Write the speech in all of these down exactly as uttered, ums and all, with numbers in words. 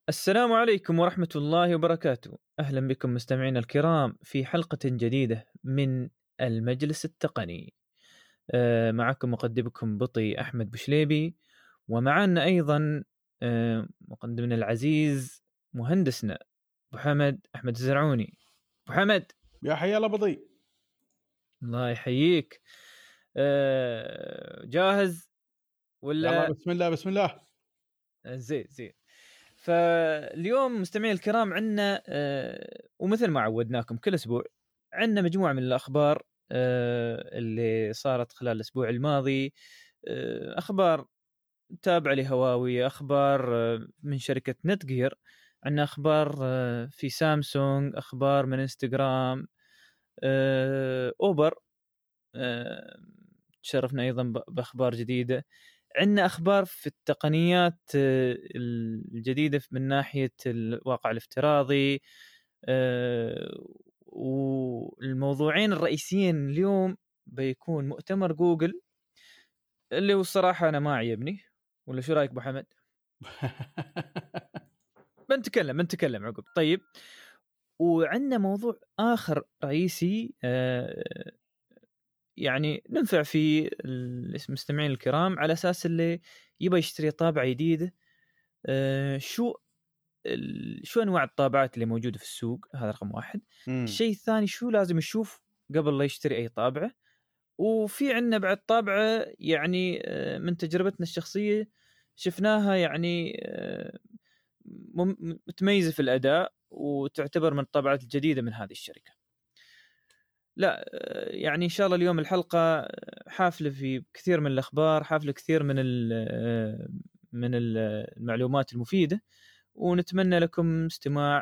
السلام عليكم ورحمة الله وبركاته. أهلا بكم مستمعينا الكرام في حلقة جديدة من المجلس التقني. أه معكم مقدمكم بطي أحمد بشليبي، ومعنا أيضا أه مقدمنا العزيز مهندسنا أبو حمد أحمد الزرعوني. أبو حمد يا حيا الله بضي. الله يحييك. أه جاهز ولا؟ يلا بسم الله بسم الله. زين زين. فاليوم مستمعين الكرام عندنا آه ومثل ما عودناكم كل اسبوع عندنا مجموعه من الاخبار آه اللي صارت خلال الاسبوع الماضي. آه اخبار تابعه لهواوي، اخبار آه من شركه نتجير، عندنا اخبار آه في سامسونج، اخبار من انستغرام، آه اوبر، آه تشرفنا ايضا باخبار جديده. عندنا أخبار في التقنيات الجديدة من ناحية الواقع الافتراضي، والموضوعين الرئيسيين اليوم بيكون مؤتمر جوجل اللي هو الصراحة أنا ما عجبني، ولا شو رأيك أبو حمد؟ بنتكلم بنتكلم عقب. طيب، وعندنا موضوع آخر رئيسي يعني ننفع في المستمعين الكرام على أساس اللي يبغى يشتري طابعة جديدة. أه شو شو أنواع الطابعات اللي موجودة في السوق؟ هذا رقم واحد. الشيء الثاني، شو لازم يشوف قبل لا يشتري أي طابعة؟ وفي عندنا بعد طابعة يعني من تجربتنا الشخصية شفناها يعني متميزة في الأداء وتعتبر من الطابعات الجديدة من هذه الشركة. لا يعني إن شاء الله اليوم الحلقة حافلة في كثير من الأخبار، حافلة كثير من من المعلومات المفيدة، ونتمنى لكم استماع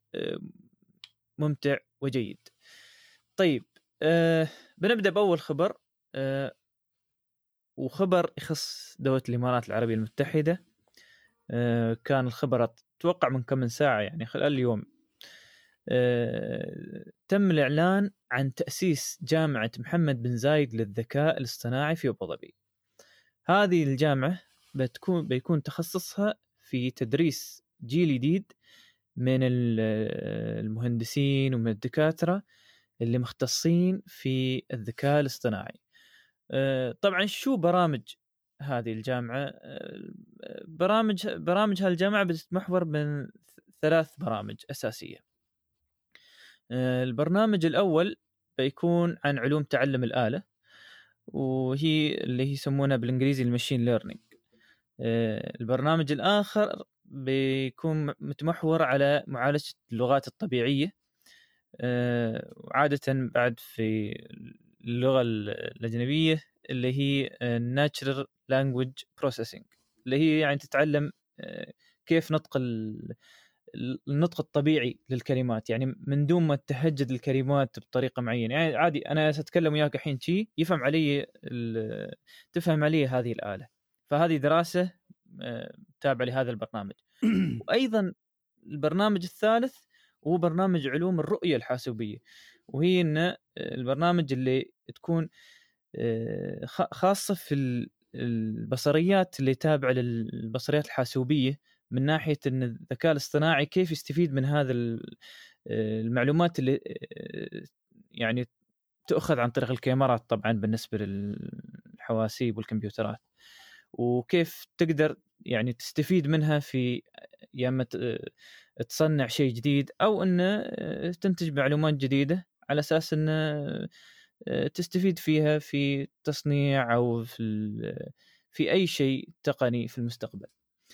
ممتع وجيد. طيب، أه بنبدأ بأول خبر، أه وخبر يخص دولة الإمارات العربية المتحدة. أه كان الخبر أتوقع من كم من ساعة، يعني خلال اليوم. أه تم الإعلان عن تأسيس جامعة محمد بن زايد للذكاء الاصطناعي في أبو ظبي. هذه الجامعة بتكون بيكون تخصصها في تدريس جيل جديد من المهندسين ومن الدكاترة اللي مختصين في الذكاء الاصطناعي. طبعا شو برامج هذه الجامعة؟ برامج برامج هالجامعة بتتمحور من ثلاث برامج أساسية. البرنامج الأول بيكون عن علوم تعلم الآلة، وهي اللي يسمونها بالإنجليزي الماشين ليرنينج. البرنامج الآخر بيكون متمحور على معالجة اللغات الطبيعية، عادة بعد في اللغة الأجنبية اللي هي Natural Language Processing، اللي هي يعني تتعلم كيف نطق النطق الطبيعي للكلمات، يعني من دون ما تهجد الكلمات بطريقة معينة. يعني عادي أنا أتكلم وياك الحين شيء يفهم علي تفهم علي هذه الآلة. فهذه دراسة تابعة لهذا البرنامج. وأيضا البرنامج الثالث هو برنامج علوم الرؤية الحاسوبية، وهي إن البرنامج اللي تكون خاصة في البصريات اللي تابعة للبصريات الحاسوبية، من ناحية إن الذكاء الاصطناعي كيف يستفيد من هذا المعلومات اللي يعني تأخذ عن طريق الكاميرات طبعا بالنسبة للحواسيب والكمبيوترات، وكيف تقدر يعني تستفيد منها في يا اما تصنع شيء جديد او ان تنتج معلومات جديده على اساس ان تستفيد فيها في تصنيع او في في اي شيء تقني في المستقبل.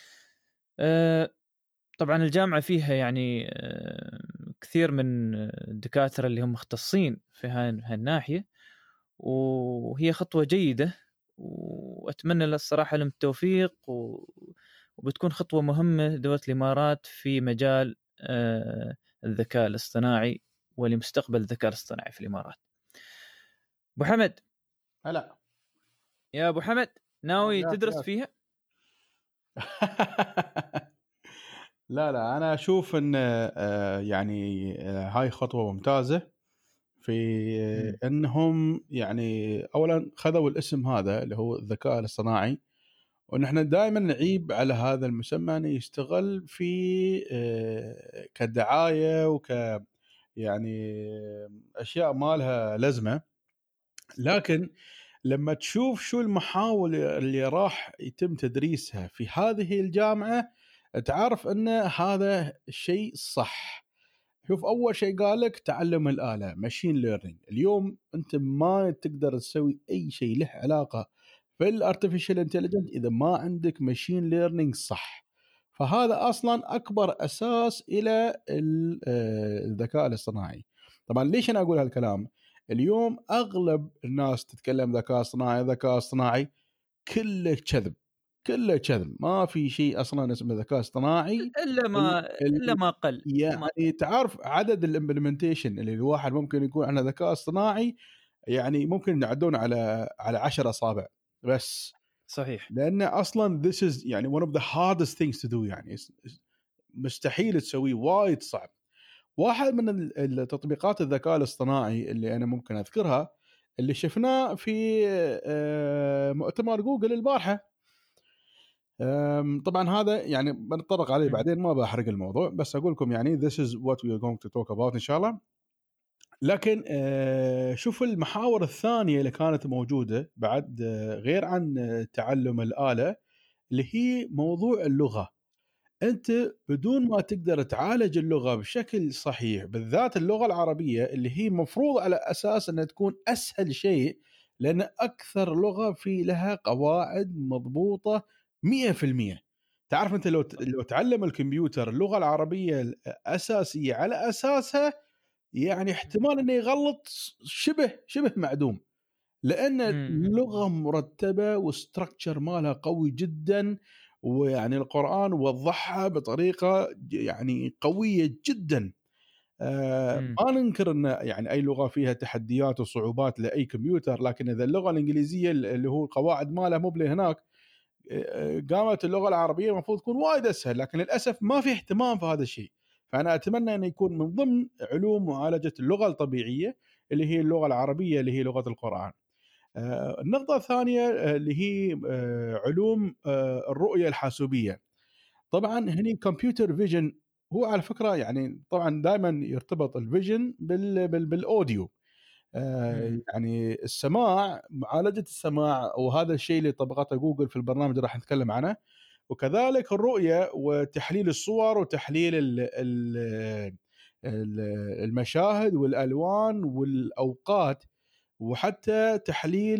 طبعا الجامعه فيها يعني كثير من الدكاتره اللي هم مختصين في هاي الناحيه، وهي خطوه جيده، وأتمنى للصراحة لهم التوفيق، وبتكون خطوة مهمة لدولة الإمارات في مجال الذكاء الاصطناعي ولمستقبل الذكاء الاصطناعي في الإمارات. أبو حمد، هلا يا أبو حمد، ناوي ياك تدرس ياك. فيها؟ لا لا أنا أشوف أن يعني هاي خطوة ممتازة في أنهم يعني أولا خذوا الاسم هذا اللي هو الذكاء الاصطناعي ونحن دائما نعيب على هذا المسمى انه يستغل في كدعايه وك يعني اشياء ما لها لازمه. لكن لما تشوف شو المحاور اللي راح يتم تدريسها في هذه الجامعه تعرف ان هذا الشيء صح. شوف، اول شيء قال لك تعلم الاله، ماشين ليرنينج. اليوم انت ما تقدر تسوي اي شيء له علاقه في الارتفيشال انتليجنت اذا ما عندك ماشين ليرنينج صح. فهذا اصلا اكبر اساس الى الذكاء الاصطناعي. طبعا ليش انا اقول هالكلام؟ اليوم اغلب الناس تتكلم ذكاء اصطناعي ذكاء اصطناعي، كله كذب، كله كذب. ما في شيء اصلا اسمه ذكاء اصطناعي الا ما الا ما قل يعني تعرف عدد الامبلمنتيشن اللي الواحد ممكن يكون عنده ذكاء اصطناعي يعني ممكن نعدون على على عشر اصابع بس. صحيح. لان اصلا this is يعني one of the hardest things to do، يعني مستحيل تسويه، وايد صعب. واحد من التطبيقات الذكاء الاصطناعي اللي انا ممكن اذكرها اللي شفناه في مؤتمر جوجل البارحه. طبعا هذا يعني بنتطرق عليه بعدين، ما بحرق الموضوع، بس اقول لكم يعني this is what we are going to talk about ان شاء الله. لكن شوف المحاور الثانيه اللي كانت موجوده بعد غير عن تعلم الاله، اللي هي موضوع اللغه. انت بدون ما تقدر تعالج اللغه بشكل صحيح، بالذات اللغه العربيه اللي هي مفروض على اساس انها تكون اسهل شيء، لان اكثر لغه في لها قواعد مضبوطه مئة بالمئة. تعرف انت لو لو تعلم الكمبيوتر اللغه العربيه الاساسيه على اساسها، يعني احتمال انه يغلط شبه شبه معدوم، لان اللغه مرتبه واستراكشر مالها قوي جدا. ويعني القرآن وضحها بطريقة يعني قوية جدا. آه ما ننكر أن يعني أي لغة فيها تحديات وصعوبات لأي كمبيوتر، لكن إذا اللغة الإنجليزية اللي هو القواعد مالها مو هناك، قامت اللغة العربية المفروض تكون وايد أسهل، لكن للأسف ما في اهتمام في هذا الشيء. فأنا أتمنى أن يكون من ضمن علوم معالجة اللغة الطبيعية اللي هي اللغة العربية اللي هي لغة القرآن. آه النقطة الثانية اللي هي آه علوم آه الرؤية الحاسوبية. طبعا هني كمبيوتر فيجن هو على فكرة يعني طبعا دائما يرتبط الفيجن بال بال بالاوديو. آه يعني السماع، معالجة السماع، وهذا الشيء اللي طبقته جوجل في البرنامج اللي راح نتكلم عنه. وكذلك الرؤية وتحليل الصور وتحليل ال ال المشاهد والألوان والأوقات، وحتى تحليل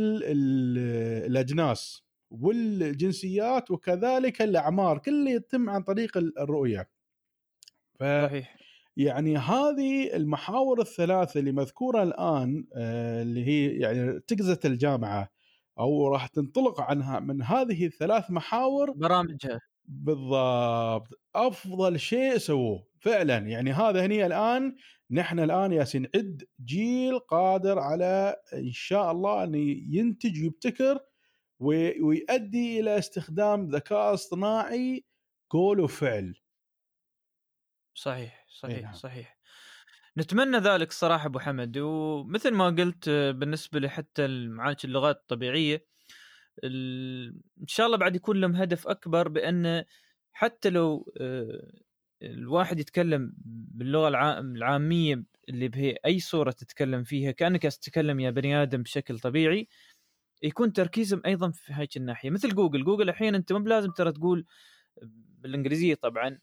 الأجناس والجنسيات، وكذلك الأعمار، كله يتم عن طريق الرؤية. صحيح. يعني هذه المحاور الثلاثة اللي مذكورة الآن اللي هي يعني تجزت الجامعة أو راح تنطلق عنها من هذه الثلاث محاور برامجها بالضبط. أفضل شيء سووه فعلا. يعني هذا هني الآن نحن الآن ياسين عد جيل قادر على إن شاء الله أن ينتج ويبتكر ويؤدي إلى استخدام ذكاء اصطناعي قول وفعل. صحيح صحيح صحيح. نتمنى ذلك صراحة أبو حمد. ومثل ما قلت بالنسبة لحتى معالجة اللغات الطبيعية إن شاء الله بعد يكون لهم هدف أكبر، بأن حتى لو الواحد يتكلم باللغة العامية اللي به أي صورة تتكلم فيها كأنك تتكلم يا بني آدم بشكل طبيعي، يكون تركيزهم أيضا في هاي الناحية. مثل جوجل جوجل أحيانا أنت ما لازم ترى تقول بالإنجليزية طبعا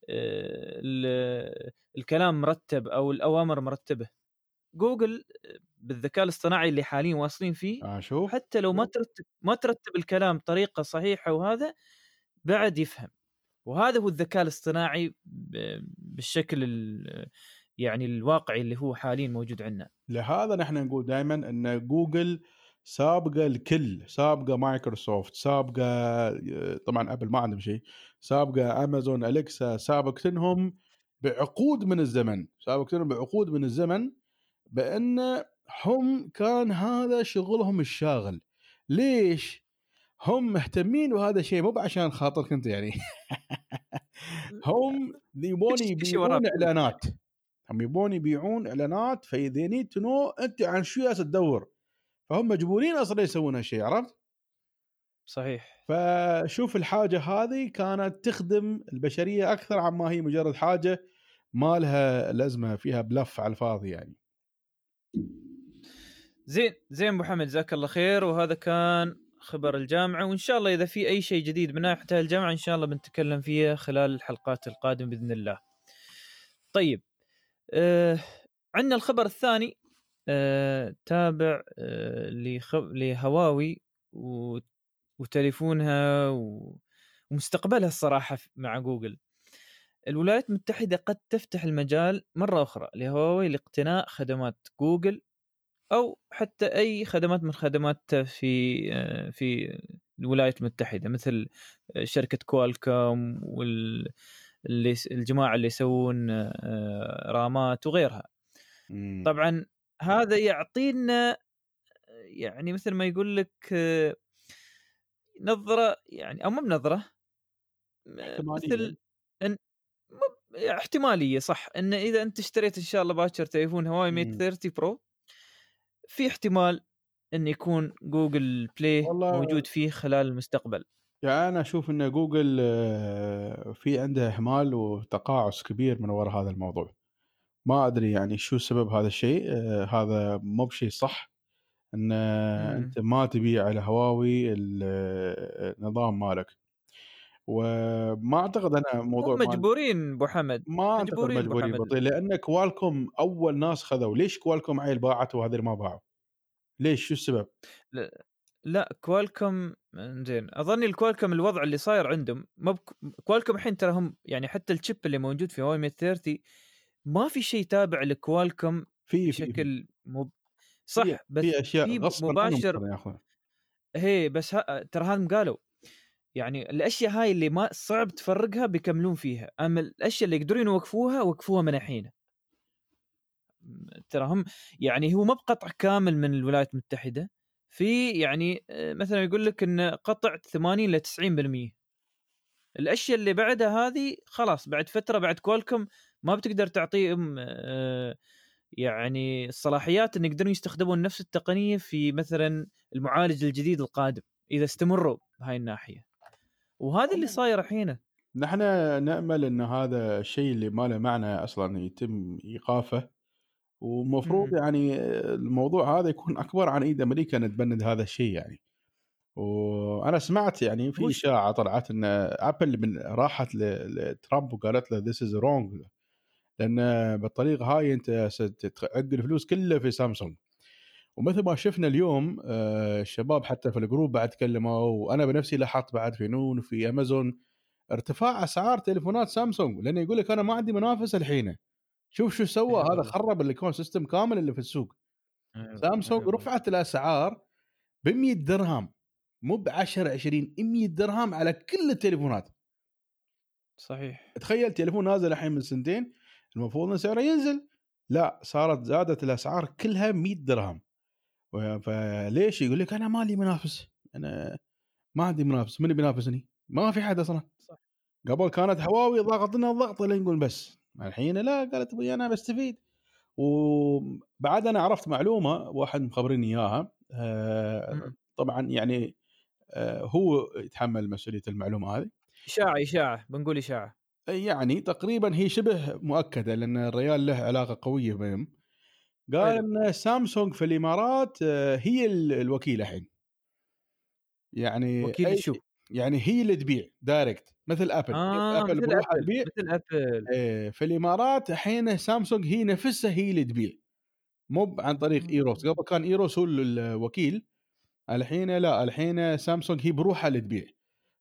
الكلام مرتب أو الأوامر مرتبة. جوجل بالذكاء الاصطناعي اللي حاليا واصلين فيه أشوف. حتى لو ما ترتب ما ترتب الكلام بطريقة صحيحة وهذا بعد يفهم. وهذا هو الذكاء الاصطناعي بالشكل يعني الواقعي اللي هو حاليا موجود عندنا. لهذا نحن نقول دائما أن جوجل سابقة الكل، سابقة مايكروسوفت، سابقة طبعا أبل ما عندهم شيء، سابقة أمازون أليكسا، سابقتهم بعقود من الزمن، سابقتهم بعقود من الزمن، بأن هم كان هذا شغلهم الشاغل. ليش؟ هم مهتمين بهذا الشيء مو عشان خاطرك أنت يعني هم يبون يبيعون إعلانات، هم يبون يبيعون إعلانات، فإذا need to know أنت عن شو ياس تدور، فهم مجبورين أصلا يسوون هالشيء. عرفت؟ صحيح. فشوف الحاجة هذه كانت تخدم البشرية أكثر عما هي مجرد حاجة ما لها لازمة فيها بلف على الفاضي يعني. زين زين ابو حمد، جزاك الله خير. وهذا كان خبر الجامعه، وان شاء الله اذا في اي شيء جديد من ناحيه الجامعه ان شاء الله بنتكلم فيه خلال الحلقات القادمه باذن الله. طيب، آه عندنا الخبر الثاني. آه تابع آه لخب... لهواوي و... وتليفونها و... ومستقبلها الصراحه مع جوجل. الولايات المتحده قد تفتح المجال مره اخرى لهواوي لاقتناء خدمات جوجل او حتى اي خدمات من خدمات في في الولايات المتحده، مثل شركه كوالكوم وال اللي الجماعه اللي يسوون رامات وغيرها. مم. طبعا هذا يعطينا يعني مثل ما يقول لك نظره، يعني او مو بنظره، مثل ان احتماليه صح، ان اذا انت اشتريت ان شاء الله باكر تليفون هواوي ميت ثلاثين برو، في احتمال ان يكون جوجل بلاي موجود فيه خلال المستقبل. يعني انا اشوف ان جوجل في عنده اهمال وتقاعس كبير من وراء هذا الموضوع. ما ادري يعني شو سبب هذا الشيء. هذا مو بشيء صح ان انت ما تبيع على هواوي النظام مالك. وما اعتقد انا موضوع هم مجبورين ابو حمد، ما اعتقد مجبورين ابو مجبورين حمد. بطيء، لان كوالكوم اول ناس خذوا. ليش كوالكوم عيل باعت وهذول ما باعوا؟ ليش؟ شو السبب؟ لا, لا كوالكوم زين، اظني الكوالكوم الوضع اللي صاير عندهم ما بك... كوالكوم الحين ترى هم يعني حتى الشيب اللي موجود في هواوي ميت ثلاثين ما في شيء تابع لكوالكوم في بشكل مب... في صح، بس في اشياء في غصبا عنهم مباشر. ياخذون. هي بس ها... ترى هذا قالوا يعني الاشياء هاي اللي ما صعب تفرقها بيكملون فيها، اما الاشياء اللي يقدرون يوقفوها وقفوها من الحين. ترى هم يعني هو ما بقطع كامل من الولايات المتحده، في يعني مثلا يقول لك ان قطع ثمانين إلى تسعين بالمئة. الاشياء اللي بعدها هذه خلاص بعد فتره بعد كوالكم ما بتقدر تعطيهم يعني الصلاحيات ان يقدرون يستخدمون نفس التقنيه في مثلا المعالج الجديد القادم اذا استمروا بهاي الناحيه. وهذا اللي صاير الحين. نحن نامل ان هذا الشيء اللي ما له معنى اصلا يتم ايقافه، ومفروض يعني الموضوع هذا يكون اكبر عن ايد امريكا ان تبند هذا الشيء يعني. وانا سمعت يعني في اشاعه طلعت ان ابل من راحت لترامب وقالت له this is wrong، لان بالطريقه هاي انت ستعق الفلوس كلها في سامسونج. ومثل ما شفنا اليوم الشباب حتى في الجروب بعد تكلموا، وانا بنفسي لاحظت بعد في نون وفي امازون ارتفاع اسعار تليفونات سامسونج، لانه يقول لك انا ما عندي منافس الحين. شوف شو سوى هذا، خرب الايكون سيستم كامل اللي في السوق. سامسونج رفعت الاسعار ب مية درهم، مو ب عشرة عشرين، مية درهم على كل التليفونات. صحيح. تخيل تليفون نازل الحين من سنتين المفروض ان سعره ينزل، لا صارت زادت الاسعار كلها مية درهم. فليش؟ يقول لك انا مالي منافس، انا ما عندي منافس، من بينافسني؟ ما في حد اصلا. صح. قبل كانت هواوي ضاغطنا الضغط اللي نقول بس، الحين لا، قالت ابوي انا بستفيد. وبعد انا عرفت معلومه واحد مخبرني اياها، آه طبعا يعني آه هو يتحمل مسؤوليه المعلومه هذه. اشاعه اشاعه بنقول اشاعه، يعني تقريبا هي شبه مؤكده لان الريال له علاقه قويه بهم. قال ان سامسونج في الامارات هي الوكيله الحين، يعني وكيل اي شو؟ يعني هي اللي تبيع دايركت مثل ابل. اه ابل مثل بروحها ابل تبيع. مثل ابل ايه في الامارات الحين سامسونج هي نفسها هي اللي تبيع، مو عن طريق ايروس. قبل كان ايروس هو الوكيل، الحين لا، الحين سامسونج هي بروحها اللي تبيع.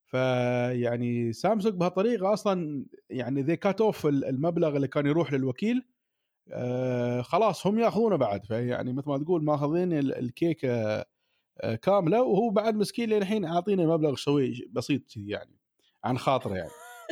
فيعني سامسونج بهالطريقه اصلا يعني ذي كات اوف المبلغ اللي كان يروح للوكيل. آه خلاص هم ياخذونه بعد، فيعني مثل ما تقول ماخذين الكيكه آه كامله، وهو بعد مسكين للحين عاطينا مبلغ شوي بسيط يعني عن خاطره يعني.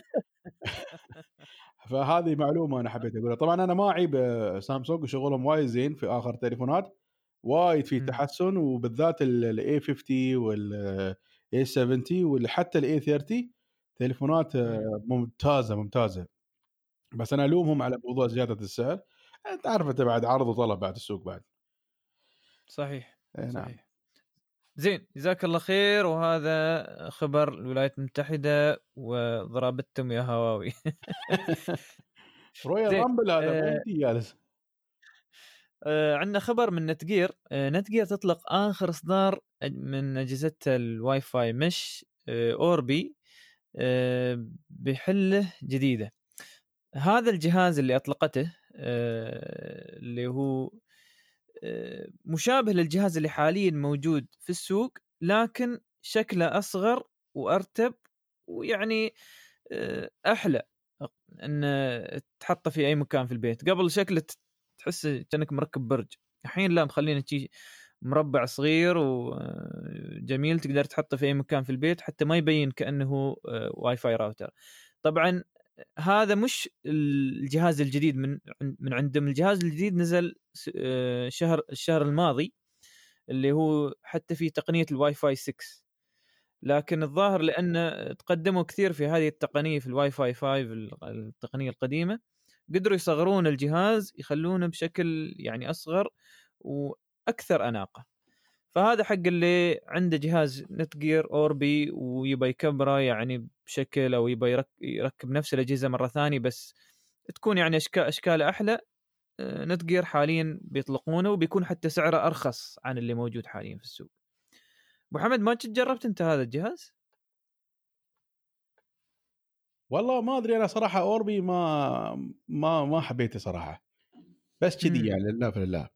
فهذه معلومه انا حبيت اقولها. طبعا انا ما اعيب سامسونج وشغلهم وايد زين في اخر تليفونات، وايد في تحسن، وبالذات الاي خمسين والاي سبعين وحتى الاي ثلاثين تليفونات ممتازه ممتازه. بس انا الومهم على موضوع زياده السعر. انت عارف انت بعد عرض وطلب بعد السوق بعد. صحيح نعم. صحيح. زين جزاك الله خير. وهذا خبر الولايات المتحدة وضربتهم يا هواوي. رويال زين رامبل هذا آه وين جالس؟ آه عندنا خبر من نتجير. آه نتجير تطلق آخر إصدار من أجهزتها الواي فاي مش آه أوربي آه بحلة جديدة. هذا الجهاز اللي أطلقته آه اللي هو آه مشابه للجهاز اللي حاليا موجود في السوق، لكن شكله أصغر وأرتب ويعني آه أحلى ان تحطه في اي مكان في البيت. قبل شكله تحس كأنك مركب برج، الحين لا، مخلينا شيء مربع صغير وجميل تقدر تحطه في اي مكان في البيت حتى ما يبين كأنه واي فاي راوتر. طبعا هذا مش الجهاز الجديد من من عندهم. الجهاز الجديد نزل شهر الشهر الماضي اللي هو حتى في تقنية الواي فاي ستة، لكن الظاهر لأن تقدموا كثير في هذه التقنية في الواي فاي خمسة التقنية القديمة، قدروا يصغرون الجهاز يخلونه بشكل يعني أصغر وأكثر أناقة. فهذا حق اللي عنده جهاز نتجير أوربي ويبى يكبره يعني بشكل، أو يبى يركب نفس الأجهزة مرة ثانية بس تكون يعني أشكال أشكاله أحلى. نتجير حاليا بيطلقونه وبيكون حتى سعره أرخص عن اللي موجود حاليا في السوق. أبو حمد ما جربت أنت هذا الجهاز؟ والله ما ادري انا صراحه اوربي ما ما ما حبيته صراحه، بس كذي يعني لله في الله.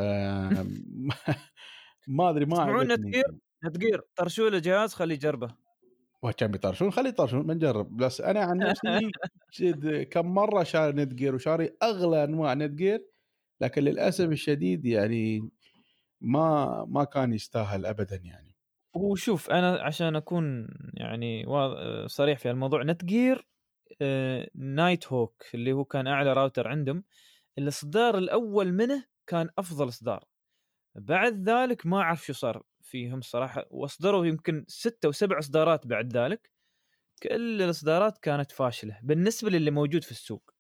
ما ادري ما تسمعون عجبتني. نتجير نتجير طرشوا له جهاز خليه يجربه. وكان بيطرشون خليه يطرشون بنجرب. بس انا عن نفسي جد كم مره شاري نتجير وشاري اغلى انواع نتجير، لكن للاسف الشديد يعني ما ما كان يستاهل ابدا يعني. وشوف انا عشان اكون يعني صريح في الموضوع، نتجير آه نايت هوك اللي هو كان اعلى راوتر عندهم، الاصدار الاول منه كان افضل اصدار. بعد ذلك ما اعرف شو صار فيهم صراحه، واصدروا يمكن ستة او سبع اصدارات بعد ذلك، كل الاصدارات كانت فاشله بالنسبه للي موجود في السوق.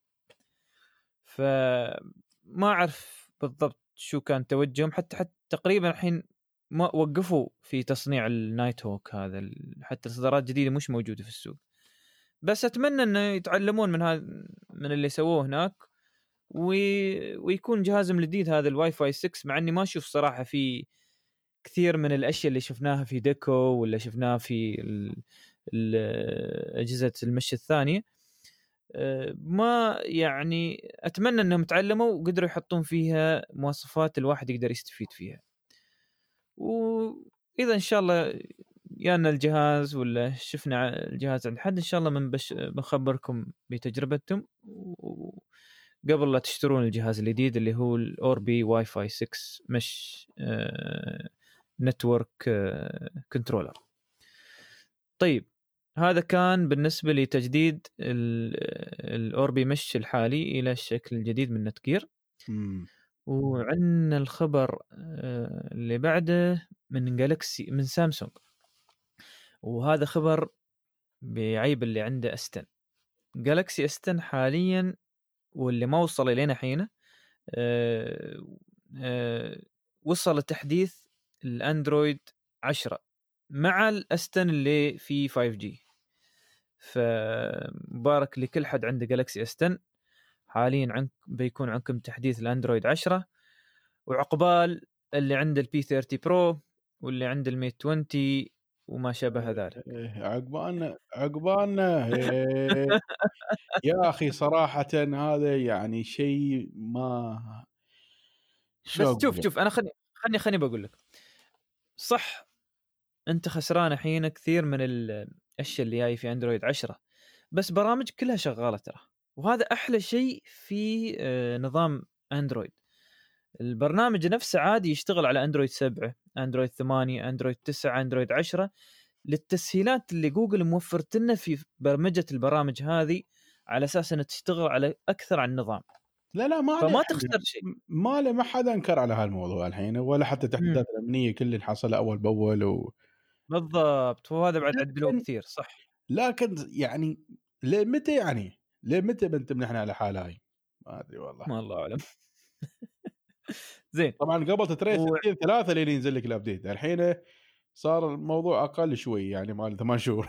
فما اعرف بالضبط شو كان توجههم. حتى حتى تقريبا الحين ما وقفوا في تصنيع النايت هوك هذا، حتى اصدارات جديده مش موجوده في السوق. بس اتمنى انه يتعلمون من هذا من اللي سووه هناك وي... ويكون جهازهم الجديد هذا الواي فاي ستة. مع اني ما اشوف صراحه في كثير من الاشياء اللي شفناها في ديكو ولا شفناها في ال... ال... اجهزه المشي الثانيه، ما يعني اتمنى انهم تعلموا وقدروا يحطون فيها مواصفات الواحد يقدر يستفيد فيها. واذا ان شاء الله يانا الجهاز ولا شفنا الجهاز عند حد ان شاء الله من بش بنخبركم بتجربتهم قبل لا تشترون الجهاز الجديد اللي هو الاوربي واي فاي ستة مش نتورك كنترولر. طيب هذا كان بالنسبة لتجديد الأوربي مش الحالي إلى الشكل الجديد من نتجير. وعندنا الخبر اللي بعده من جالكسي من سامسونج، وهذا خبر بعيب اللي عنده أستن. جالكسي أستن حاليا واللي ما وصل إلينا حينه وصل تحديث الأندرويد عشرة مع الأستن اللي فيه فايف جي. فمبارك لكل حد عنده جالكسي اس عشرة. حاليا عندك بيكون عندكم تحديث الاندرويد عشرة، وعقبال اللي عنده البي ثلاثين برو واللي عنده الميت عشرين وما شابه ذلك. عقبالنا عقبالنا يا اخي صراحه هذا يعني شيء ما بس شوف شوف انا خلني خلني خلني بقول لك صح، انت خسران الحين كثير من الاشياء اللي جاي في اندرويد عشرة، بس برامج كلها شغاله ترى، وهذا احلى شيء في نظام اندرويد. البرنامج نفسه عادي يشتغل على اندرويد سبعة، اندرويد ثمانية، اندرويد تسعة، اندرويد عشرة، للتسهيلات اللي جوجل موفرت لنا في برمجه البرامج هذه على اساس انها تشتغل على اكثر عن نظام. لا لا ما فما تخسر شيء. ما له ما حدا انكر على هالموضوع الحين، ولا حتى تحديثات الامنيه كل اللي حصل اول باول و... بالضبط. وهذا بعد عدلوه كثير صح. لكن يعني لمتى يعني لمتى بنتم نحن على حال هاي؟ ما ادري والله، ما الله اعلم. زين طبعا قبل تتريس و... ثلاثه لين ينزل لك الابديت. الحين صار الموضوع اقل شوي يعني مال ثمان شهور.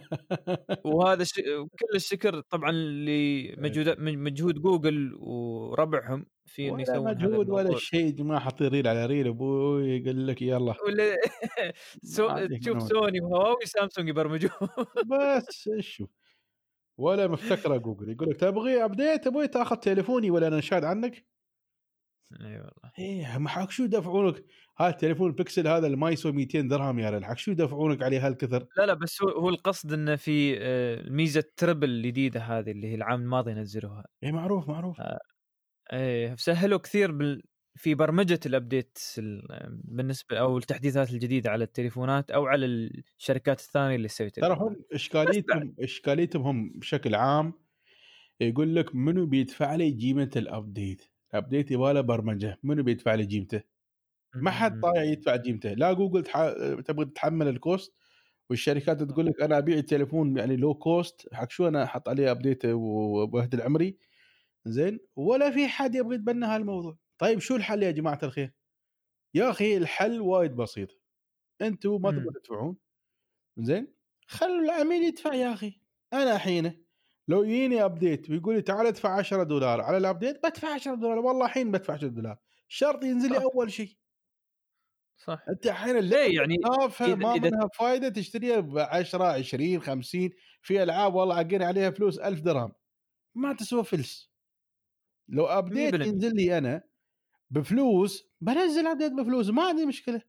وهذا ش... كل الشكر طبعا لمجهود مجهود جوجل وربعهم في انه ولا يسوون هذا مجهود ولا الموضوع. شيء يا جماعه، حاطين ريل على ريل ابوي يقول لك يلا ولا ما سو... عليك تشوف منهم. سوني وهواوي سامسونج يبرمجون. بس شوف، ولا مفتكره جوجل يقول لك تبغي ابديت ابوي تاخذ تليفوني ولا انا شاد عنك. اي والله. ايه ما حق شو يدفعونك، هذا التليفون البكسل هذا اللي ما يسوي مئتين درهم يا رجل، حق شو يدفعونك عليه هالكثر؟ لا لا بس هو هو القصد انه في آه، الميزه تربل الجديده هذه اللي هي العام الماضي نزلوها. ايه معروف معروف. آه، ايه سهلوا كثير بال... في برمجه الابديت ال... بالنسبه او التحديثات الجديده على التليفونات او على الشركات الثانيه اللي تسوي ترى تليفونات. هم اشكاليتهم اشكاليتهم هم بشكل عام يقول لك منو بيدفع لي قيمه الابديت؟ الابديت يبغى له برمجه، منو بيدفع لي قيمته؟ ما حد طايع يدفع قيمته، لا جوجل تح... تبغى تتحمل الكوست، والشركات تقول لك انا ابيع التليفون يعني لو كوست، حق شو انا احط عليه ابديت وبهدل عمري زين، ولا في حد يبغى يتبنى هالموضوع. طيب شو الحل يا جماعه الخير؟ يا اخي الحل وايد بسيط، انتم ما تبغوا تدفعون زين، خلوا العميل يدفع يا اخي. انا الحين لو يجيني ابديت ويقول لي تعال ادفع عشرة دولار على الابديت، بدفع عشرة دولار والله الحين بدفع عشرة دولار، شرط ينزل لي اول شيء. صح. انت الحين اللعبه ايه يعني تافهه اذا ما اذا منها فايده، تشتريها ب عشرة عشرين خمسين، في العاب والله عقين عليها فلوس ألف درهم ما تسوى فلس. لو ابديت مية بالمية ينزل لي انا بفلوس بنزل ابديت بفلوس، ما عندي مشكله.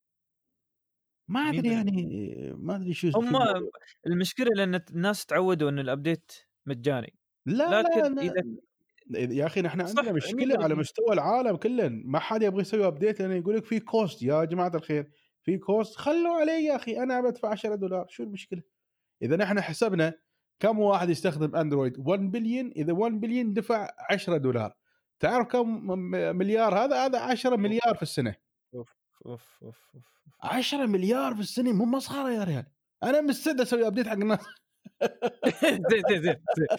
ما مية ادري بالمية يعني ما ادري شو شو هم الموضوع. المشكله لان الناس تعودوا ان الابديت مجاني. لا لا لكن أنا اذا يا اخي نحن صح عندنا مشكله على مية بالمية مستوى العالم كله، ما حد يبغى يسوي ابديت لانه يقول لك في كوست. يا جماعه الخير في كوست، خلوا علي يا اخي، انا بدفع عشرة دولار شو المشكله؟ اذا نحن حسبنا كم واحد يستخدم اندرويد واحد بليون، اذا واحد بليون دفع عشرة دولار، تعرف كم مليار هذا؟ هذا عشرة مليار في السنه. اوف اوف اوف اوف عشرة مليار في السنه مو مسخره يا ريال. انا مستعد اسوي ابديت حق الناس. زين زين زين زين.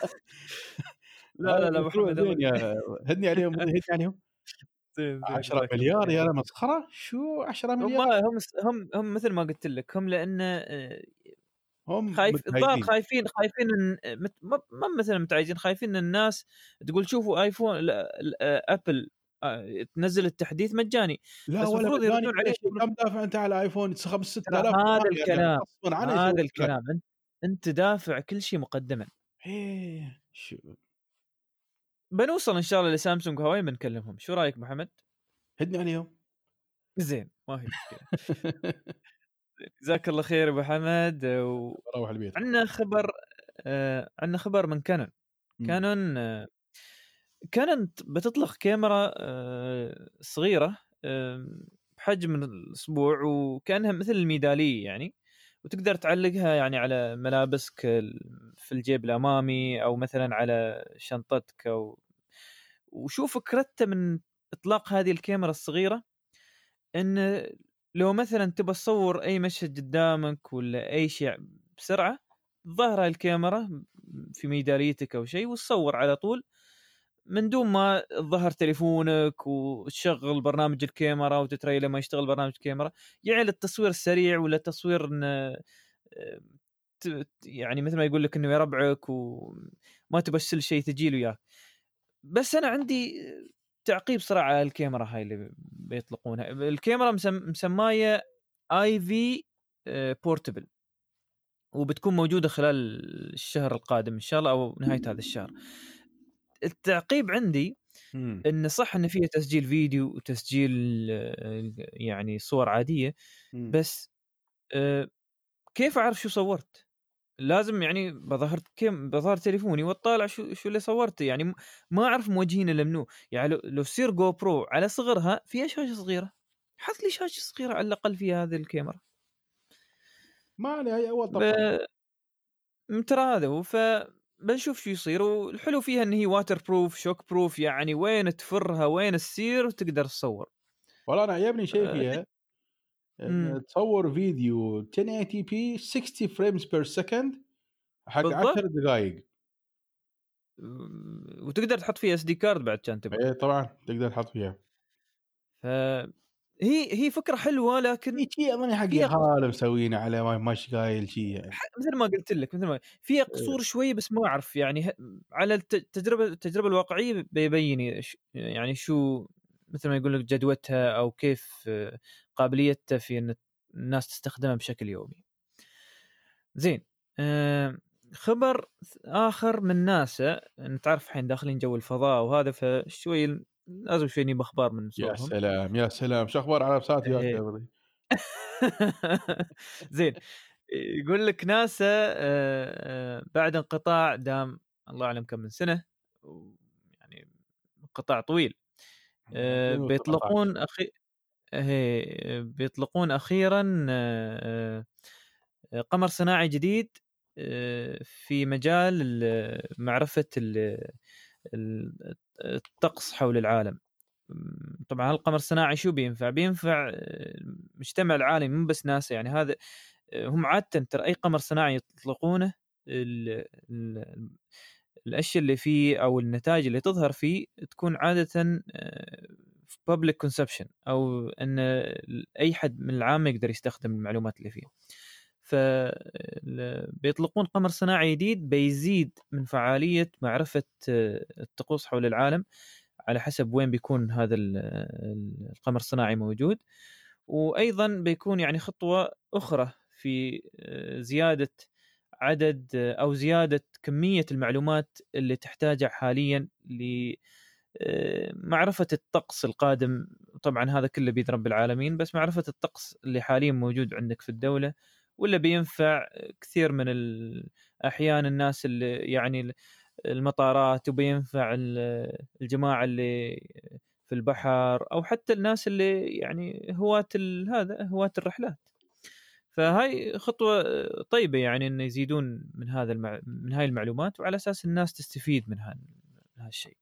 لا لا هذا لا ابو مشروع حمد الله زين يا هدني عليهم هدني عليهم. زين زين عشرة جزاك الله مليار خير. يا لا مسخره، شو عشرة هم مليار؟ هم هم هم مثل ما قلت لك هم لان هم خايف الظاهر متهايزين. خايفين خايفين ان مت- ما ما مثلا متعايزين خايفين ان الناس تقول شوفوا ايفون ال- ال- ابل آه، تنزل التحديث مجاني. لا بس ولا المفروض مجاني يردون ولا عليه شيء. يقولون كم دافع انت على ايفون خمسة ترى ستة آلاف هذا دولار يا رجال، الكلام غصبا عنه هذا يسوي لك. الكلام انت انت دافع كل شيء مقدما. ايه شو بنوصل ان شاء الله لسامسونج هواوي بنكلمهم. شو رايك محمد؟ هدني عليهم. زين ما في مشكله. جزاك الله خير ابو حمد. بروح البيت. وعندنا خبر آه عندنا خبر من كانون. مم. كانون آه كانت بتطلق كاميرا آه صغيره آه بحجم الاسبوع وكانها مثل الميداليه يعني، وتقدر تعلقها يعني على ملابسك في الجيب الامامي او مثلا على شنطتك أو. وشوف فكرتها من اطلاق هذه الكاميرا الصغيره ان لو مثلا تبى تصور اي مشهد قدامك ولا اي شيء بسرعه ظهر الكاميرا في ميداليتك او شيء وتصور على طول من دون ما تظهر تليفونك وتشغل برنامج الكاميرا وتتري لما يشتغل برنامج الكاميرا. يعني التصوير السريع ولا تصوير إن يعني مثل ما يقول لك انه يربعك وما تبسل شيء تجي له اياه. بس انا عندي تعقيب صراحه على الكاميرا هاي اللي بيطلقونها. الكاميرا مسم... مسمايه اي في بورتبل وبتكون موجوده خلال الشهر القادم ان شاء الله او نهايه هذا الشهر. التعقيب عندي مم. ان صح ان فيها تسجيل فيديو وتسجيل يعني صور عاديه، مم. بس كيف اعرف شو صورت؟ لازم يعني بظهر كم بظهر تليفوني واطالع شو شو اللي صورته. يعني ما اعرف موجهين الا منو. يعني لو, لو تصير جو برو على صغرها فيها شاشه صغيره، حط لي شاشه صغيره على الاقل فيها هذه الكاميرا. ما عليه هي اول ب... طبطبه. ترى هذا هو. ف بنشوف شو يصير. والحلو فيها ان هي واتر بروف شوك بروف، يعني وين تفرها وين تسير وتقدر تصور. والله انا عجبني شيء أه... فيها مم. ان تصور فيديو عشرة ثمانين بي ستين فريمز بير سكند حق بالضبط. عشر دقائق. وتقدر تحط فيها اس دي كارد بعد كان تبغى. ايه طبعا تقدر تحط فيها. ف هي هي فكره حلوه لكن هي شيء اظني حق فيها يهال مسوينه على ما مش قايل شيء يعني. مثل ما قلت لك مثل ما فيها إيه. قصور شوي، بس ما اعرف يعني ه- على الت- التجربه التجربه الواقعيه بيبين ش- يعني شو مثل ما يقول لك جدوتها او كيف آه، قابليتها في ان الناس تستخدمها بشكل يومي. زين. آه، خبر اخر من ناسا، انت تعرف الحين داخلين جو الفضاء وهذا، فشوي لازم شوي نجيب اخبار من يا صوبهم. سلام يا سلام، شو اخبار على بسات وياك إيه. يا ولدي؟ زين. يقول لك ناسا آه، آه، بعد انقطاع دام الله اعلم كم من سنه، يعني انقطاع طويل، آه، ألفين وسبعطعش. بيطلقون أخي... هي بيطلقون اخيرا آه، آه، قمر صناعي جديد آه، في مجال ال- معرفه ال- ال- الطقس حول العالم. م، طبعا القمر الصناعي شو بينفع بينفع آه، المجتمع العالمي، مو بس ناسا. يعني هذا هم عادة ترى أي قمر صناعي يطلقونه ال ال الأشياء اللي فيه أو النتائج اللي تظهر فيه تكون عادة آه، في public consumption، أو أن أي حد من العامة يقدر يستخدم المعلومات اللي فيه. فبيطلقون قمر صناعي جديد بيزيد من فعالية معرفة آه، الطقوس حول العالم على حسب وين بيكون هذا ال- ال- القمر الصناعي موجود. وأيضا بيكون يعني خطوة أخرى في آه، زيادة عدد آه، أو زيادة كمية المعلومات اللي تحتاجها حاليا لمعرفة الطقس القادم. طبعا هذا كله بيد رب العالمين، بس معرفة الطقس اللي حاليا موجود عندك في الدولة، ولا بينفع كثير من الأحيان الناس اللي يعني المطارات، وبينفع ال- الجماعة اللي في البحر، أو حتى الناس اللي يعني هواة ال- هذا هواة الرحلات. فهاي خطوة طيبة، يعني إنه يزيدون من هذا المع... من هاي المعلومات، وعلى أساس الناس تستفيد من هذا هالشيء.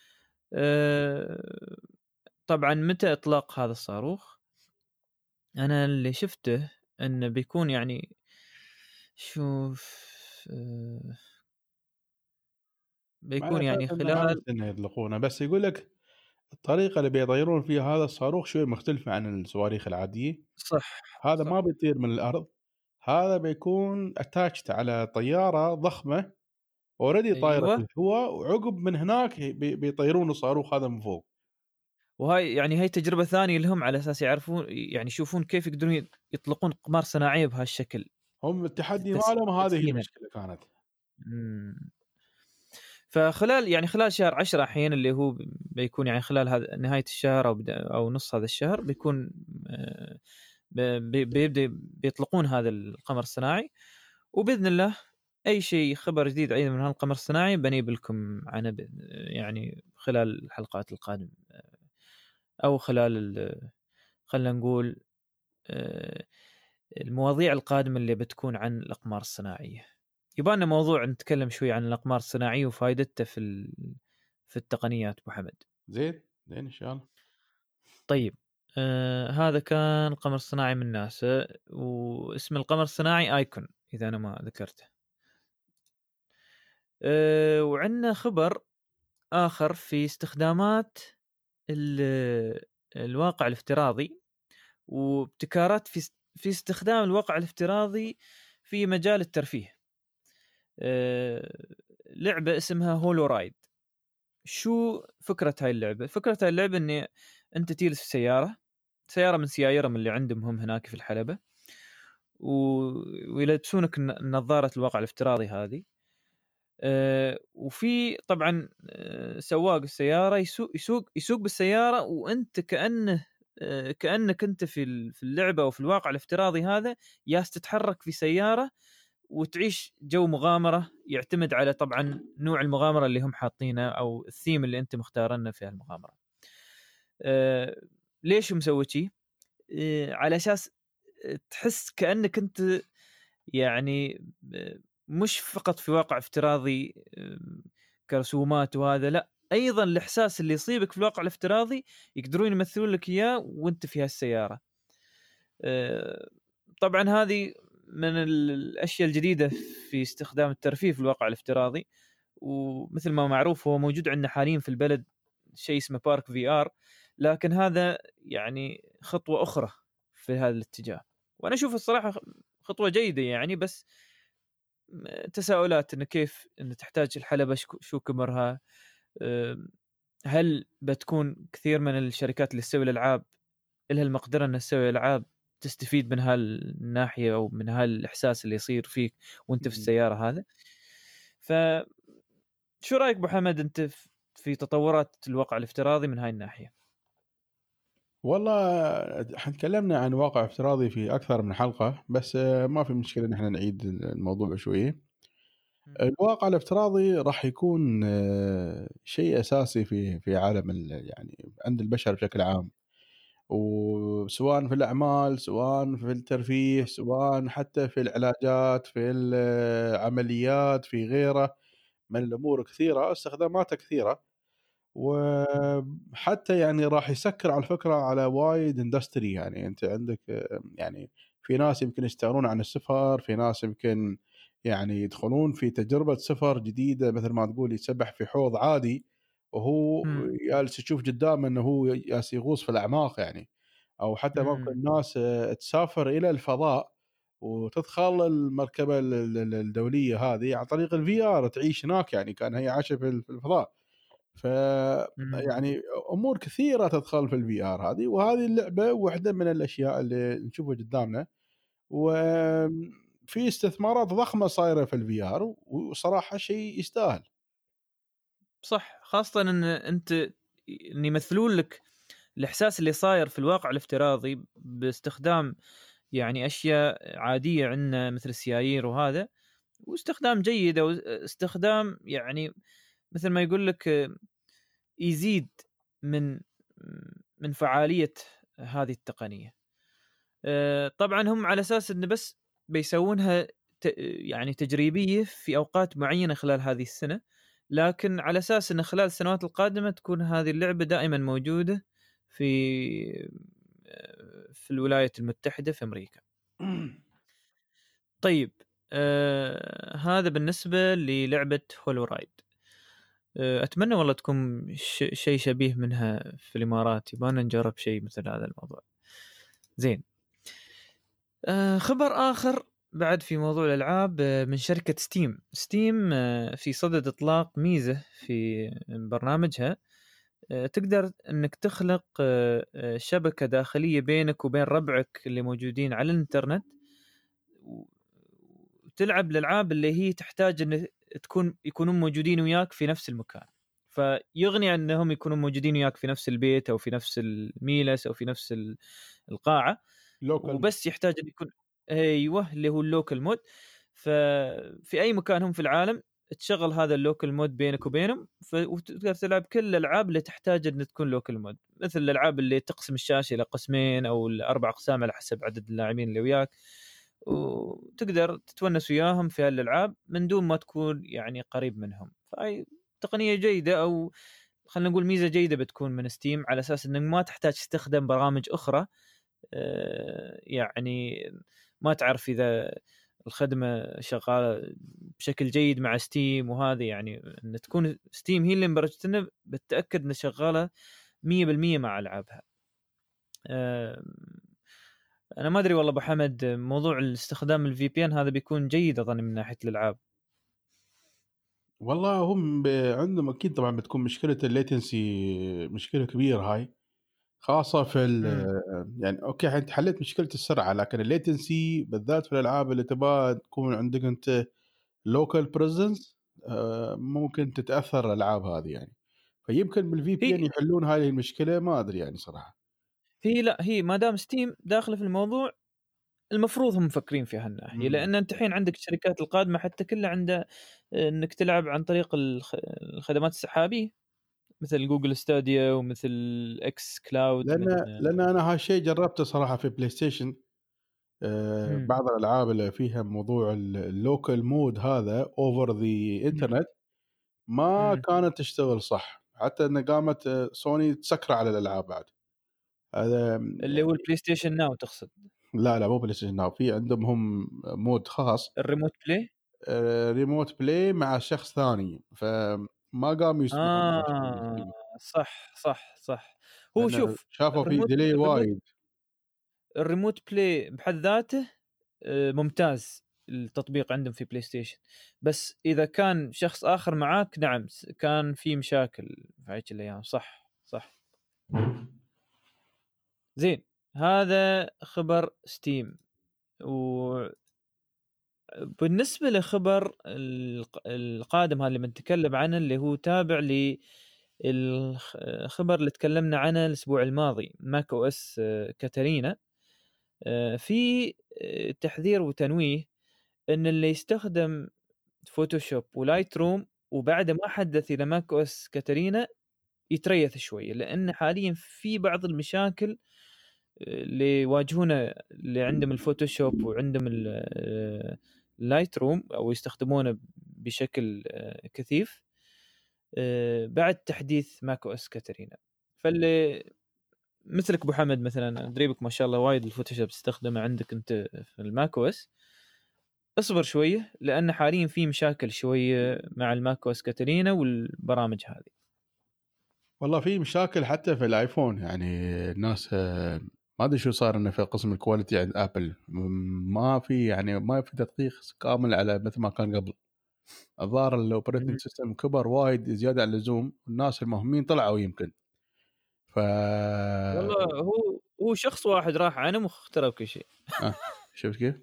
أه... طبعا متى إطلاق هذا الصاروخ؟ أنا اللي شفته إنه بيكون يعني شوف أه... على بيكون اساس يعني انه هذا خلال السنه يطلقونه، بس يقول لك الطريقه اللي بيطيرون فيها هذا الصاروخ شوي مختلفه عن الصواريخ العاديه. صح هذا صح ما بيطير من الارض، هذا بيكون اتاتشت على طياره ضخمه اوريدي طايره في أيوه. الهواء، وعقب من هناك بي- بيطيرون الصاروخ هذا من فوق. وهاي يعني هاي تجربة ثانية لهم على أساس يعرفون يعني يشوفون كيف يقدرون يطلقون أقمار صناعية بهالشكل هم في التحدي التس... مالهم هذه هي تدفينا. المشكله كانت. مم. فخلال يعني خلال شهر عشرة أحيانا اللي هو بيكون يعني خلال هذا نهاية الشهر أو بدا أو نص هذا الشهر بيكون آه، بي- بيبدأ بيطلقون هذا القمر الصناعي. وبإذن الله أي شيء خبر جديد أيضا من هذا القمر الصناعي بنيب لكم عنه بإذن- يعني خلال الحلقات القادمة، أو خلال ال- خلينا نقول آه، المواضيع القادمة اللي بتكون عن الأقمار الصناعية. يبقى لنا موضوع نتكلم شوي عن الأقمار الصناعية وفائدتها في ال... في التقنيات أبو حمد. زين زين ان شاء الله. طيب. آه هذا كان القمر الصناعي من ناسا، واسم القمر الصناعي آيكون إذا أنا ما ذكرته. آه وعندنا خبر آخر في استخدامات ال... الواقع الافتراضي، وابتكارات في في استخدام الواقع الافتراضي في مجال الترفيه. آه، لعبة اسمها هولو رايد. شو فكرة هاي اللعبة؟ فكرة هاي اللعبة اني انت تجلس في سيارة سيارة من سيايرهم اللي عندهم هم هناك في الحلبة، و... ويلبسونك ن- نظارة الواقع الافتراضي هذه. أه وفي طبعا أه سواق السيارة يسوق يسوق يسوق بالسيارة، وانت كأنه أه كأنك انت في ال- في اللعبة او في الواقع الافتراضي هذا، ياس تتحرك في سيارة وتعيش جو مغامرة يعتمد على طبعا نوع المغامرة اللي هم حاطينه أو الثيم اللي أنت مختارنه في المغامرة. أه ليش مسوي شيء؟ أه على أساس تحس كأنك أنت يعني آه، مش فقط في واقع افتراضي آه، كرسومات وهذا، لا، أيضا الإحساس اللي يصيبك في الواقع الافتراضي يقدرون يمثلون لك إياه وأنت في هالسيارة. أه طبعا هذه من الاشياء الجديده في استخدام الترفيه في الواقع الافتراضي. ومثل ما معروف هو موجود عندنا حاليا في البلد شيء اسمه بارك في ار، لكن هذا يعني خطوة أخرى في هذا الاتجاه، وأنا أشوف الصراحة خطوة جيدة يعني. بس تساؤلات إنه كيف إنه تحتاج الحلبة شو شو كمرها، هل بتكون كثير من الشركات اللي تسوي الألعاب إلها المقدرة إنها تسوي ألعاب تستفيد من هالناحية أو من هالإحساس اللي يصير فيك وأنت في السيارة هذا. فشو رأيك أبو حمد أنت في تطورات الواقع الافتراضي من هاي الناحية؟ والله احنا تكلمنا عن واقع افتراضي في اكثر من حلقه، بس ما في مشكله ان احنا نعيد الموضوع شويه. الواقع الافتراضي راح يكون شيء اساسي في في عالم يعني عند البشر بشكل عام، وسواء في الاعمال، سواء في الترفيه، سواء حتى في العلاجات، في العمليات، في غيره من الامور كثيره، استخداماتها كثيره. وحتى يعني راح يسكر على الفكره على وايد اندستري. يعني انت عندك يعني في ناس يمكن يستغنون عن السفر، في ناس يمكن يعني يدخلون في تجربه سفر جديده، مثل ما تقول يسبح في حوض عادي وهو جالس يشوف قدامه انه هو جالس يغوص في الاعماق يعني. او حتى ممكن ناس تسافر الى الفضاء وتدخل المركبه الدوليه هذه عن طريق الفي ار، تعيش هناك يعني كان هي عايشه في الفضاء. ف يعني امور كثيره تدخل في الفي ار هذه، وهذه اللعبه واحده من الاشياء اللي نشوفها قدامنا. وفي استثمارات ضخمه صايره في الفي ار، وصراحه شيء يستاهل. صح، خاصه ان انت ان يمثلون لك الاحساس اللي صاير في الواقع الافتراضي باستخدام يعني اشياء عاديه عندنا مثل السيايير وهذا، واستخدام جيد او استخدام يعني مثل ما يقول لك يزيد من من فعاليه هذه التقنيه. طبعا هم على اساس انه بس بيسوونها يعني تجريبيه في اوقات معينه خلال هذه السنه، لكن على اساس ان خلال السنوات القادمه تكون هذه اللعبه دائما موجوده في في الولايات المتحده في امريكا. طيب آه هذا بالنسبه للعبه هولو رايد. آه اتمنى والله تكون شيء شبيه منها في الامارات، يبغانا نجرب شيء مثل هذا الموضوع. زين. آه خبر آخر بعد في موضوع الألعاب آه من شركة ستيم. ستيم آه في صدد إطلاق ميزة في برنامجها، آه تقدر أنك تخلق آه شبكة داخلية بينك وبين ربعك اللي موجودين على الإنترنت، وتلعب الألعاب اللي هي تحتاج أن تكون يكونون موجودين وياك في نفس المكان. فيغني أنهم يكونون موجودين وياك في نفس البيت أو في نفس الميلس أو في نفس القاعة، وبس يحتاج أن يكون ايوه اللي هو اللوكال مود. ففي اي مكان هم في العالم تشغل هذا اللوكال مود بينك وبينهم، وتقدر تلعب كل الالعاب اللي تحتاج ان تكون لوكال مود، مثل الالعاب اللي تقسم الشاشه الى قسمين او الاربع اقسام على حسب عدد اللاعبين اللي وياك، وتقدر تتونس وياهم في هالالعاب من دون ما تكون يعني قريب منهم. فهي تقنيه جيده، او خلينا نقول ميزه جيده بتكون من ستيم، على اساس انك ما تحتاج تستخدم برامج اخرى يعني ما تعرف إذا الخدمة شغالة بشكل جيد مع ستيم. وهذا يعني أن تكون ستيم هي اللي مبرجتنا بتأكد أن شغالة مية بالمية مع ألعابها. أنا ما أدري والله أبو حمد، موضوع الاستخدام الفي بي إن هذا بيكون جيد أظن من ناحية الألعاب. والله هم عندهم أكيد طبعا بتكون مشكلة الليتنسي مشكلة كبيرة هاي، خاصة في يعني اوكي انت حليت مشكلة السرعة، لكن الليتنسي بالذات في الالعاب اللي تبغى تكون عندك انت لوكال بريزنس ممكن تتاثر الالعاب هذه يعني. فيمكن بالفي بي ان يحلون هذه المشكلة، ما ادري يعني صراحة. هي لا هي ما دام ستيم داخله في الموضوع المفروض هم مفكرين في هالناحيه، لان انت الحين عندك الشركات القادمه حتى كلها عنده انك تلعب عن طريق الخدمات السحابيه مثل جوجل ستاديا ومثل اكس كلاود. لان من لان انا هالشيء جربته صراحه في بلاي ستيشن. آه بعض الالعاب اللي فيها موضوع اللوكال مود هذا اوفر ذا انترنت ما مم. كانت تشتغل صح، حتى ان قامت سوني تسكر على الالعاب بعد. هذا اللي هو البلاي ستيشن ناو تقصد؟ لا لا مو بلاي ستيشن ناو، في عندهم هم مود خاص الريموت بلاي. آه ريموت بلاي مع شخص ثاني، فما قاموا يسمحون آه صح صح صح. هو شوف شافوا في الريموت ديلي الريموت وايد. الريموت بلاي بحد ذاته ممتاز التطبيق عندهم في بلاي ستيشن، بس اذا كان شخص اخر معاك نعم كان في مشاكل في هيك الايام. صح صح. زين هذا خبر ستيم. وبالنسبه لخبر القادم هذا اللي بنتكلم عنه اللي هو تابع للخبر اللي تكلمنا عنه الاسبوع الماضي، ماك او اس كاتارينا. في تحذير وتنويه ان اللي يستخدم فوتوشوب ولايت روم وبعد ما حدث الى ماك او اس كاتارينا يتريث شويه، لان حاليا في بعض المشاكل اللي يواجهونه اللي عندهم الفوتوشوب وعندهم اللايت روم او يستخدمونه بشكل كثيف بعد تحديث ماك او اس كاتارينا. فاللي مثلك ابو حمد مثلا ادريبك ما شاء الله وايد الفوتوشوب تستخدمه عندك انت في الماك او اس، اصبر شويه لان حاليا في مشاكل شويه مع الماك او اس كاتارينا والبرامج هذه. والله في مشاكل حتى في الايفون، يعني الناس ما ادري شو صار انه في قسم الكواليتي عند ابل ما في يعني ما في تدقيق كامل على مثل ما كان قبل. الظاهر الاوبريتنج سيستم كبر وايد زياده عن اللزوم، والناس المهمين طلعوا يمكن. ف والله هو هو شخص واحد راح عنهم واخترب كل شيء. آه. شفت كيف؟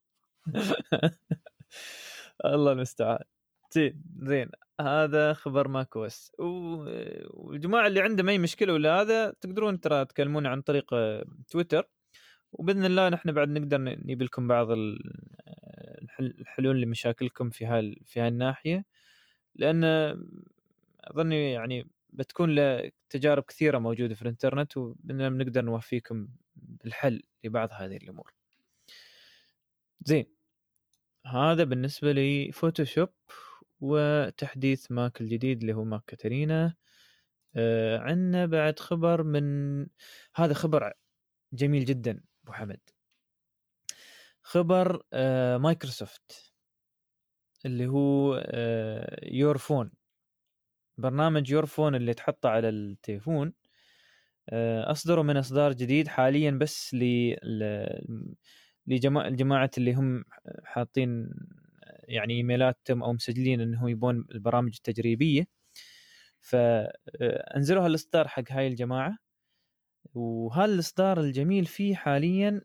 الله المستعان. زين زين هذا خبر ماك او اس. والجماعه اللي عندهم اي مشكله ولا هذا تقدرون ترى تكلمون عن طريق تويتر، وباذن الله نحن بعد نقدر نجيب لكم بعض الحلول لمشاكلكم في هال في هالناحيه، لان اظن يعني بتكون له تجارب كثيره موجوده في الانترنت وبنقدر نوفيكم بالحل لبعض هذه الامور. زين هذا بالنسبه لي فوتوشوب وتحديث ماك الجديد اللي هو ماك كاتارينا. آه عندنا بعد خبر من هذا خبر جميل جدا ابو حمد، خبر آه مايكروسوفت اللي هو آه يور فون. برنامج يور فون اللي تحطه على التليفون آه اصدروا من اصدار جديد حاليا بس لجماعه الجماعه اللي هم حاطين يعني ايميلاتهم او مسجلين انهم يبون البرامج التجريبيه، فانزلوا هالاصدار حق هاي الجماعه. وهالاصدار الجميل فيه حاليا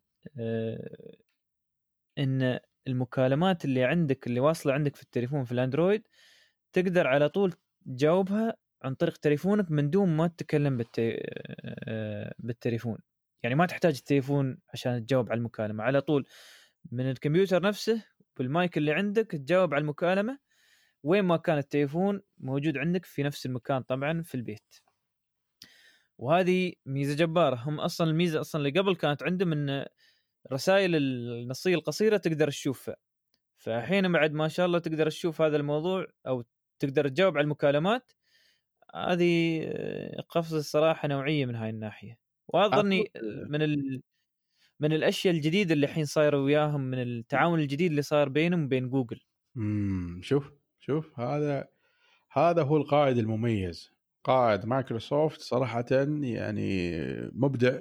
ان المكالمات اللي عندك اللي واصله عندك في التليفون في الاندرويد تقدر على طول تجاوبها عن طريق تليفونك من دون ما تتكلم بالت... بالتليفون. يعني ما تحتاج التليفون عشان تجاوب على المكالمه، على طول من الكمبيوتر نفسه بالمايك اللي عندك تجاوب على المكالمه وين ما كان التليفون موجود عندك في نفس المكان طبعا في البيت. وهذه ميزه جباره. هم اصلا الميزه اصلا اللي قبل كانت عندهم ان رسائل النصيه القصيره تقدر تشوفها، فحين بعد ما شاء الله تقدر تشوف هذا الموضوع او تقدر تجاوب على المكالمات هذه. قفز الصراحه نوعيه من هاي الناحيه. واظني من ال... من الاشياء الجديده اللي الحين صايره وياهم من التعاون الجديد اللي صار بينهم وبين جوجل. امم شوف شوف هذا هذا هو القائد المميز، قائد مايكروسوفت صراحه يعني مبدع،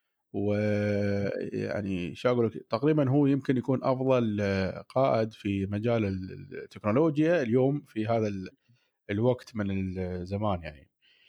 ويعني شو اقول لك تقريبا هو يمكن يكون افضل قائد في مجال التكنولوجيا اليوم في هذا الوقت من الزمان. يعني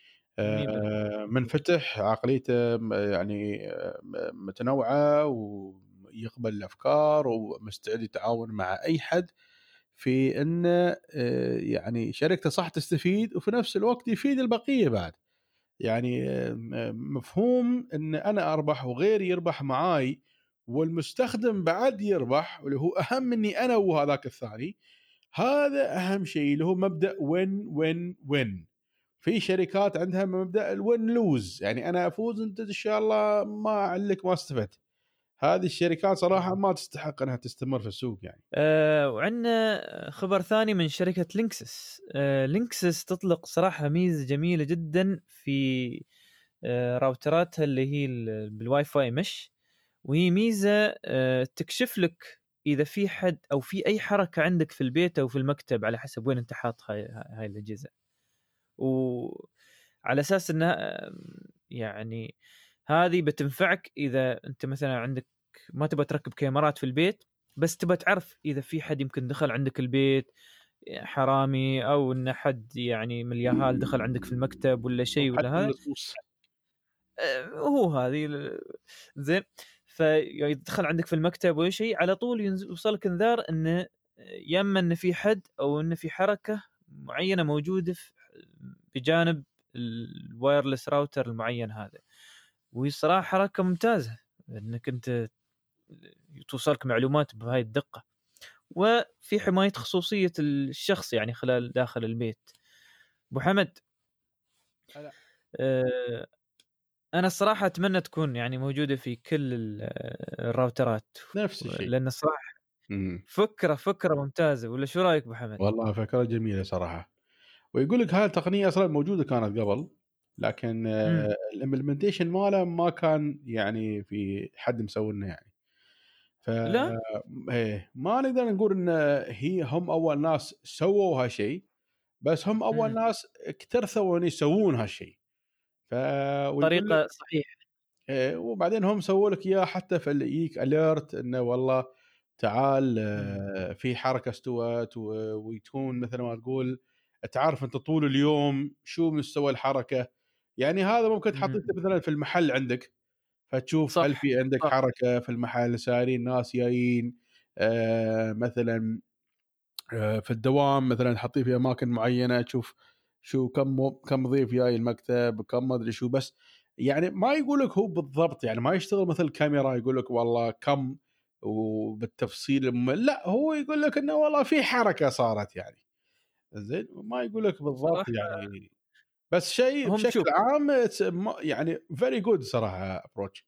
منفتح عقليته يعني متنوعه ويقبل الافكار ومستعد يتعاون مع اي حد في انه يعني شركته صح تستفيد وفي نفس الوقت يفيد البقيه بعد. يعني مفهوم ان انا اربح وغيري يربح معاي والمستخدم بعد يربح، واللي هو اهم مني انا وهذاك الثاني. هذا اهم شيء اللي هو مبدا وين وين وين. في شركات عندها مبدا الوين لوز، يعني انا افوز انت ان شاء الله ما عليك ما استفدت. هذه الشركات صراحه ما تستحق انها تستمر في السوق يعني. أه وعندنا خبر ثاني من شركه لينكسس. أه لينكسس تطلق صراحه ميزه جميله جدا في أه راوتراتها اللي هي بالواي فاي مش، وهي ميزه أه تكشف لك اذا في حد او في اي حركه عندك في البيت او في المكتب على حسب وين انت حاط هاي هاي الاجهزه، وعلى اساس انها يعني هذه بتنفعك اذا انت مثلا عندك ما تبغى تركب كاميرات في البيت، بس تبغى تعرف اذا في حد يمكن دخل عندك البيت حرامي، او ان حد يعني من اليهال دخل عندك في المكتب ولا شيء ولا حتى هذا. اللصوص. آه، هو هذه زين. فيدخل عندك في المكتب ولا شيء، على طول يوصلك انذار انه يا اما ان في حد او ان في حركه معينه موجوده في بجانب الوايرلس راوتر المعين هذا. وهي صراحه حركه ممتازه انك انت توصلك معلومات بهاي الدقه، وفي حمايه خصوصيه الشخص يعني خلال داخل البيت. ابو حمد، أه انا الصراحه اتمنى تكون يعني موجوده في كل الراوترات، نفس الشيء. لان الصراحه مم. فكره فكره ممتازه. ولا شو رايك ابو حمد؟ والله فكرة جميلة صراحة. ويقول لك هاي التقنية اصلا موجودة كانت قبل، لكن الامبلمنتيشن ماله ما كان يعني في حد مسوي لنا يعني. ف لا ايه ما نقدر نقول ان هي هم اول ناس سووا هالشيء، بس هم اول مم. ناس اكترثوا ان يسوون هالشيء. ف ويقول لك طريقه صحيح. إيه، وبعدين هم سووا لك اياه حتى في اللي يجيك اليرت انه والله تعال مم. آه، في حركه استوت، و- وتكون مثل ما تقول تعرف انت طول اليوم شو مستوى الحركه. يعني هذا ممكن تحطيه مم. مثلا في المحل عندك، فتشوف هل صح في عندك صح. حركه في المحل، سايرين ناس جايين آه، مثلا آه، في الدوام مثلا تحطيه في اماكن معينه، تشوف شو كم كم ضيف جاي المكتب، كم ما ادري شو. بس يعني ما يقول لك هو بالضبط، يعني ما يشتغل مثل الكاميرا يقول لك والله كم وبالتفصيل الم... لا هو يقول لك انه والله في حركه صارت يعني. زين ما يقول لك بالضبط صراحه يعني. بس شيء هم بشكل شوف عام it's ما- يعني فيري جود صراحه ابروتش.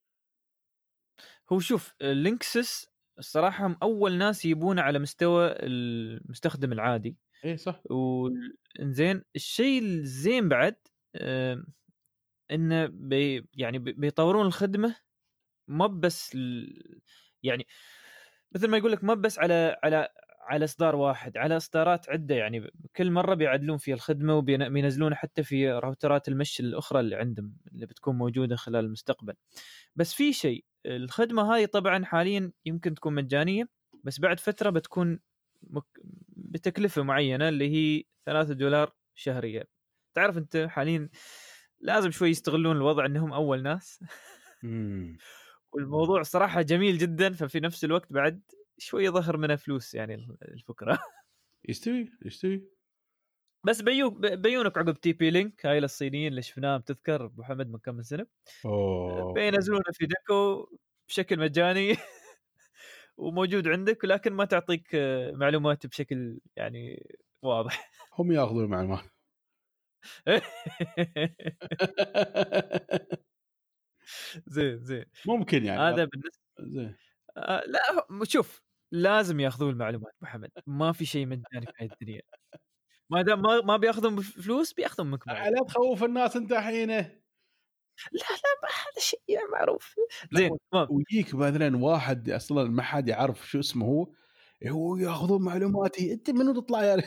هو شوف لينكسس الصراحه هم اول ناس يبون على مستوى المستخدم العادي. ايه صح. وزين الشيء الزين بعد آه، انه بي يعني بي- بيطورون الخدمه، ما بس ال... يعني مثل ما يقول لك ما بس على على على اصدار واحد، على اصدارات عده. يعني كل مره بيعدلون فيها الخدمه وبينزلونها حتى في راوترات المشي الاخرى اللي عندهم اللي بتكون موجوده خلال المستقبل. بس في شيء، الخدمه هاي طبعا حاليا يمكن تكون مجانيه، بس بعد فتره بتكون مك... بتكلفه معينه اللي هي ثلاثة دولار شهريا. تعرف انت حاليا لازم شوي يستغلون الوضع انهم اول ناس. امم والموضوع صراحة جميل جدا، ففي نفس الوقت بعد شوي ظهر منها فلوس يعني الفكرة. يستوي يستوي. بس بيو بيونك عقب تي بي لينك هاي الصينيين اللي شفناهم، تذكر ابو حمد من كم سنة، اوه بينزلونه في ديكو بشكل مجاني وموجود عندك، لكن ما تعطيك معلومات بشكل يعني واضح. هم ياخذون المعلومات. زين زين. ممكن يعني هذا بالنسبة زين. آه لا شوف، لازم ياخذون المعلومات ابو حمد، ما في شيء مجاني في هاي الدنيا. ما دام ما ما بياخذون بفلوس بياخذون منك على معلومات. تخوف الناس انت حين. لا لا ما هذا شيء معروف. زين لا تمام. ويجيك مثلا واحد اصلا ما حد يعرف شو اسمه هو، هو ياخذون معلوماتي، انت منو تطلع يعني؟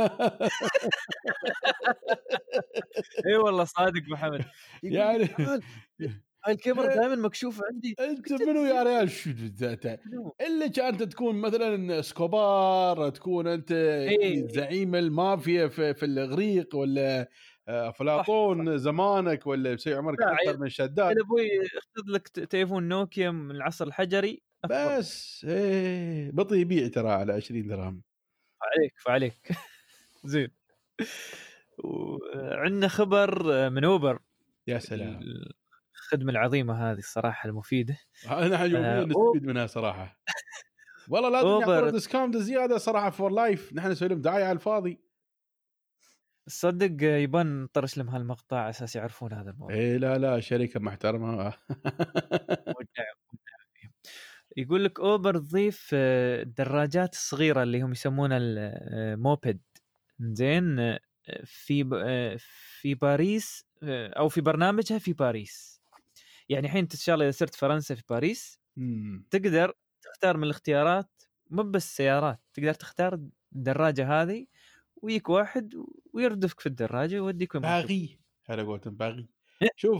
اي والله صادق محمد. يقول لي يعني تعال هاي الكاميرا دائما مكشوفه عندي. انت قلت منو له يا ريال؟ شو ذاته؟ منو؟ الا كانت تكون مثلا اسكوبار، تكون انت اي يعني زعيم المافيا في, في الاغريق، ولا آه، صح صح. افلاطون زمانك، ولا مسوي عمرك لا اكثر عيل، من شداد. عيل ابوي اخذ لك ت- تليفون نوكيا من العصر الحجري افضل. بس ايه بطي يبيع ترى على عشرين درهم. فعليك فعليك. زين. وعندنا خبر من اوبر، يا سلام. الخدمه العظيمه هذه الصراحه المفيده. نحن يوميا آه، نستفيد منها صراحه. والله لازم يعطونا اوبر ديسكاونت زياده صراحه فور لايف، نحن نسوي لهم دعايه على الفاضي. تصدق يبان نطرش لهم هالمقطع على اساس يعرفون هذا الموضوع. ايه لا لا شركه محترمه. وداع- يقول لك اوبر تضيف آه، الدراجات الصغيره اللي هم يسمونها الموبد. زين آه، في ب- آه، في باريس آه، او في برنامجها في باريس. يعني الحين انت ان شاء الله اذا صرت فرنسا في باريس مم. تقدر تختار من الاختيارات، مو بس سيارات، تقدر تختار الدراجه هذه ويك واحد ويردفك في الدراجه ويوديك وين ما تبغى. باغي، هذا قولتهم باغي. شوف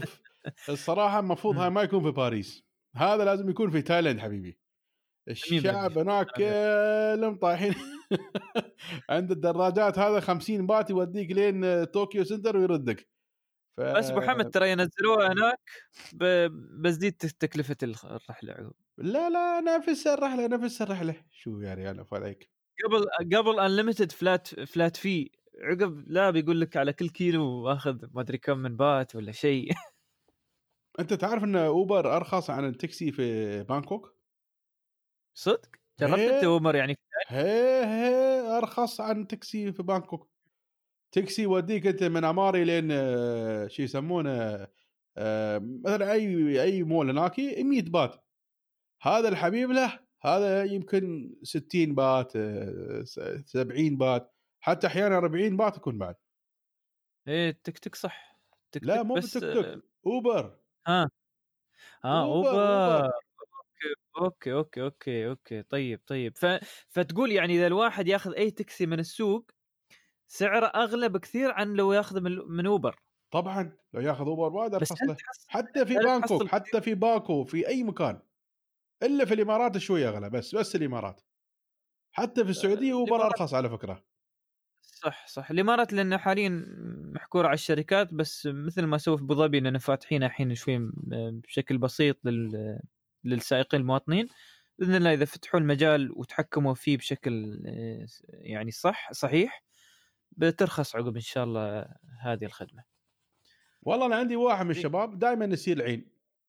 الصراحه المفروض هاي ما يكون في باريس، هذا لازم يكون في تايلاند حبيبي. الشعب هناك كلهم طايحين عند الدراجات، هذا خمسين بات يوديك لين طوكيو سنتر ويردك. ف... بس ابو حمد ترى ينزلوها هناك ب... بزيد تكلفه الرحله عقب. لا لا نفس الرحله نفس الرحله. شو يا ريال عليك قبل قبل انليمتد فلات فلات في عقب، لا بيقول لك على كل كيلو واخذ ما ادري كم من بات ولا شيء. انت تعرف ان اوبر ارخص عن التاكسي في بانكوك؟ صدق جربت انت اوبر يعني؟ هي هي ارخص عن تاكسي في بانكوك. تاكسي يوديك انت من عماري لين شو يسمونه مثلا اي اي مول هناك مية بات. هذا الحبيب له هذا يمكن ستين بات سبعين بات حتى احيانا أربعين بات يكون بعد. ايه تك تك صح تك لا تك مو بس بتك تك اوبر. ها ها اوبر اوبر, أوبر. اوكي اوكي اوكي اوكي طيب طيب ف... فتقول يعني اذا الواحد ياخذ اي تاكسي من السوق سعره اغلى بكثير عن لو ياخذ من, من اوبر. طبعا لو ياخذ اوبر وايد ارخص له. تحصل... حتى في بانكوك حتى في باكو في اي مكان الا في الامارات شويه اغلى بس بس الامارات. حتى في السعوديه اوبر ارخص على فكره. صح صح الامارات لان حاليا محكوره على الشركات، بس مثل ما سووا في ابو ظبي اننا فاتحين الحين شوي بشكل بسيط لل للسائقين المواطنين. باذن الله اذا فتحوا المجال وتحكموا فيه بشكل يعني صح صحيح بترخص عقب ان شاء الله هذه الخدمه. والله انا عندي واحد من الشباب دائما يصير العين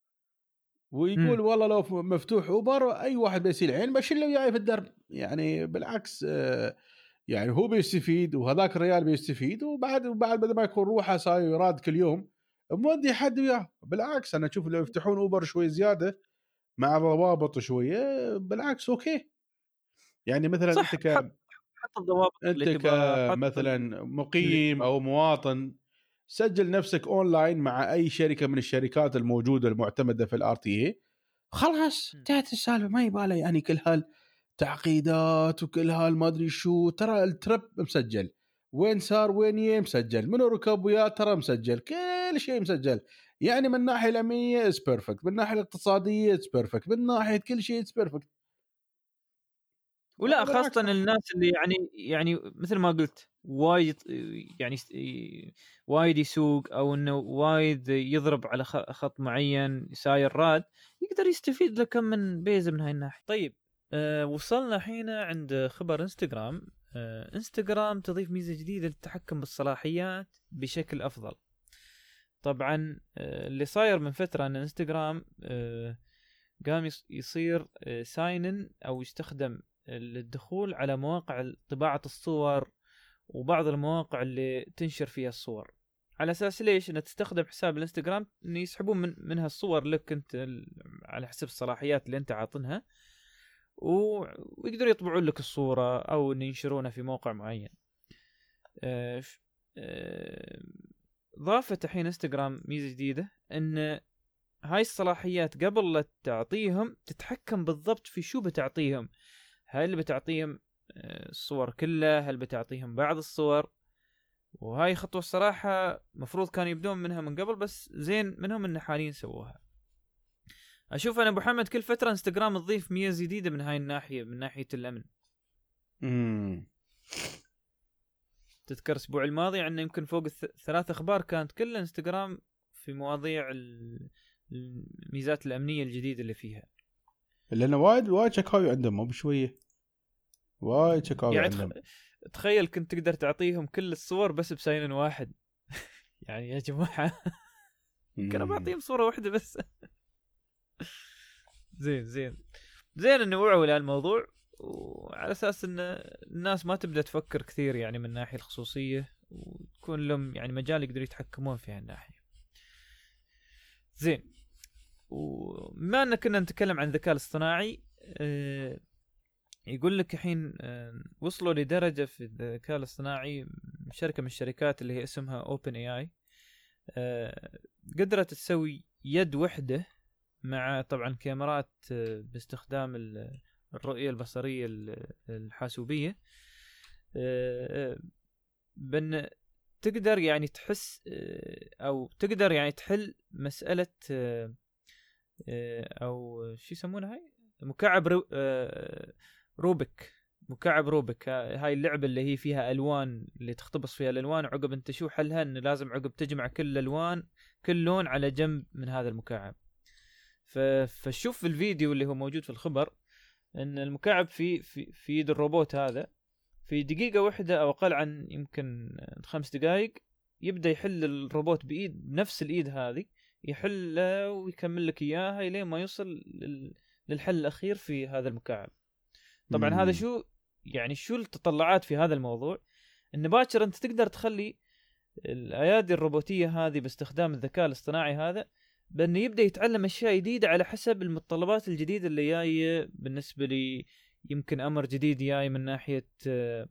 ويقول م. والله لو مفتوح اوبر اي واحد بيصير العين بشيله وياي في الدرب. يعني بالعكس يعني هو بيستفيد وهذاك الريال بيستفيد، وبعد وبعد بدل ما يكون روحه صاير يراد كل يوم مودي حد وياه. بالعكس انا اشوف لو يفتحون اوبر شوي زياده مع ضوابط شويه بالعكس اوكي. يعني مثلا انت ك حط الضوابط انت كمثلا مقيم او مواطن سجل نفسك اونلاين مع اي شركه من الشركات الموجوده المعتمده في الار تي اي خلاص انتهت السالفه. ما يبالي يعني كل هالتعقيدات وكل هال ما ادري شو. ترى الترب مسجل وين صار وين يه مسجل منو ركب وياه ترى مسجل كل شيء مسجل. يعني من الناحيه الامنيه از بيرفكت، من الناحيه الاقتصاديه از بيرفكت، من ناحيه كل شيء از بيرفكت. ولا خاصة الناس اللي يعني يعني مثل ما قلت وايد يعني وايد يسوق او انه وايد يضرب على خط معين ساير راد يقدر يستفيد له كم من بيز من هاي الناحية. طيب أه وصلنا حين عند خبر انستغرام. أه انستغرام تضيف ميزة جديدة للتحكم بالصلاحيات بشكل افضل. طبعا أه اللي صاير من فترة ان انستغرام أه قام يصير ساينن او يستخدم للدخول على مواقع طباعة الصور وبعض المواقع اللي تنشر فيها الصور، على اساس ليش؟ انها تستخدم حساب الانستغرام ان يسحبون من منها الصور لك انت على حسب الصلاحيات اللي انت عاطنها، ويقدروا يطبعون لك الصورة او ان ينشرونها في موقع معين. ضافت الحين انستغرام ميزة جديدة ان هاي الصلاحيات قبل لا تعطيهم تتحكم بالضبط في شو بتعطيهم. هل بتعطيهم الصور كلها؟ هل بتعطيهم بعض الصور؟ وهاي خطوة الصراحة مفروض كانوا يبدون منها من قبل، بس زين منهم ان حاليا سووها. اشوف انا ابو محمد كل فترة انستغرام تضيف ميزة جديدة من هاي الناحية، من ناحية الامن. امم تذكر الاسبوع الماضي عندنا يمكن فوق ثلاث اخبار كانت كلها انستغرام في مواضيع الميزات الامنية الجديدة اللي فيها. لأنه وايد وايد شكاوي عندهم مو بشوية، وايد شكاوي يعني عندهم. تخيل كنت تقدر تعطيهم كل الصور بس بساين واحد. يعني يا جماعة كانوا بعطيهم صورة واحدة بس. زين زين زين انه وعوا لهالموضوع، وعلى اساس ان الناس ما تبدأ تفكر كثير يعني من ناحية الخصوصية، وتكون لهم يعني مجال يقدروا يتحكمون في هالناحية. زين، وما أننا كنا نتكلم عن الذكاء الاصطناعي، أه يقول لك الحين أه وصلوا لدرجة في الذكاء الاصطناعي شركة من الشركات اللي هي اسمها اوبن اي اي أه قدرت تسوي يد وحدة مع طبعا كاميرات أه باستخدام الرؤية البصرية الحاسوبية، أه بأن تقدر يعني تحس او تقدر يعني تحل مساله او شو يسمونها هاي مكعب رو... روبك مكعب روبك. هاي اللعبه اللي هي فيها الوان، اللي تختبص فيها الالوان، وعقب انت شو حلها؟ انه لازم عقب تجمع كل الالوان كل لون على جنب من هذا المكعب. ف... فشوف الفيديو اللي هو موجود في الخبر ان المكعب في في في يد الروبوت هذا في دقيقه واحده او اقل عن يمكن خمس دقائق يبدا يحل الروبوت بايد نفس الايد هذه، يحله ويكمل لك اياها لين ما يوصل لل... للحل الاخير في هذا المكعب. طبعا مم. هذا شو يعني شو التطلعات في هذا الموضوع؟ ان باكر انت تقدر تخلي الايادي الروبوتيه هذه باستخدام الذكاء الاصطناعي هذا بانه يبدا يتعلم اشياء جديده على حسب المتطلبات الجديده اللي جايه بالنسبه لي. يمكن امر جديد جاي من ناحيه ايش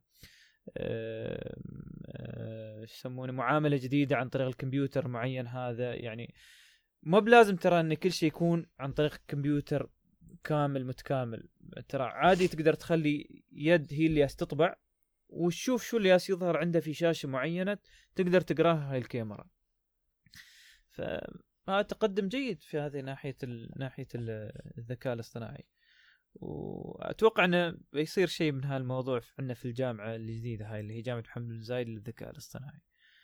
يسمونه معامله جديده عن طريق الكمبيوتر معين. هذا يعني مو بلازم ترى ان كل شيء يكون عن طريق الكمبيوتر كامل متكامل. ترى عادي تقدر تخلي يد هي اللي تطبع وتشوف شو اللي يظهر عنده في شاشه معينه تقدر تقراها هاي الكاميرا. فهذا تقدم جيد في هذه ناحيه ناحيه الذكاء الاصطناعي، واتوقع انه بيصير شيء من هالموضوع عندنا في الجامعه الجديده هاي اللي هي جامعه محمد بن زايد للذكاء الاصطناعي.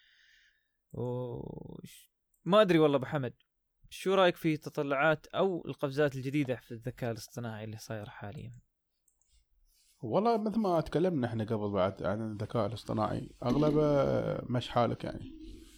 وما ادري والله ابو حمد شو رايك في تطلعات او القفزات الجديده في الذكاء الاصطناعي اللي صاير حاليا؟ والله مثل ما تكلمنا احنا قبل بعد عن الذكاء الاصطناعي اغلبه مش حالك يعني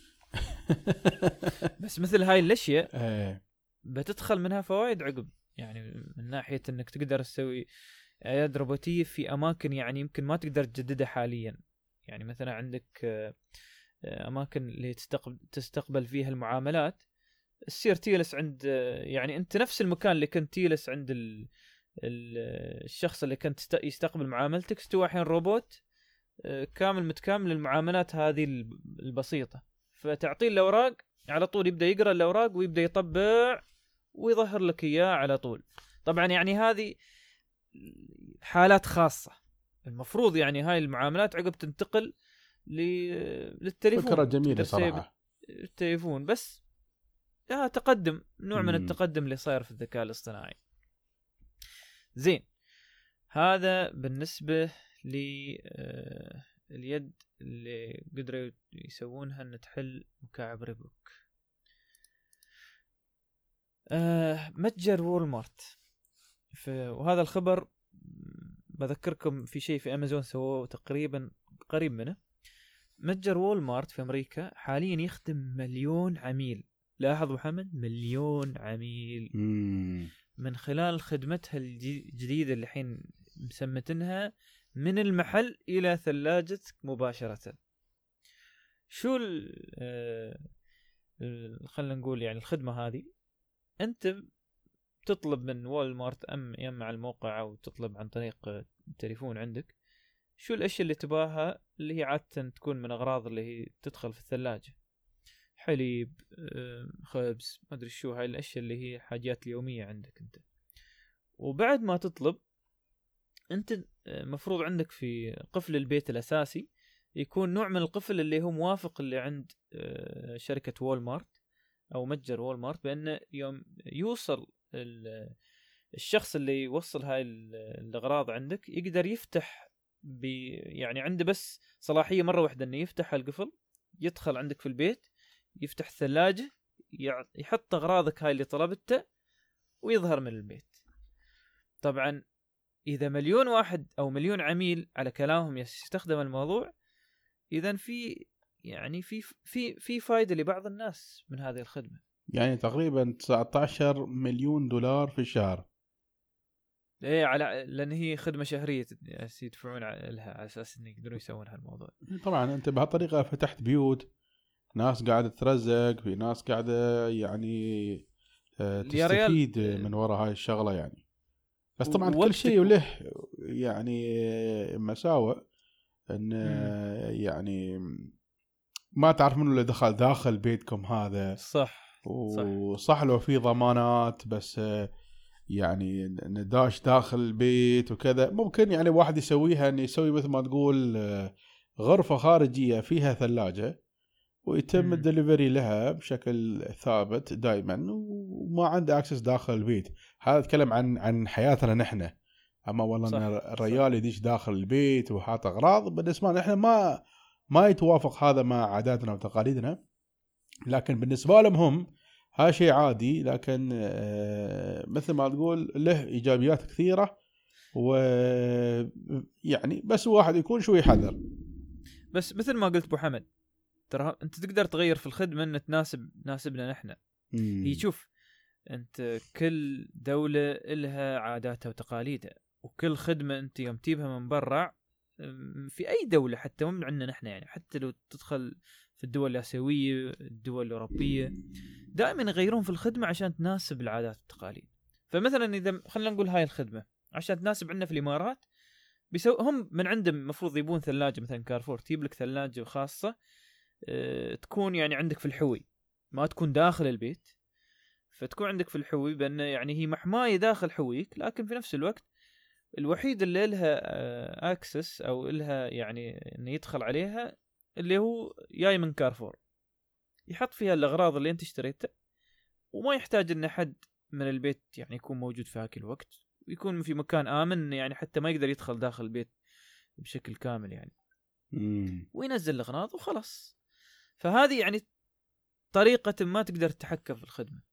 بس مثل هاي الاشياء بتدخل منها فوائد عقب، يعني من ناحيه انك تقدر تسوي اياد روبوتيه في اماكن يعني يمكن ما تقدر تجددها حاليا. يعني مثلا عندك اماكن اللي تستقبل تستقبل فيها المعاملات، السير تيلس عند يعني انت نفس المكان اللي كنت تيلس عند ال ال الشخص اللي كنت يستقبل معاملتك، استوى الحين روبوت كامل متكامل للمعاملات هذه البسيطه. فتعطيه الاوراق على طول يبدا يقرا الاوراق ويبدا يطبع ويظهر لك اياه على طول. طبعا يعني هذه حالات خاصه، المفروض يعني هاي المعاملات عقب تنتقل للتليفون. فكره جميله صراحه التليفون بس آه تقدم نوع من التقدم اللي صاير في الذكاء الاصطناعي. زين، هذا بالنسبة لليد اللي قدروا يسوونها ان تحل مكعب ريبوك. آه متجر وولمارت، وهذا الخبر بذكركم في شيء في امازون سووه تقريبا قريب منه. متجر وولمارت في امريكا حاليا يخدم مليون عميل. لاحظوا محمد، مليون عميل مم. من خلال خدمتها الجديدة اللي الحين مسمتنها من المحل إلى ثلاجتك مباشرة. شو ال خلنا نقول يعني الخدمة هذه، أنت تطلب من وولمارت أم يم على الموقع أو تطلب عن طريق التليفون عندك شو الأشياء اللي تباها، اللي هي عادة تكون من أغراض اللي هي تدخل في الثلاجة، حليب، خبز، ما أدري شو، هاي الأشياء اللي هي حاجات اليومية عندك أنت. وبعد ما تطلب أنت مفروض عندك في قفل البيت الأساسي يكون نوع من القفل اللي هو موافق اللي عند شركة وولمارت أو متجر وولمارت، بأنه يوم يوصل الشخص اللي يوصل هاي الأغراض عندك يقدر يفتح بي يعني عنده بس صلاحية مرة واحدة أنه يفتح القفل، يدخل عندك في البيت، يفتح الثلاجة، يحط أغراضك هاي اللي طلبتها ويظهر من البيت. طبعا إذا مليون واحد أو مليون عميل على كلامهم يستخدم الموضوع، إذن في يعني في في في فائدة لبعض الناس من هذه الخدمة. يعني تقريبا تسعة عشر مليون دولار في الشهر. إيه، على لأن هي خدمة شهرية يدفعون لها على أساس إن يقدروا يسوون هالموضوع. طبعا أنت بهالطريقة فتحت بيوت، ناس قاعدة ترزق، في ناس قاعدة يعني تستفيد من وراء هاي الشغلة يعني. بس طبعا كل شيء وله يعني مساوئ، ان يعني ما تعرف منو اللي دخل داخل بيتكم هذا. صح وصح له في ضمانات، بس يعني نداش داخل البيت وكذا. ممكن يعني واحد يسويها ان يسوي مثل ما تقول غرفة خارجية فيها ثلاجة، ويتم الدليفري لها بشكل ثابت دائما وما عنده اكسس داخل البيت. هذا اتكلم عن عن حياتنا نحن. اما والله ان الرجال يدش داخل البيت وحاط اغراض، بالنسبه لنا احنا ما ما يتوافق هذا مع عاداتنا وتقاليدنا، لكن بالنسبه لهم هم هذا شيء عادي. لكن مثل ما تقول له ايجابيات كثيره، ويعني بس واحد يكون شوي حذر. بس مثل ما قلت ابو حمد، ترى انت تقدر تغير في الخدمه ان تناسب ناسبنا نحن. هي شوف، انت كل دوله لها عاداتها وتقاليدها، وكل خدمه انت يوم تجيبها من برا في اي دوله حتى مو من عندنا نحن، يعني حتى لو تدخل في الدول الاسيويه الدول الاوروبيه دائما يغيرون في الخدمه عشان تناسب العادات والتقاليد. فمثلا اذا خلينا نقول هاي الخدمه عشان تناسب عندنا في الامارات، بيسو هم من عندهم المفروض يبون ثلاجه، مثلا كارفور تجيب لك ثلاجه خاصه اه تكون يعني عندك في الحوي، ما تكون داخل البيت، فتكون عندك في الحوي بان يعني هي محمايه داخل حويك، لكن في نفس الوقت الوحيد اللي لها اكسس او لها يعني انه يدخل عليها اللي هو جاي من كارفور، يحط فيها الاغراض اللي انت اشتريتها، وما يحتاج ان حد من البيت يعني يكون موجود في هاك الوقت، ويكون في مكان آمن يعني حتى ما يقدر يدخل داخل البيت بشكل كامل يعني. مم. وينزل الأغراض وخلاص. فهذه يعني طريقة ما تقدر تتحكم في الخدمة،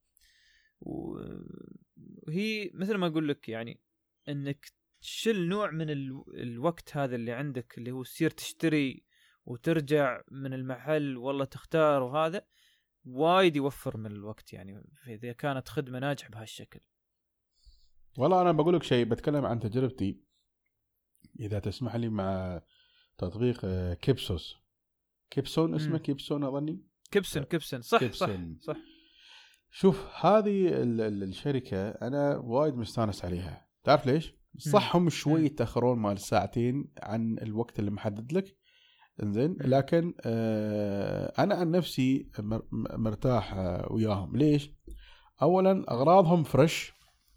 وهي مثل ما أقول لك يعني أنك تشيل نوع من ال... الوقت هذا اللي عندك، اللي هو تصير تشتري وترجع من المحل والله تختار، وهذا وايد يوفر من الوقت يعني إذا كانت خدمة ناجحة بهالشكل. والله أنا بقول لك شيء، بتكلم عن تجربتي إذا تسمح لي مع تطبيق كيبسوس. كيبسون اسمه كيبسون أظني كيبسون كيبسون صح كيبسون. صح صح. شوف هذه الشركة أنا وايد مستانس عليها. تعرف ليش؟ صح هم شوي يتأخرون مال ساعتين عن الوقت اللي محدد لك، إنزين، لكن آه أنا عن نفسي مرتاح آه وياهم. ليش؟ أولا أغراضهم فريش،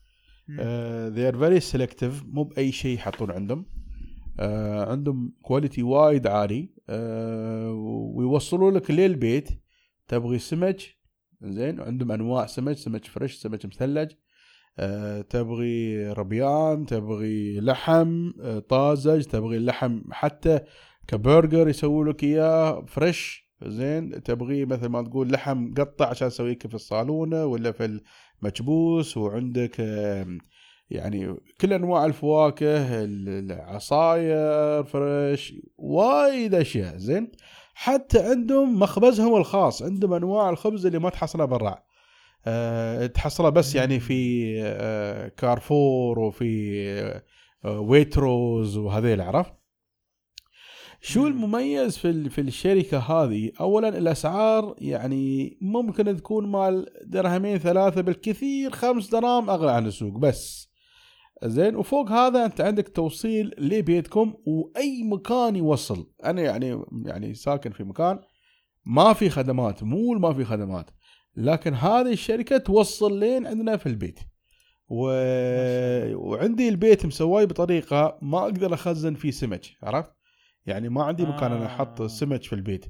آه they are very selective، مو بأي شيء يحطون عندهم، آه عندهم كواليتي وايد عالي، آه ويوصلوا لك للبيت. تبغي سمك زين، عندهم أنواع سمك، سمك فريش، سمك مثلج، أه تبغي ربيان، تبغي لحم أه طازج، تبغي اللحم حتى كبرجر يسووا لك اياه فريش زين، تبغي مثل ما تقول لحم مقطع عشان اسويك في الصالونه ولا في المكبوس، وعندك أه يعني كل انواع الفواكه، العصاير فريش، وايد اشياء زين. حتى عندهم مخبزهم الخاص، عندهم انواع الخبز اللي ما تحصلها برا، أه تحصلها بس يعني في أه كارفور وفي أه ويتروز وهذيل. عرف شو المميز في في الشركة هذه؟ اولا الاسعار يعني ممكن تكون مال درهمين ثلاثة بالكثير، خمس دراهم اغلى عن السوق بس زين. وفوق هذا انت عندك توصيل لبيتكم واي مكان يوصل. انا يعني يعني ساكن في مكان ما في خدمات، مو ما في خدمات، لكن هذه الشركة توصل لين عندنا في البيت، و... وعندي البيت مسواي بطريقة ما أقدر أخزن فيه سمك. عرفت يعني ما عندي مكان أنا أحط سمك في البيت.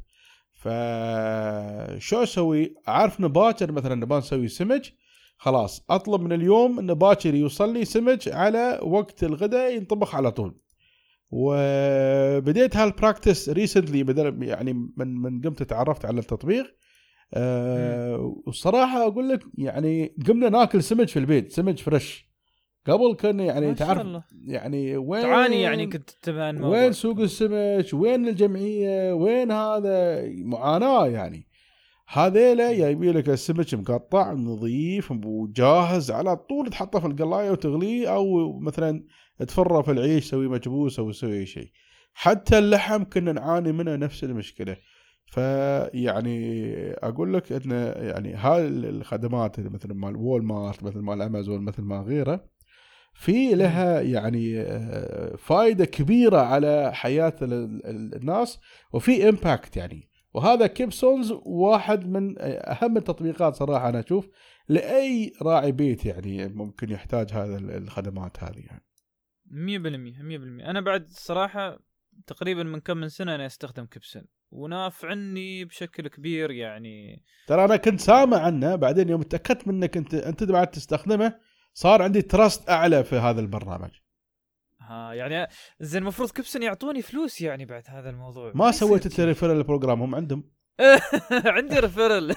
فشو أسوي؟ عارف نباكر مثلا نبغى نسوي سمك، خلاص أطلب من اليوم إن باكر يوصل لي سمك على وقت الغداء ينطبخ على طول. وبديت هالبراكتس ريسنتلي، بدل يعني من من قمت تعرفت على التطبيق. أه والصراحه اقول لك يعني قمنا ناكل سمك في البيت، سمك فريش. قبل كان يعني تعرف يعني وين تعاني، يعني كنت تبان وين سوق السمك، وين الجمعيه، وين هذا، معاناه يعني. هذيلا يبي لك السمك مقطع نظيف وجاهز على طول، تحطه في القلايه وتغليه، او مثلا تفره في العيش، سوي مكبوس او سوي شيء. حتى اللحم كنا نعاني منه نفس المشكله. فيعني اقول لك ان يعني هاي الخدمات مثل مال وول مارت، مثل مال امازون، مثل ما غيره، في لها يعني فائده كبيره على حياه الناس، وفي امباكت يعني. وهذا كيبسونز واحد من اهم التطبيقات صراحه انا اشوف لاي راعي بيت يعني ممكن يحتاج هذا الخدمات هذه يعني. مية بالمية مية بالمية. انا بعد صراحه تقريبا من كم من سنه انا استخدم كيبسون، ونافعني بشكل كبير يعني. ترى انا كنت سامع عنه، بعدين يوم تاكدت منك انت انت بعد تستخدمه صار عندي تراست اعلى في هذا البرنامج. ها يعني زين المفروض كبسن يعطوني فلوس يعني بعد هذا الموضوع. ما سويت انت ريفيرال البروجرام؟ هم عندهم. عندي ريفيرال.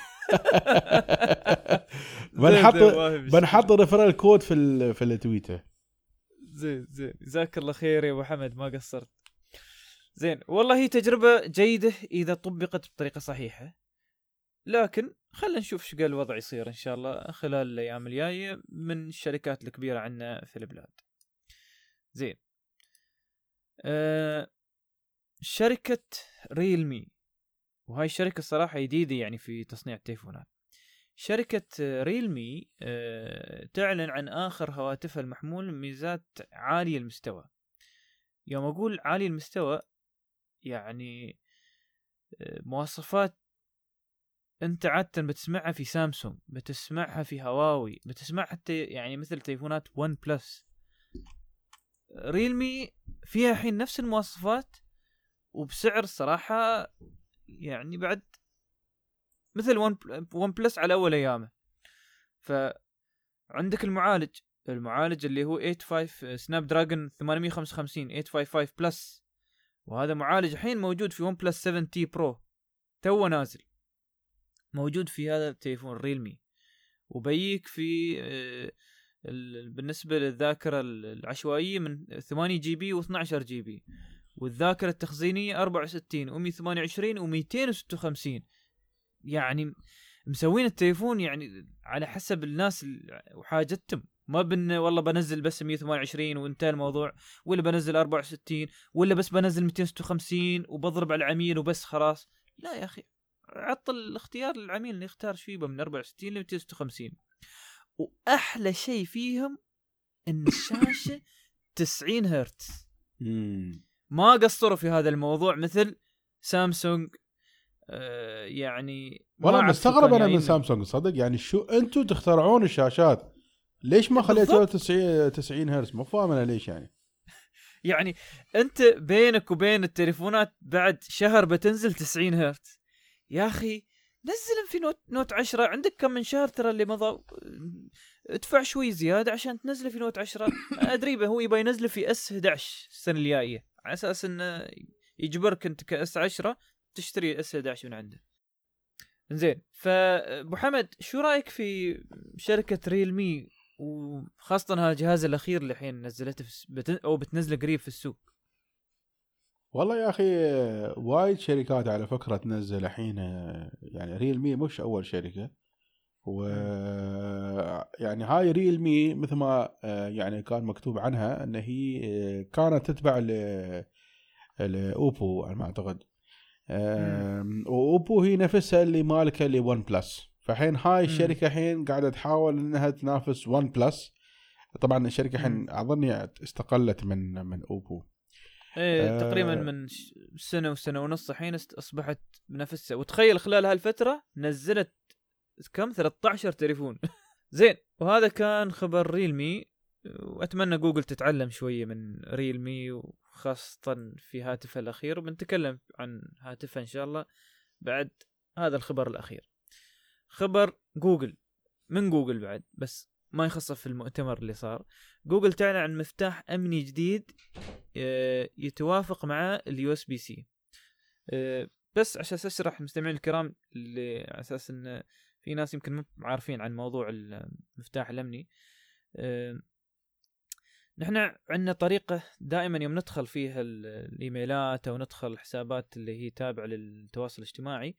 بنحط بنحط ريفيرال كود في ال... في التويتر. زين زين جزاك الله خير يا ابو حمد، ما قصرت. زين والله هي تجربة جيدة إذا طبقت بطريقة صحيحة، لكن خلنا نشوف شو قال الوضع يصير إن شاء الله خلال الأيام الجاية من الشركات الكبيرة عندنا في البلاد. زين أه شركة ريلمي، وهاي الشركة الصراحة جديدة يعني في تصنيع التليفونات. شركة ريلمي أه تعلن عن آخر هواتفها المحمول ميزات عالية المستوى. يوم أقول عالي المستوى يعني مواصفات انت عادة بتسمعها في سامسونج، بتسمعها في هواوي، بتسمع حتى يعني مثل تليفونات ون بلس. ريلمي فيها الحين نفس المواصفات وبسعر صراحة يعني بعد مثل ون ون بلس على اول ايامه. فعندك المعالج المعالج اللي هو ثمانية وخمسين سناب دراجون ثمانمية وخمسة وخمسين ثمانية خمسة خمسة بلس، وهذا معالج الحين موجود في ون بلس سفن تي برو تو نازل، موجود في هذا التليفون ريلمي. وبيك في بالنسبة للذاكرة العشوائية من ثمانية جي بي واثناشر جي بي، والذاكرة التخزينية أربعة وستين ومية وثمانية وعشرين ومئتين وستة وخمسين. يعني مسوين التليفون يعني على حسب الناس وحاجتهم، ما بن والله بنزل بس مية وثمانية وعشرين وانتهى الموضوع، ولا بنزل أربعة وستين، ولا بس بنزل مئتين وستة وخمسين وبضرب على العميل وبس خلاص. لا يا أخي، عطل الاختيار للعميل اللي يختار شيبة من أربعة وستين ل مئتين وستة وخمسين. وأحلى شيء فيهم إن الشاشة تسعين هرتز. ما قصروا في هذا الموضوع مثل سامسونج. آه يعني والله مستغرب أنا من سامسونج صدق، يعني شو أنتوا تخترعون الشاشات ليش ما خليتوها تسعين هرتز؟ مو فاهم أنا ليش يعني. يعني أنت بينك وبين التليفونات بعد شهر بتنزل تسعين هرتز يا أخي، نزل في نوت نوت عشرة. عندك كم من شهر ترى اللي مضى، ادفع شوي زيادة عشان تنزله في نوت عشرة. أدري هو يبغى ينزله في اس إحدى عشر السنة الجاية على أساس إنه يجبرك أنت كاس عشرة تشتري اس إحدى عشر من عنده. زين، فأبو حمد شو رأيك في شركة ريلمي وخاصة هذا الجهاز الأخير اللي الحين نزلته بتن... أو بتنزله قريب في السوق؟ والله يا أخي وايد شركات على فكرة تنزل الحين، يعني ريلمي مش أول شركة. و يعني هاي ريلمي مثل ما يعني كان مكتوب عنها أن هي كانت تتبع لأوبو على ما أعتقد. وأوبو هي نفسها اللي مالكة لون بلس، فحين هاي الشركة حين قاعدة تحاول أنها تنافس ون بلس. طبعا الشركة حين أظني استقلت من من أوبو ايه آه تقريبا من سنة وسنة ونص حين أصبحت بنفسها. وتخيل خلال هالفترة نزلت كم ثلاثة عشر تليفون. زين، وهذا كان خبر ريلمي، وأتمنى جوجل تتعلم شوية من ريلمي وخاصة في هاتفها الأخير، وبنتكلم عن هاتفها إن شاء الله بعد هذا الخبر الأخير. خبر جوجل من جوجل بعد، بس ما يخص في المؤتمر اللي صار. جوجل تعلن عن مفتاح أمني جديد يتوافق مع اليو اس بي سي. بس عشان أشرح المستمعين الكرام اللي على أساس إن في ناس يمكن مو عارفين عن موضوع المفتاح الأمني. نحن عندنا طريقة دائما يوم ندخل فيها الإيميلات أو ندخل الحسابات اللي هي تابعة للتواصل الاجتماعي،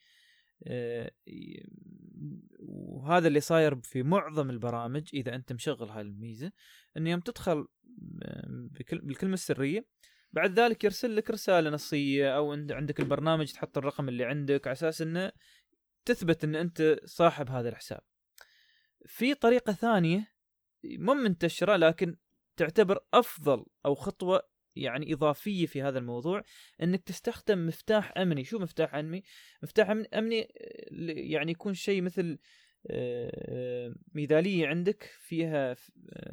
وهذا اللي صاير في معظم البرامج إذا أنت مشغل هالميزة، أن يوم تدخل بالكلمة السرية بعد ذلك يرسل لك رسالة نصية، أو عندك البرنامج تحط الرقم اللي عندك على أساس أنه تثبت أن أنت صاحب هذا الحساب. في طريقة ثانية مو منتشرة لكن تعتبر أفضل أو خطوة يعني إضافية في هذا الموضوع، أنك تستخدم مفتاح أمني. شو مفتاح أمني؟ مفتاح أمني يعني يكون شيء مثل ميدالية عندك فيها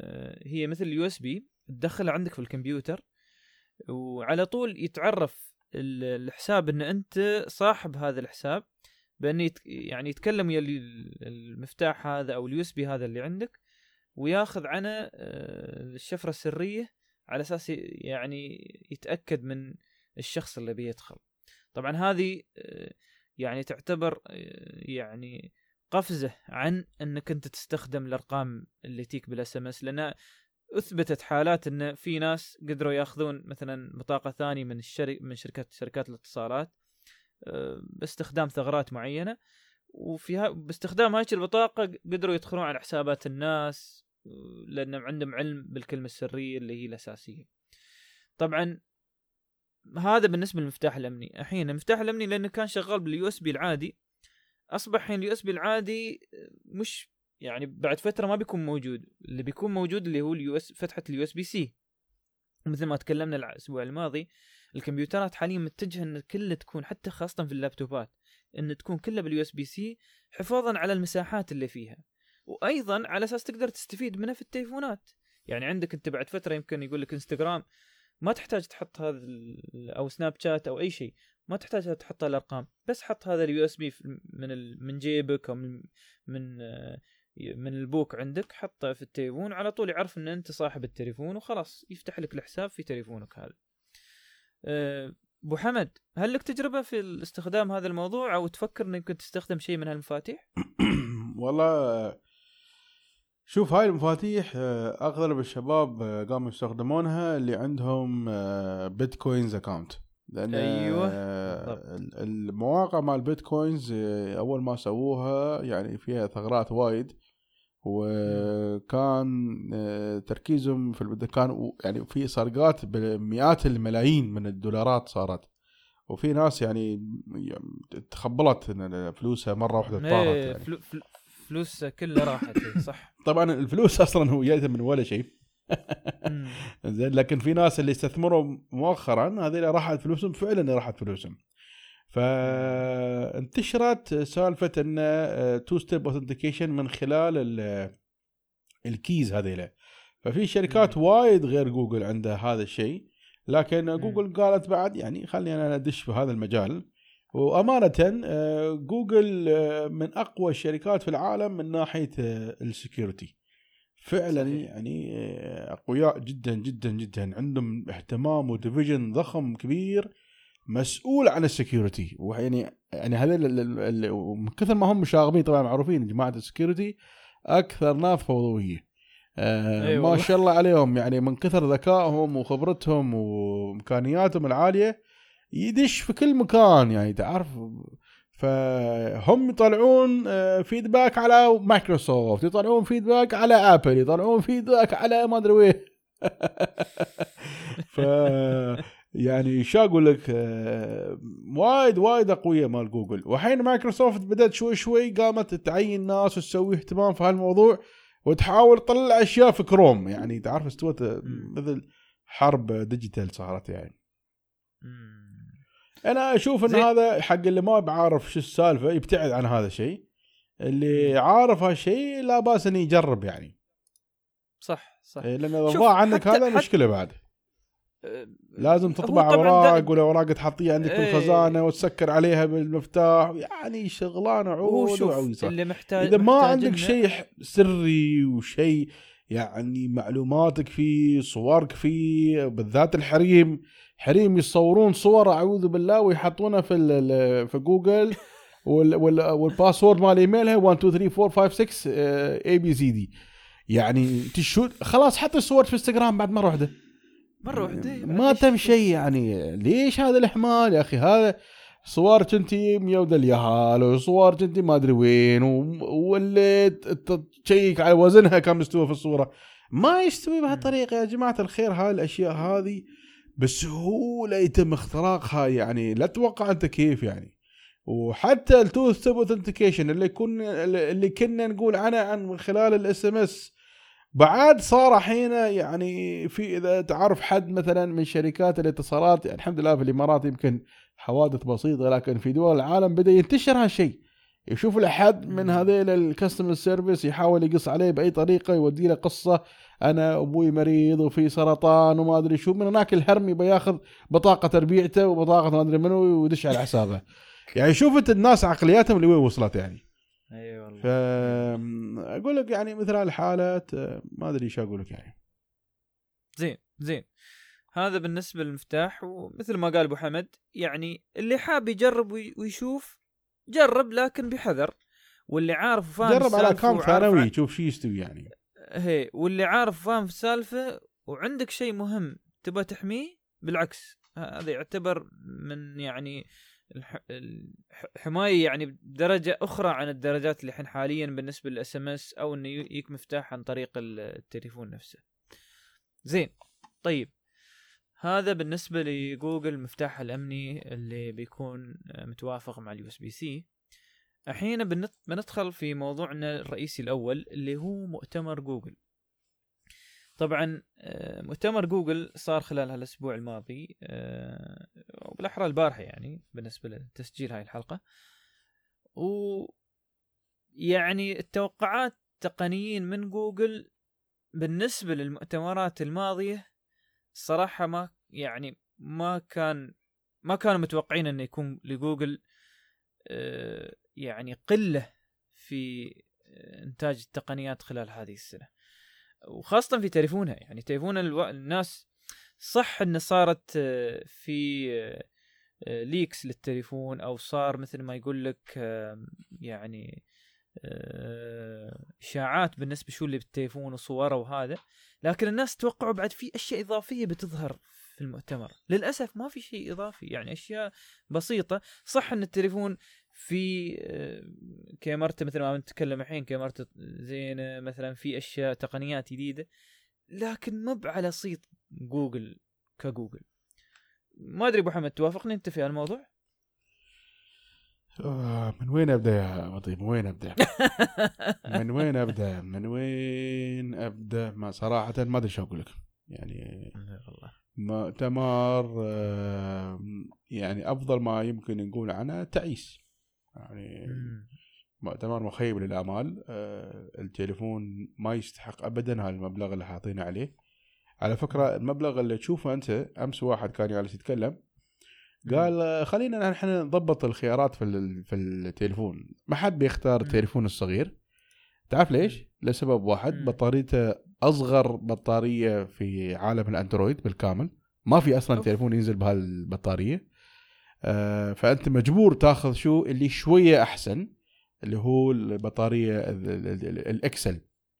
هي مثل اليو اس بي، تدخلها عندك في الكمبيوتر وعلى طول يتعرف الحساب ان انت صاحب هذا الحساب، بان يت... يعني يتكلم ويا المفتاح هذا او اليو اس بي هذا اللي عندك، وياخذ عنه الشفرة السرية على اساس يعني يتأكد من الشخص اللي بيدخل. طبعا هذه يعني تعتبر يعني قفزة عن انك انت تستخدم الارقام اللي تيك بالاس ام اس، لان اثبتت حالات ان في ناس قدروا ياخذون مثلا بطاقة ثانية من الشركة من شركات شركات الاتصالات باستخدام ثغرات معينة، وفيها باستخدام هاي البطاقة قدروا يدخلون على حسابات الناس لأنهم عندهم علم بالكلمة السرية اللي هي الأساسية. طبعا هذا بالنسبة للمفتاح الأمني. الحين المفتاح الأمني لأنه كان شغال باليو اس بي العادي، أصبح الحين اليو اس بي العادي مش يعني بعد فترة ما بيكون موجود. اللي بيكون موجود اللي هو اليو اس فتحة اليو اس بي سي. مثل ما تكلمنا الأسبوع الماضي، الكمبيوترات حاليا متجهة ان كلها تكون حتى خاصة في اللابتوبات ان تكون كلها باليو اس بي سي، حفاظا على المساحات اللي فيها، وايضا على اساس تقدر تستفيد منها في التليفونات. يعني عندك انت بعد فترة يمكن يقول لك انستغرام ما تحتاج تحط هذا او سناب شات او اي شيء، ما تحتاج تحط الارقام، بس حط هذا اليو اس بي من من جيبك او من من من البوك عندك، حطه في التليفون على طول يعرف ان انت صاحب التليفون وخلاص يفتح لك الحساب في تليفونك هذا. ابو حمد، هل لك تجربة في الاستخدام هذا الموضوع او تفكر انك يمكن تستخدم شيء من هالمفاتيح؟ والله شوف، هاي المفاتيح اغلب الشباب قاموا يستخدمونها اللي عندهم بيتكوينز اكاونت، لان أيوة. المواقع مع البيتكوينز اول ما سووها يعني فيها ثغرات وايد، وكان تركيزهم في البداية كان يعني في سرقات بمئات الملايين من الدولارات صارت، وفي ناس يعني تخبلت ان فلوسها مره واحده طارت يعني. فلو فلوس كلها راحت. صح. طبعا الفلوس اصلا هو جايته من ولا شيء زين، لكن في ناس اللي استثمروا مؤخرا هذول راحت فلوسهم، فعلا راحت فلوسهم. فانتشرت سالفة ان تو ستيب اوثنتيكيشن من خلال الكيز هذيله. ففي شركات وايد غير جوجل عندها هذا الشيء، لكن جوجل قالت بعد يعني خلينا انا ادش في هذا المجال. وامانة جوجل من اقوى الشركات في العالم من ناحية السكيورتي، فعلا صحيح. يعني اقوياء جدا جدا جدا، عندهم اهتمام وديفيجن ضخم كبير مسؤول عن السكيورتي. ويعني يعني هذا من كثر ما هم شاغبين، طبعا معروفين جماعة السكيورتي اكثر ناس فوضوية. آه أيوة. ما شاء الله عليهم، يعني من كثر ذكائهم وخبرتهم وامكانياتهم العالية يدش في كل مكان يعني تعرف. فهم يطلعون فيدباك على مايكروسوفت، يطلعون فيدباك على ابل، يطلعون فيدباك على ما ادري وين ف يعني شو اقول لك، وايد وايد اقوياء مال جوجل. وحين مايكروسوفت بدات شوي شوي قامت تعين ناس وتسوي اهتمام في هالموضوع وتحاول تطلع اشياء في كروم، يعني تعرف استوت مثل حرب ديجيتال صارت يعني. انا اشوف ان هذا حق اللي ما بعرف شو السالفه يبتعد عن هذا الشيء، اللي عارف هالشيء لا باس ان يجرب يعني. صح صح. لان اذا ضاع عنك هذا حت... مشكله بعد. لازم تطبع اوراق ولا اوراق تحطيها عندك في الخزانه وتسكر عليها بالمفتاح، يعني شغلانه عود وعويصه. اللي محتاج اذا ما عندك شيء سري وشيء يعني معلوماتك فيه، صورك فيه، بالذات الحريم حريم يصورون صور اعوذ بالله ويحطونها في في جوجل والباسورد مال ايميلها واحد اثنين ثلاثة أربعة خمسة ستة اي بي سي دي، يعني تشوت خلاص حط الصور في انستغرام بعد مره واحده مره واحده ما تم شيء. يعني ليش هذا الاحمال يا اخي؟ هذا صورك انت ميود اليهال وصورك انت ما ادري وين، واللي تشيك على وزنها كم مستوى في الصوره، ما يستوي بهالطريقه يا جماعه الخير. هاي الاشياء هذه بسهوله يتم اختراقها، يعني لا تتوقع انت كيف يعني. وحتى التو ستيب اوثنتيكيشن اللي كنا اللي كنا نقول عنه عن من خلال الاس ام اس بعد صار حين يعني في اذا تعرف حد مثلا من شركات الاتصالات، يعني الحمد لله في الامارات يمكن حوادث بسيطه، لكن في دول العالم بدا ينتشر هالشيء، يشوف لحد من هذيل الكاستمر سيرفيس يحاول يقص عليه باي طريقه، يودي له قصه انا ابوي مريض وفي سرطان وما ادري شو، من هناك الهرمي بياخذ بطاقه تربيعته وبطاقه ما ادري منو ويدش على حسابه. يعني شوفت الناس عقلياتهم اللي وين وصلت يعني. اي والله. فاقول لك يعني مثل هالحالات ما ادري ايش اقول لك يعني. زين زين هذا بالنسبه للمفتاح. ومثل ما قال ابو حمد يعني اللي حاب يجرب ويشوف جرب لكن بحذر، واللي عارف وفاهم جرب على كام ثانوي تشوف شي يستوي يعني. هي واللي عارف وفاهم في السالفه وعندك شيء مهم تبغى تحميه بالعكس هذا يعتبر من يعني الحمايه يعني بدرجه اخرى عن الدرجات اللي الحين حاليا بالنسبه للاس ام اس او انه يجيك مفتاح عن طريق التليفون نفسه. زين طيب هذا بالنسبه لجوجل المفتاح الامني اللي بيكون متوافق مع اليو اس بي سي. الحين بندخل في موضوعنا الرئيسي الاول اللي هو مؤتمر جوجل. طبعا مؤتمر جوجل صار خلال هالاسبوع الماضي وبالاحرى البارحه يعني بالنسبه لتسجيل هاي الحلقه. ويعني التوقعات تقنيين من جوجل بالنسبه للمؤتمرات الماضيه الصراحه ما يعني ما كان ما كانوا متوقعين انه يكون لجوجل يعني قله في انتاج التقنيات خلال هذه السنه، وخاصة في تليفونها. يعني تليفون الو... الناس صح ان صارت في ليكس للتليفون او صار مثل ما يقول لك يعني اشاعات بالنسبة شو اللي بالتليفون وصوره وهذا، لكن الناس توقعوا بعد في اشياء اضافية بتظهر في المؤتمر. للأسف ما في شيء اضافي، يعني اشياء بسيطة. صح ان التليفون في كاميرته مثل ما نتكلم الحين كاميرته زينه مثلا، في اشياء تقنيات جديده، لكن مو على صيت جوجل كجوجل. ما ادري ابو حمد توافقني انت في الموضوع؟ آه من وين ابدا يا مطيب؟ من وين ابدا؟ من وين ابدا؟ من وين ابدا؟ ما صراحه ما ادري شو اقول لك يعني. مؤتمر آه يعني افضل ما يمكن نقول عنه تعيس يعني. مم. مؤتمر مخيب للآمال. آه التليفون ما يستحق أبدا هالمبلغ اللي حاطينه عليه. على فكرة المبلغ اللي تشوفه أنت، أمس واحد كان جالس يتكلم قال آه خلينا نحن نضبط الخيارات في في التليفون، ما حد بيختار التليفون الصغير. تعرف ليش؟ لسبب واحد، بطاريته أصغر بطارية في عالم الأندرويد بالكامل، ما في أصلا أوف. تليفون ينزل بهالبطارية. آه فأنت مجبور تاخذ شو اللي شوية أحسن، اللي هو البطارية الإكسل.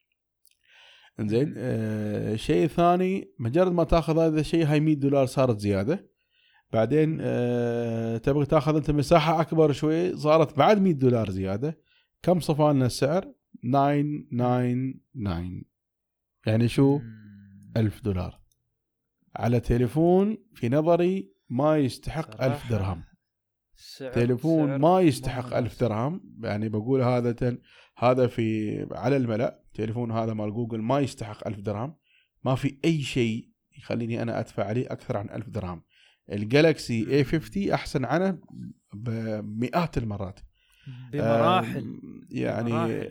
إنزين آه شيء ثاني، مجرد ما تاخذ هذا الشيء هاي مية دولار صارت زيادة. بعدين آه تبغى تاخذ أنت مساحة أكبر شوي صارت بعد مية دولار زيادة. كم صفالنا السعر؟ تسعمية وتسعة وتسعين، يعني شو؟ ألف دولار على تليفون في نظري ما يستحق ألف درهم. تليفون سعر ما يستحق ألف درهم يعني. بقول هذا تن هذا في على الملأ، تليفون هذا مال جوجل ما يستحق ألف درهم. ما في أي شيء يخليني أنا أدفع عليه أكثر عن ألف درهم. الجالكسي إيه خمسين أحسن عنه بمئات المرات بمراحل. يعني بمراحل.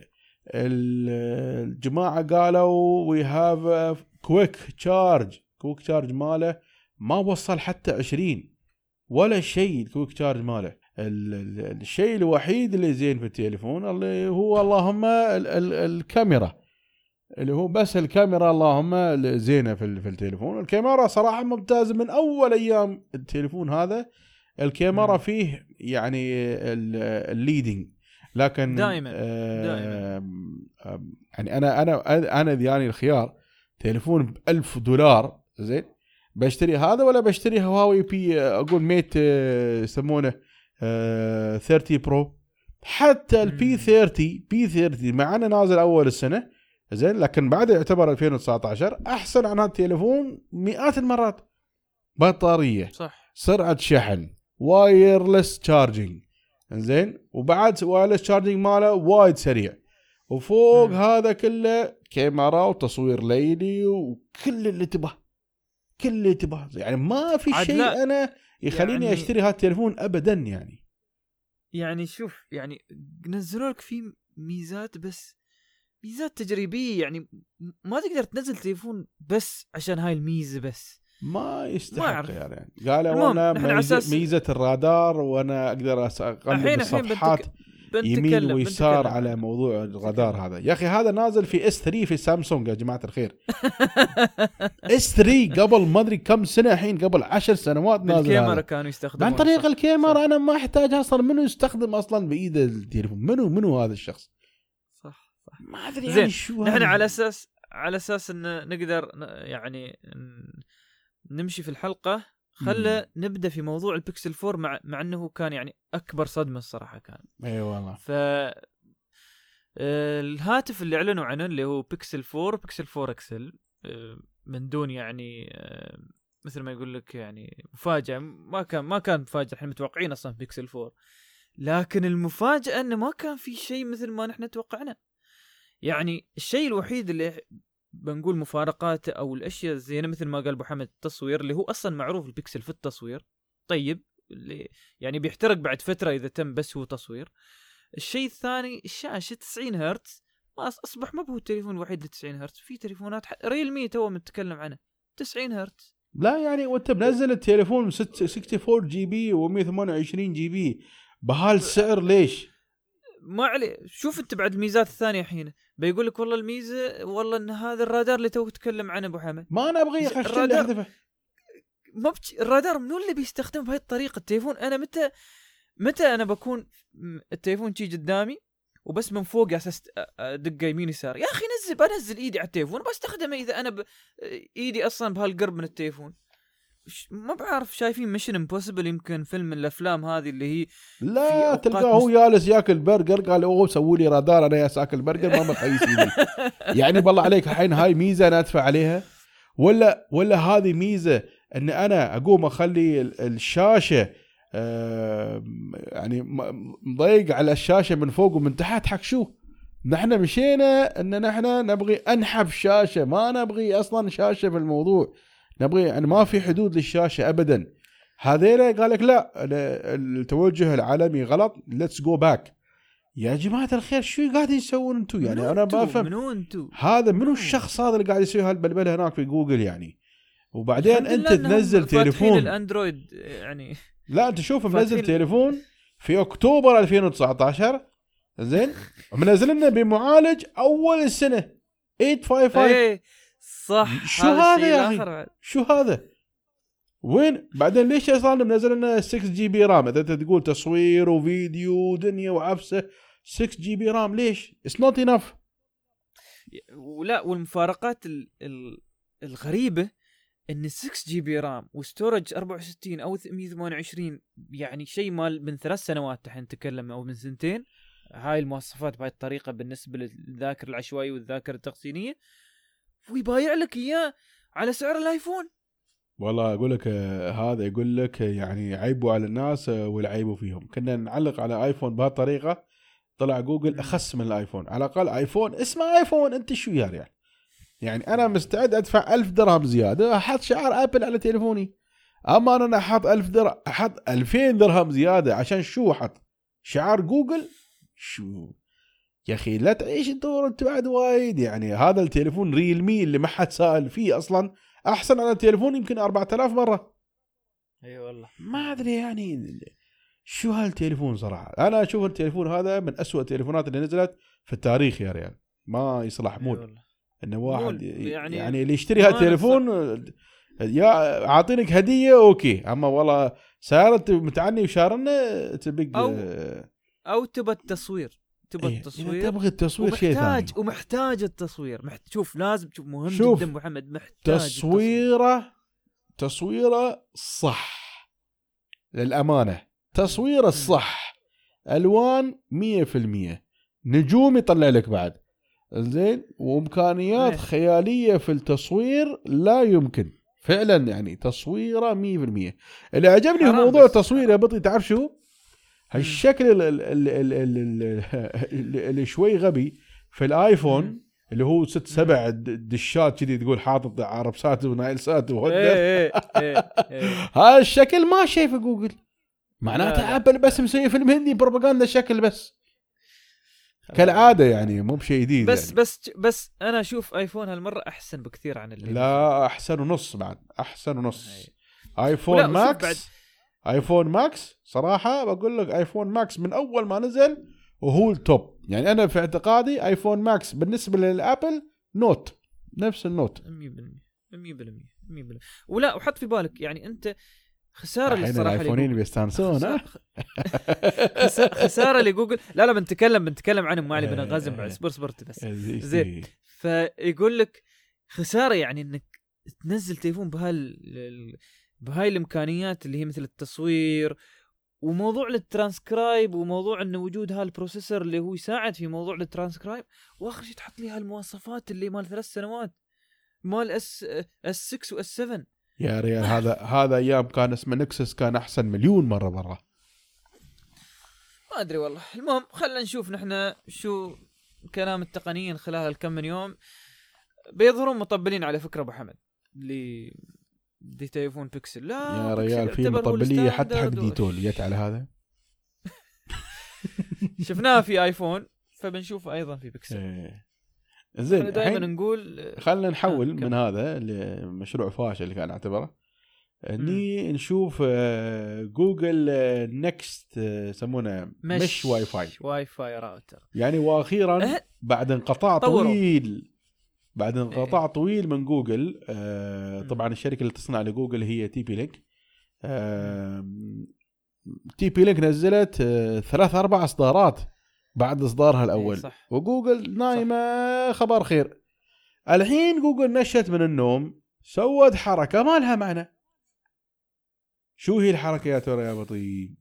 الجماعة قالوا we have a quick charge. كويك تشارج ماله ما وصل حتى عشرين ولا شيء. الكويك تشارج ماله الشيء الوحيد اللي زين في التليفون اللي هو اللهم ال ال الكاميرا، اللي هو بس الكاميرا اللهم زينة في التليفون. الكاميرا صراحة ممتازة من أول أيام التليفون هذا. الكاميرا فيه يعني الليدنج، لكن دائما آه دائما يعني أنا أنا أنا ذياني الخيار تليفون بألف دولار زين، بشتري هذا ولا بشتري هواوي بي أقول ميت يسمونه آه ثلاثين برو. حتى البي ثلاثين بي ثلاثين معنا نازل أول السنة زين، لكن بعد يعتبر ألفين وتسعة عشر أحسن عن هذا التليفون مئات المرات. بطارية صح، سرعة شحن، وايرلس تشارجينج زين، وبعد وايرلس تشارجينج ماله وايد سريع. وفوق م. هذا كله كاميرا وتصوير ليلي وكل اللي تبه كل اللي تبه يعني. ما في شيء أنا يخليني يعني... أشتري هذا التليفون أبدا يعني. يعني شوف يعني نزلوا لك فيه ميزات بس ميزات تجريبيه، يعني ما تقدر تنزل تليفون بس عشان هاي الميزه بس، ما يستحق ما يعني. قالوا انا ميزة, أساس... ميزه الرادار وانا اقدر اقلب الصفحات بنتك... يمين ويسار على موضوع الرادار هذا. يا اخي هذا نازل في اس ثري في سامسونج يا جماعه الخير. اس ثري قبل ما ادري كم سنه، الحين قبل عشر سنوات نازل. الكاميرا كانوا يستخدمون عن طريق الكاميرا. انا ما احتاج اصلا منو يستخدم اصلا بايده التليفون، منو منو هذا الشخص. صح صح ما ادري يعني شو. نحن على اساس على اساس ان نقدر يعني نمشي في الحلقه، خلى نبدا في موضوع البيكسل فور، مع مع انه كان يعني اكبر صدمه الصراحه كان. اي والله. ف الهاتف اللي اعلنوا عنه اللي هو بيكسل فور بيكسل فور اكسل، من دون يعني مثل ما يقول لك يعني مفاجاه، ما كان ما كان مفاجاه، احنا متوقعين اصلا بيكسل فور، لكن المفاجاه انه ما كان في شيء مثل ما نحن توقعنا. يعني الشيء الوحيد اللي بنقول مفارقاته او الاشياء الزينه مثل ما قال ابو حمد، التصوير اللي هو اصلا معروف البيكسل في التصوير طيب، اللي يعني بيحترق بعد فتره اذا تم بس هو تصوير. الشيء الثاني الشاشه تسعين هرتز، ما اصبح ما هو التليفون الوحيد ل تسعين هرتز، في تليفونات ريلمي تو متكلم عنه تسعين هرتز. لا يعني وانت منزل التليفون أربعة وستين جي بي و128 جي بي بهالسعر ليش؟ ما عليه. شوف انت بعد الميزات الثانيه الحين بيقول لك والله الميزه والله ان هذا الرادار اللي تو تتكلم عنه ابو حمد، ما انا ابغى اخش اللي احذفه. ما بتش... الرادار منو اللي بيستخدم بهاي الطريقه التليفون؟ انا متى متى انا بكون التليفون شي قدامي وبس من فوق اساس ادق يمين يسار؟ يا اخي نزل بنزل ايدي على التليفون بستخدمه اذا انا ب... ايدي اصلا بهالقرب من التليفون. ما بعرف شايفين ميشن امبوسيبل يمكن فيلم من الافلام هذه اللي هي لا تلقاه هو جالس ياكل برجر قال اوه سووا لي رادار انا جالس اكل برجر ما مقيس ايدي. يعني بالله عليك الحين هاي ميزه انا ادفع عليها؟ ولا ولا هذه ميزه ان انا اقوم اخلي الشاشه آه يعني مضيق على الشاشه من فوق ومن تحت؟ حق شو؟ نحن مشينا ان نحن نبغي انحب شاشه، ما نبغي اصلا شاشه في الموضوع، نبغي يعني ما في حدود للشاشه ابدا. هذيلا قال لك لا التوجه العالمي غلط، ليتس جو باك. يا جماعه الخير شو قاعدين يسوون انتم؟ يعني انا ما افهم منو انتم، هذا منو الشخص هذا اللي قاعد يسوي هالبلبله هناك في جوجل يعني. وبعدين انت تنزل تليفون الاندرويد يعني لا انت شوف منزل تليفون في اكتوبر ألفين وتسعة عشر زين، منزل لنا بمعالج اول السنه ثمانية خمسة خمسة. ايه صح. شو هذا يا اخي؟ شو هذا؟ وين بعدين ليش اصلا منزل لنا ستة جي بي رام؟ اذا انت تقول تصوير وفيديو ودنيا وعفسه ستة جي بي رام ليش؟ اتس نوت انف. ولا والمفارقات الغريبه ان ستة جي بي رام وستورج أربعة وستين او مية وثمانية وعشرين، يعني شيء مال من ثلاث سنوات الحين نتكلم او من سنتين، هاي المواصفات بهاي الطريقه بالنسبه للذاكره العشوائيه والذاكره التخزينيه، ويبايع لك اياه على سعر الايفون. والله اقول لك هذا يقول لك يعني عيبوا على الناس والعيبوا فيهم. كنا نعلق على ايفون بهالطريقه، طلع جوجل اخس من الايفون. على الاقل ايفون اسمه ايفون، انت شو يا ريال؟ يعني انا مستعد ادفع ألف درهم زياده احط شعار ابل على تليفوني، اما انا احط ألف درهم احط ألفين درهم زياده عشان شو؟ احط شعار جوجل؟ شو يا اخي لا تعيش الدور انت بعد وايد. يعني هذا التليفون ريلمي اللي ما حد سائل فيه اصلا احسن على التليفون يمكن أربعة آلاف مره. اي أيوة والله ما ادري يعني شو هالتليفون صراحه. انا اشوف التليفون هذا من أسوأ التليفونات اللي نزلت في التاريخ يا ريال، ما يصلح مود. أيوة انه واحد يعني, يعني اللي يشتري هالتليفون يا اعطينك هديه اوكي، اما والله سيارة متعني وشارنا تبقى او او تبى التصوير، تبى ايه التصوير تبغى التصوير شيء ثاني، ومحتاج التصوير محت... شوف لازم تشوف مهم شوف جدا محمد، محتاج تصويره تصويره صح للامانه، تصوير الصح الوان مية بالمية، نجوم يطلع لك بعد زين، وامكانيات خياليه في التصوير لا يمكن فعلا. يعني تصويره مية بالمية. اللي عجبني في موضوع التصوير يا بطي تعرف شو؟ هالشكل اللي شوي غبي في الايفون مم. اللي هو ست سبع دشات كذي تقول حاطط عربسات ونايلسات وهذا. هذا الشكل ما شايفه جوجل. معناته ابل بس مسوي فيلم هندي بروباغندا شكل بس كالعاده يعني مو بشيء جديد بس يعني. بس بس انا اشوف ايفون هالمره احسن بكثير عن اللي لا احسن ونص بعد احسن ونص. ايفون ماكس ايفون ماكس صراحه بقول لك ايفون ماكس من اول ما نزل وهو التوب يعني. انا في اعتقادي ايفون ماكس بالنسبه للابل نوت نفس النوت مية بالمية مية بالمية. ولا وحط في بالك يعني انت خساره اللي الصراحه الايفونين بيستانسون خساره لجوجل. لا لا بنتكلم بنتكلم عنهم ما علي بنغازم بعد صبر صبرت بس زين. فيقول لك خساره يعني انك تنزل تليفون بهال بهاي الامكانيات اللي هي مثل التصوير وموضوع الترانسكرايب وموضوع انه وجود هالبروسيسور اللي هو يساعد في موضوع الترانسكرايب واخر شيء تحط لي هالمواصفات اللي مال ثلاث سنوات مال اس اس ستة واس سبعة. يا ريال هذا هذا ايام كان اسمه نكسس كان احسن مليون مره برا. ما ادري والله. المهم خلينا نشوف نحن شو كلام التقنيين خلال الكم من يوم. بيظهرون مطبلين على فكره ابو حمد اللي دي تليفون بيكسل. لا يا ريال في مطبليه حتى حق ديتول جت على هذا. شفناها في ايفون فبنشوف ايضا في بيكسل. إيه. زين دائما نقول خلينا نحول آه من هذا لمشروع فاشل اللي كان نعتبره اني نشوف جوجل نكست يسمونه مش, مش واي فاي واي فاي راوتر يعني. واخيرا أه؟ بعد انقطاع طويل بعد انقطاع إيه. طويل من جوجل آه طبعا الشركه اللي تصنع لجوجل هي تي بي لينك. آه تي بي لينك نزلت آه ثلاث اربع اصدارات بعد اصدارها الاول إيه وجوجل نايمه خبر خير. الحين جوجل نشت من النوم سوت حركه ما لها معنى. شو هي الحركه يا ترى يا بطيء؟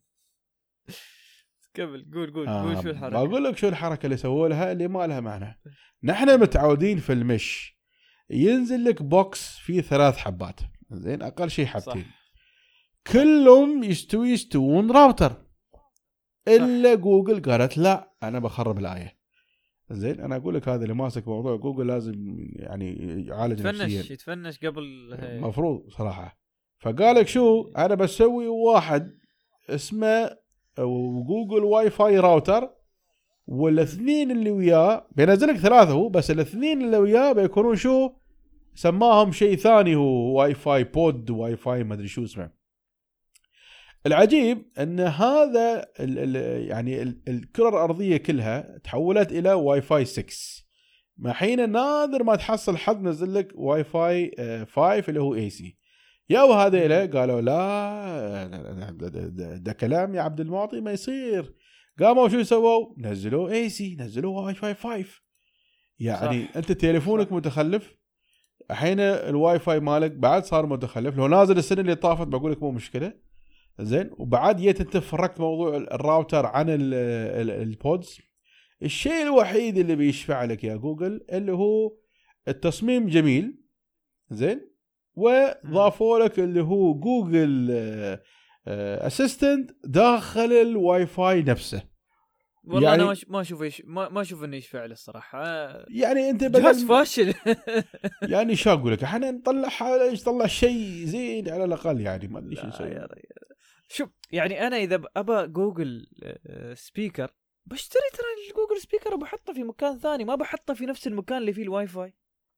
قبل قول قول آه قول شو الحركه. بقول لك شو الحركه اللي سووا لها اللي ما لها معنى. نحن متعودين في المش ينزل لك بوكس فيه ثلاث حبات زين اقل شيء حبتين كلهم يستوي يستوون راوتر الا جوجل قالت لا انا بخرب الايه. زين انا اقول لك هذا اللي ماسك موضوع جوجل لازم يعني يعالج نفسيا يتفنش يتفنش قبل مفروض صراحه. فقال لك شو انا بسوي واحد اسمه جوجل واي فاي راوتر والاثنين اللي وياه بينزلك ثلاثه هو بس الاثنين اللي وياه بيكونون شو سماهم شيء ثاني هو واي فاي بود واي فاي ما ادري شو اسمه. العجيب ان هذا ال ال يعني ال الكره الارضيه كلها تحولت الى واي فاي ستة. ما حين نادر ما تحصل حد نزل لك واي فاي خمسة اللي هو اي سي. يا وهذا قالوا لا ده كلام يا عبد المعطي ما يصير. قاموا شو سووا نزلوا اي سي نزلوا واي فاي خمسة. يعني صح. انت تليفونك صح. متخلف الحين الواي فاي مالك بعد صار متخلف. لو نازل السنه اللي طافت بقول لك مو مشكله زين. وبعد جيت انت فرقت موضوع الراوتر عن البودز. الشيء الوحيد اللي بيشفع لك يا جوجل اللي هو التصميم جميل زين وضافوا لك اللي هو جوجل اسيستنت داخل الواي فاي نفسه. والله يعني انا ما اشوف ايش ما ما اشوف انه يشفع له الصراحه. يعني انت جهاز فاشل. يعني شو اقول لك احنا نطلع حاجه نطلع شيء زين على الاقل يعني ما ادري شو نسوي. شوف يعني انا اذا ابى جوجل سبيكر بشتري ترى الجوجل سبيكر وبحطه في مكان ثاني ما بحطه في نفس المكان اللي فيه الواي فاي.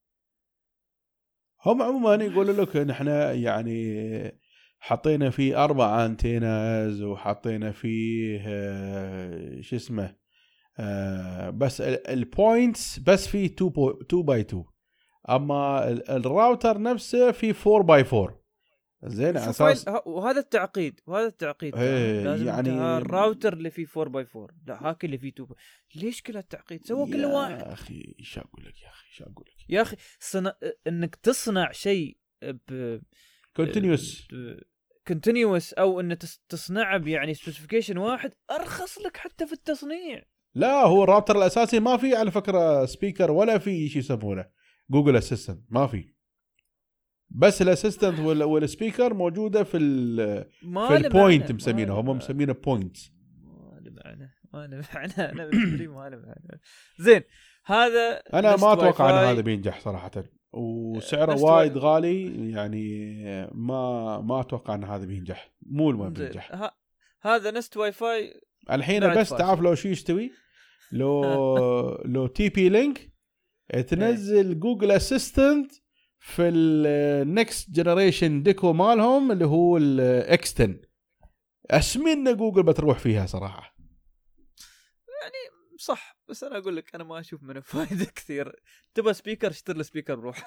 هم عموما يقولوا لك نحن يعني حطينا فيه اربع انتيناز وحطينا فيه شو اسمه بس البوينتس بس فيه اثنين باي اثنين اما الراوتر نفسه فيه أربعة باي أربعة زين اساس. وهذا التعقيد وهذا التعقيد لازم يعني الراوتر اللي فيه أربعة باي أربعة لا هاك اللي فيه اثنين. ليش كل هالتعقيد سووا كل واحد يا اخي ايش اقول لك يا اخي ايش اقول لك يا اخي صنع... انك تصنع شيء ب كونتينيوس كونتينيوس او ان تصنعه يعني سبيسيفيكيشن واحد ارخص لك حتى في التصنيع. لا هو الراوتر الاساسي ما فيه على فكره سبيكر ولا فيه شيء يسمونه جوجل اسيستنت ما فيه بس الاسيستنت ولا والسبيكر موجوده في ال في البوينت مسمينه هم مسمينه بوينت. ما له معنى ما له معنى انا بالنسبه ما له معنى. زين هذا انا ما اتوقع ان هذا بينجح صراحه وسعره وايد غالي يعني ما ما اتوقع ان هذا بينجح مو ما بينجح. هذا نست واي فاي الحين بس تعرف لو شو يستوي لو لو تي بي لينك تنزل جوجل اسيستنت في النكست جنريشن ديكو مالهم اللي هو الاكس عشرة اسمين جوجل بتروح فيها صراحه. يعني صح بس انا اقول لك انا ما اشوف منه فائده كثير. تبغى سبيكر اشتري السبيكر بروح.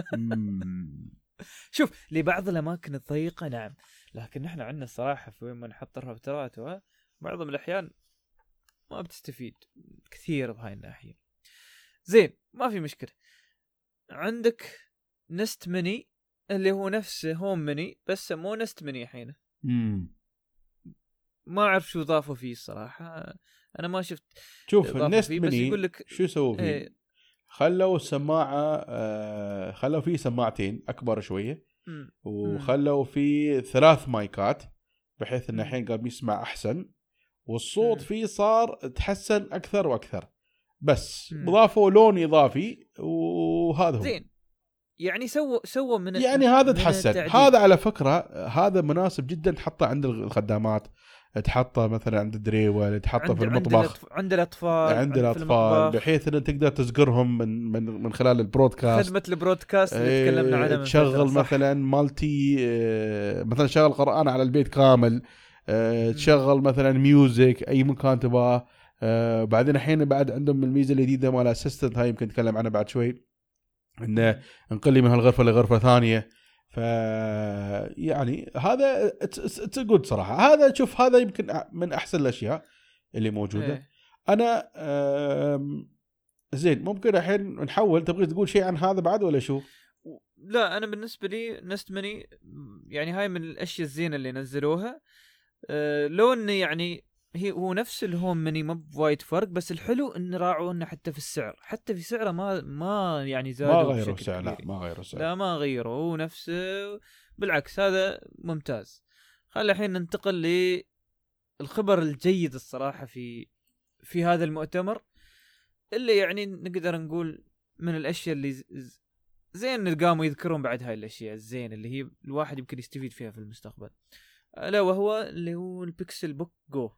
شوف لبعض الاماكن الضيقه نعم، لكن نحن عندنا الصراحه في وين ما نحط الراوترات بعض الاحيان ما بتستفيد كثير بهاي الناحيه. زين ما في مشكله. عندك نست ميني اللي هو نفسه هوم ميني بس مو نست ميني الحين. ما اعرف شو ضافوا فيه الصراحه، انا ما شفت. شوف النست ميني شو سووا فيه؟ ايه خلوا السماعه آه خلوا فيه سماعتين اكبر شويه م. وخلوا فيه ثلاث مايكات بحيث انه الحين قام يسمع احسن والصوت م. فيه صار تحسن اكثر واكثر. بس ضافوا لون اضافي وهذا هو زين. يعني سووا سووا من يعني هذا تحسن. هذا على فكره هذا مناسب جدا تحطه عند الخدامات، تحطه مثلا عند الدريول، تحطه في المطبخ عند الاطفال عند الاطفال بحيث ان تقدر تصقرهم من من من خلال البرودكاست، خدمه البرودكاست اللي تكلمنا عنها. تشغل مثلا مالتي مثلا شغل قرآن على البيت كامل، تشغل مثلا ميوزك اي مكان تبغاه. بعدين الحين بعد عندهم الميزه الجديده مال اسيستنت، هاي يمكن نتكلم عنها بعد شوي، انه انقل من هالغرفه لغرفه ثانيه. ف يعني هذا تقول صراحه هذا شوف هذا يمكن من احسن الاشياء اللي موجوده. ايه. انا زين ممكن الحين نحول. تبغى تقول شيء عن هذا بعد ولا شو؟ لا انا بالنسبه لي نست ميني يعني هاي من الاشياء الزينه اللي نزلوها. أه لو انه يعني هي هو نفس الهوم ميني ما بوايد فرق، بس الحلو ان راعوا انه حتى في السعر حتى في سعره ما ما يعني زادوا ما غيروا السعر. لا ما غيروا السعر، لا ما غيروا، هو نفسه بالعكس هذا ممتاز. خلينا الحين ننتقل للخبر الجيد الصراحه في في هذا المؤتمر اللي يعني نقدر نقول من الاشياء اللي زين اللي قاموا يذكرون بعد هاي الاشياء الزين اللي هي الواحد يمكن يستفيد فيها في المستقبل، الا وهو اللي هو البيكسل بوك جو.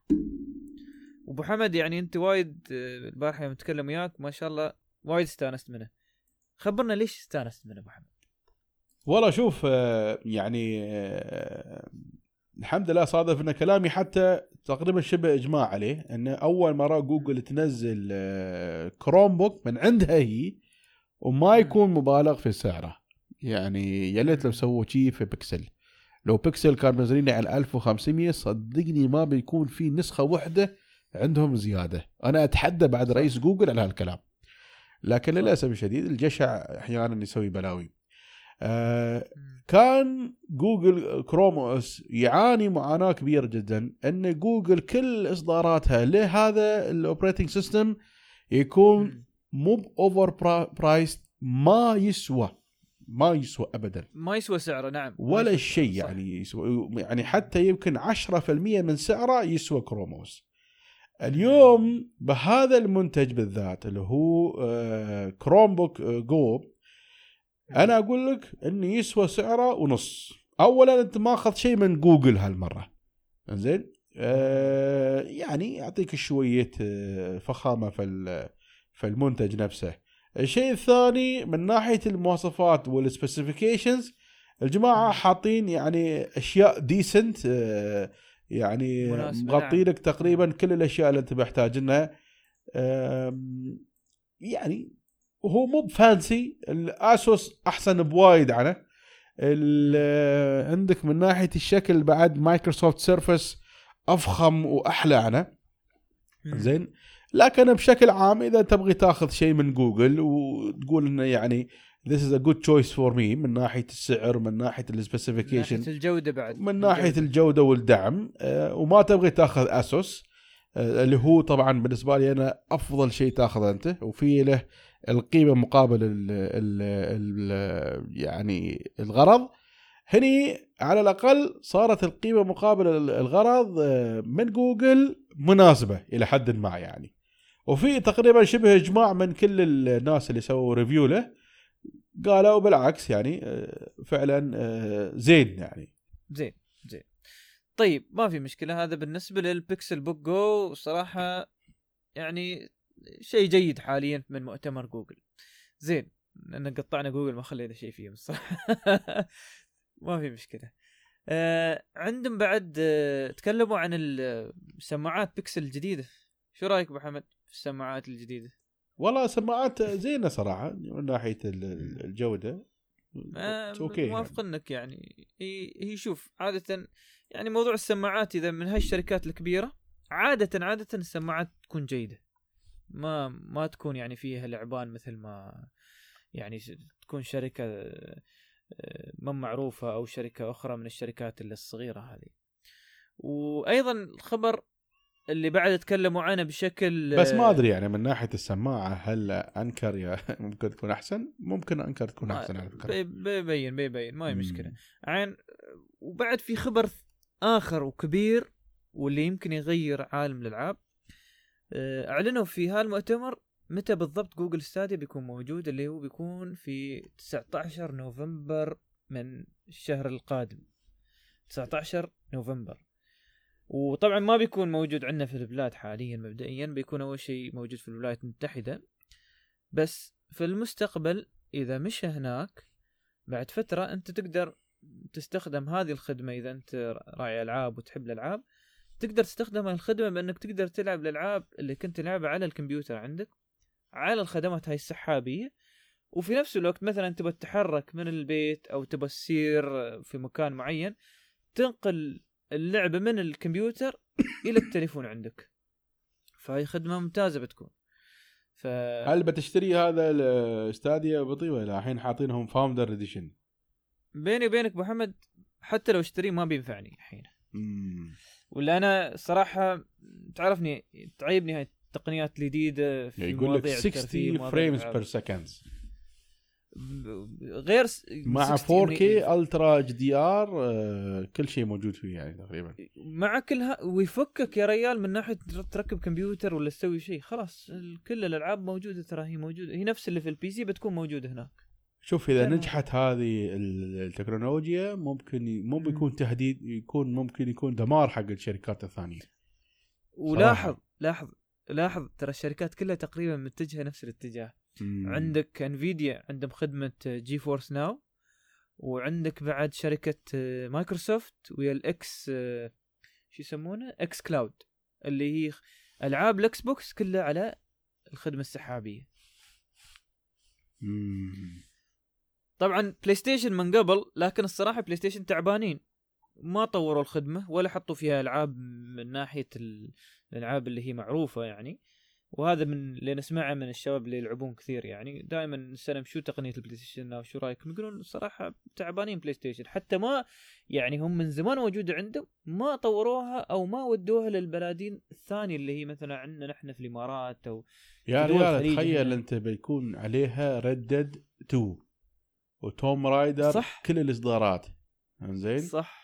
وابو حمد يعني انت وايد البارحه يوم نتكلم وياك ما شاء الله وايد استانست منه، خبرنا ليش استانست منه ابو حمد. والله شوف يعني الحمد لله صادف ان كلامي حتى تقريبا شبه اجماع عليه، ان اول مره جوجل تنزل كروم بوك من عندها هي وما يكون مبالغ في سعره. يعني يا ليت لو سووا شيء في بيكسل. لو بيكسل كان منزلينه على ألف وخمسمية صدقني ما بيكون في نسخة واحدة عندهم زيادة. أنا أتحدى بعد رئيس جوجل على هالكلام، لكن للأسف الشديد الجشع أحيانا يسوي بلاوي. آه كان جوجل كروم أوس يعاني معاناة كبيرة جدا، أن جوجل كل إصداراتها لهذا الأوبريتنج سيستم يكون مو أوفر برايس، ما يسوى ما يسوى أبدا، ما يسوى سعره. نعم ولا شيء يعني يسوى، يعني حتى يمكن عشرة بالمية من سعره يسوى كروموس. اليوم بهذا المنتج بالذات اللي هو كروم بوك جو، أنا أقول لك إنه يسوى سعره ونص. أولا أنت ما أخذ شيء من جوجل هالمرة، إنزين آه يعني يعطيك شوية فخامة في في المنتج نفسه. الشيء الثاني من ناحية المواصفات والسبيسيفيكيشنز، الجماعة حاطين يعني أشياء ديسنت، يعني مغطي لك تقريبا كل الأشياء اللي أنت محتاجينها. يعني وهو مو بفانسي. الأسوس أحسن بوايد عنه. عندك من ناحية الشكل بعد مايكروسوفت سيرفس أفخم وأحلى عنه، زين. لكن بشكل عام إذا تبغي تأخذ شيء من جوجل وتقول إنه يعني this is a good choice for me من ناحية السعر، من ناحية السبيسيفيكيشن، من ناحية الجودة بعد، من ناحية الجودة والدعم، آه وما تبغي تأخذ أسوس آه اللي هو طبعا بالنسبة لي أنا أفضل شيء تأخذ أنت، وفي له القيمة مقابل ال ال ال يعني الغرض. هني على الأقل صارت القيمة مقابل الغرض من جوجل مناسبة إلى حد ما يعني. وفي تقريبا شبه إجماع من كل الناس اللي سووا ريفيو له، قالوا بالعكس يعني فعلا زين يعني زين زين. طيب ما في مشكله. هذا بالنسبه للبيكسل بوك جو صراحه يعني شيء جيد حاليا من مؤتمر جوجل. زين لان قطعنا جوجل ما خلينا شيء فيهم الصراحه. ما في مشكله. آه عندهم بعد آه تكلموا عن السماعات بيكسل الجديده. شو رايك ابو حمد في السماعات الجديده؟ والله سماعات زينه صراحه من ناحيه الجوده. آه اوكي موافقنك يعني. هي هي شوف عاده يعني موضوع السماعات اذا من هالشركات الكبيره عاده عاده السماعات تكون جيده، ما ما تكون يعني فيها لعبان مثل ما يعني تكون شركه ما معروفه او شركه اخرى من الشركات اللي الصغيره هذه. وايضا الخبر اللي بعد تكلموا عنه بشكل بس ما ادري يعني من ناحيه السماعه هل انكر يا ممكن تكون احسن، ممكن انكر تكون احسن على فكره. بيبين بيبين ما هي مشكله عين. وبعد في خبر اخر وكبير واللي يمكن يغير عالم الالعاب. اعلنوا في هالمؤتمر متى بالضبط جوجل ستاديا بيكون موجود، اللي هو بيكون في تسعة عشر نوفمبر من الشهر القادم. تسعة عشر نوفمبر. وطبعا ما بيكون موجود عندنا في البلاد حاليا، مبدئيا بيكون اول شيء موجود في الولايات المتحدة، بس في المستقبل اذا مشى هناك بعد فترة انت تقدر تستخدم هذه الخدمة. اذا انت راعي العاب وتحب الالعاب تقدر تستخدم الخدمة بانك تقدر تلعب الالعاب اللي كنت تلعبها على الكمبيوتر عندك على الخدمات هاي السحابية. وفي نفس الوقت مثلا تبى تتحرك من البيت او تبى تسير في مكان معين تنقل اللعبة من الكمبيوتر الى التليفون عندك. فهي خدمة ممتازة بتكون. ف... هل بتشتري هذا الاستاديا بطيء ولا الحين حاطينهم فاوندر اديشن؟ بيني وبينك ابو محمد حتى لو اشتري ما بينفعني الحين. ولا انا صراحة تعرفني تعيبني هاي التقنيات الجديدة في مواضيع ستين فريمز بير سكند غير مع فور كي الترا اتش دي ار، كل شيء موجود فيه يعني تقريبا مع كلها. ويفكك يا ريال من ناحيه تركب كمبيوتر ولا تسوي شيء، خلاص كل الالعاب موجوده. ترى هي موجوده، هي نفس اللي في البي سي بتكون موجوده هناك. شوف اذا نجحت هذه التكنولوجيا ممكن مو بيكون تهديد، يكون ممكن يكون دمار حق الشركات الثانيه. ولاحظ صراحة. لاحظ لاحظ ترى الشركات كلها تقريبا متجهه نفس الاتجاه. مم. عندك انفيديا عندهم خدمه جي فورس ناو، وعندك بعد شركه مايكروسوفت ويا الاكس شو يسمونه اكس كلاود، اللي هي العاب الاكس بوكس كلها على الخدمه السحابيه. مم. طبعا بلاي ستيشن من قبل، لكن الصراحه بلاي ستيشن تعبانين، ما طوروا الخدمه ولا حطوا فيها العاب من ناحيه الالعاب اللي هي معروفه يعني. وهذا من اللي نسمعه من الشباب اللي يلعبون كثير يعني، دائما نسألهم شو تقنيه البلاي ستيشن او شو رايكم، يقولون الصراحه تعبانين بلاي ستيشن. حتى ما يعني هم من زمان موجوده عندهم، ما طوروها او ما ودوها للبلادين الثانيه اللي هي مثلا عندنا نحن في الامارات او يا ريال. تخيل انت بيكون عليها ردد تو وتوم رايدر صح. كل الاصدارات زين صح،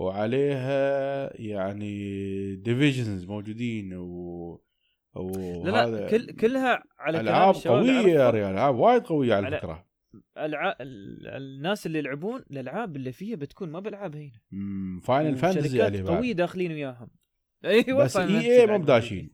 وعليها يعني ديفيجنز موجودين و لا لا كل كلها على العاب قويه يا ريال، العاب وايد قويه على, على فكره. الع... الناس اللي يلعبون الالعاب اللي فيها بتكون ما بالعاب هنا. امم فاينل فانتزي عليه قويه داخلين وياهم. ايوه بس اي اي مو بداشين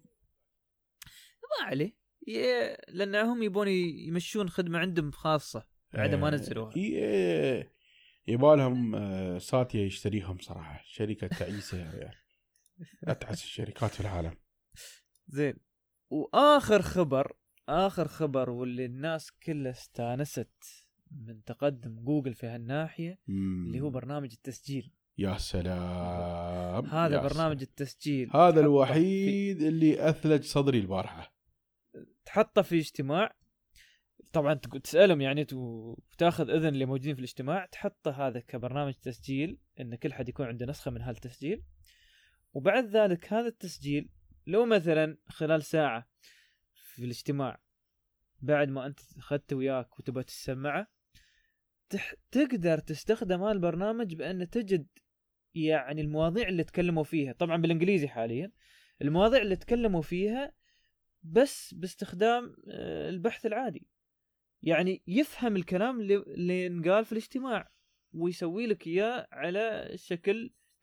ما عليه، لانهم يبون يمشون خدمه عندهم خاصه بعد ما نزلوها. اي يبالهم ساتيا يشتريهم صراحه، شركه تعيسه يا ريال، اتعس الشركات في العالم. زين، واخر خبر اخر خبر واللي الناس كلها استانست من تقدم جوجل في هالناحيه اللي هو برنامج التسجيل. يا سلام، هذا يا برنامج سلام. التسجيل هذا الوحيد في... اللي اثلج صدري البارحه. تحطه في اجتماع طبعا تسالهم يعني وتاخذ اذن اللي موجودين في الاجتماع، تحطه هذا كبرنامج تسجيل ان كل حد يكون عنده نسخه من هالتسجيل. وبعد ذلك هذا التسجيل لو مثلا خلال ساعة في الاجتماع بعد ما أنت أخذت وياك وتبغى تسمعه، تح... تقدر تستخدم هذا البرنامج بأن تجد يعني المواضيع اللي تكلموا فيها، طبعا بالإنجليزي حاليا، المواضيع اللي تكلموا فيها بس باستخدام البحث العادي. يعني يفهم الكلام اللي, اللي نقال في الاجتماع ويسوي لك إياه على شكل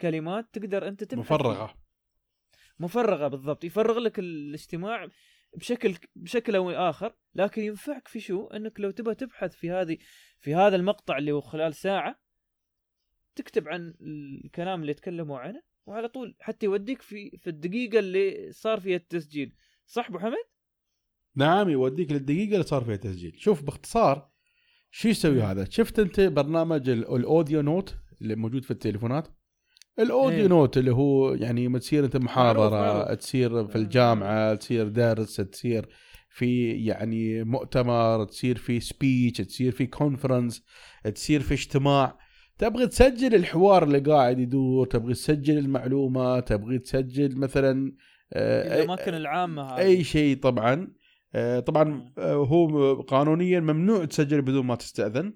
كلمات تقدر انت تبحث مفرغه مفرغه بالضبط، يفرغ لك الاجتماع بشكل بشكل او اخر، لكن ينفعك في شو انك لو تبغى تبحث في هذه في هذا المقطع اللي هو خلال ساعه تكتب عن الكلام اللي تكلموا عنه وعلى طول حتى يوديك في في الدقيقه اللي صار فيها التسجيل. صح ابو حمد؟ نعم يوديك للدقيقه اللي صار فيها تسجيل. شوف باختصار شو يسوي هذا. شفت انت برنامج الاوديو نوت اللي موجود في التليفونات؟ الاوديو ايه. نوت اللي هو يعني ما تصير انت محاضره، معروف معروف. تصير في الجامعه، تصير درس، تصير في يعني مؤتمر، تصير في سبيتش، تصير في كونفرنس، تصير في اجتماع، تبغي تسجل الحوار اللي قاعد يدور، تبغي تسجل المعلومه، تبغي تسجل مثلا الاماكن العامه هذه اي شيء. طبعا طبعا هو قانونيا ممنوع تسجل بدون ما تستأذن.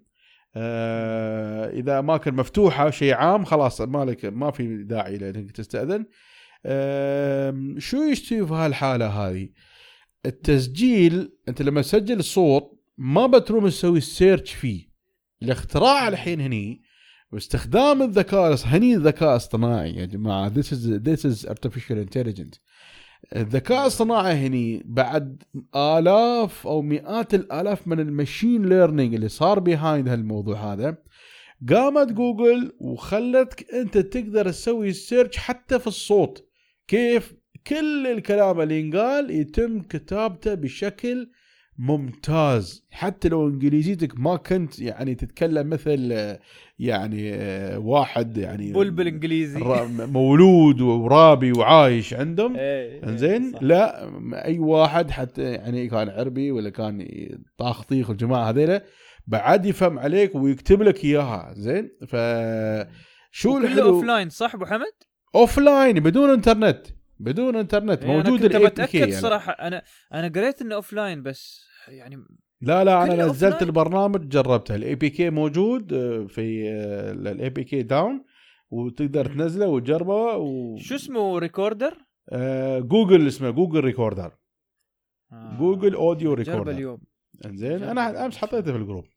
آه اذا اماكن مفتوحه شيء عام خلاص مالك ما في داعي لانك تستأذن. آه شو يشتوي في هالحاله هذه؟ التسجيل انت لما تسجل الصوت ما بتروم تسوي السيرش فيه. الاختراع الحين هني باستخدام الذكاء هني الذكاء الاصطناعي يا جماعه. this is this is artificial intelligence. الذكاء الصناعي هني بعد آلاف أو مئات الآلاف من المشين ليرنينج اللي صار بيهايند هالموضوع هذا، قامت جوجل وخلتك أنت تقدر تسوي سيرش حتى في الصوت. كيف؟ كل الكلام اللي ينقال يتم كتابته بشكل ممتاز، حتى لو انجليزيتك ما كنت يعني تتكلم مثل يعني واحد يعني بلبل انجليزي مولود ورابي وعايش عندهم. انزين لا اي واحد حتى يعني كان عربي ولا كان طاخطيخ الجماعه هذيلا بعد يفهم عليك ويكتب لك اياها. زين ف شو الحلو اوف لاين؟ صح ابو حمد؟ اوف لاين بدون انترنت، بدون انترنت موجود. انا كنت بتاكد صراحه، انا انا قريت انه اوف لاين بس يعني لا لا انا نزلت البرنامج جربته. الاي بي كي موجود في الاي بي كي داون وتقدر تنزله وتجربه و... شو اسمه ريكوردر؟ آه جوجل اسمه جوجل ريكوردر. آه جوجل اوديو ريكوردر اليوم. انزين انا امس حطيته في الجروب.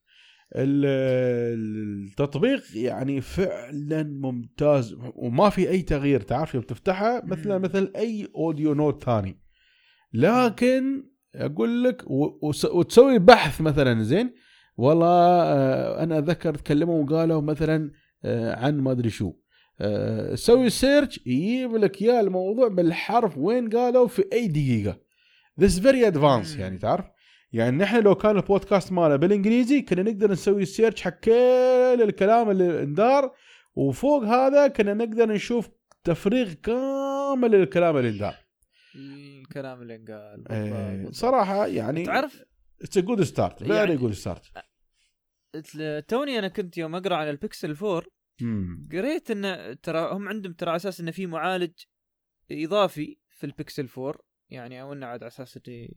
التطبيق يعني فعلا ممتاز وما في اي تغيير. تعرف يوم تفتحه مثل مثل اي اوديو نوت ثاني، لكن اقول لك وتسوي بحث مثلا. زين والله انا اذكر تكلموا وقالوا مثلا عن ما ادري شو، سوي سيرش يجيب لك يا الموضوع بالحرف وين قالوا في اي دقيقه. this very advanced يعني. تعرف يعني نحن لو كان البودكاست ماله بالانجليزي كنا نقدر نسوي سيرش حق كل الكلام اللي اندار، وفوق هذا كنا نقدر نشوف تفريغ كامل للكلام اللي اندار. الكلام اللي قال ايه صراحه يعني تعرف it's a good start very يعني good start. توني انا كنت يوم اقرا عن البيكسل فور مم. قريت ان ترى هم عندهم ترى اساس انه في معالج اضافي في البيكسل فور، يعني او انه على اساس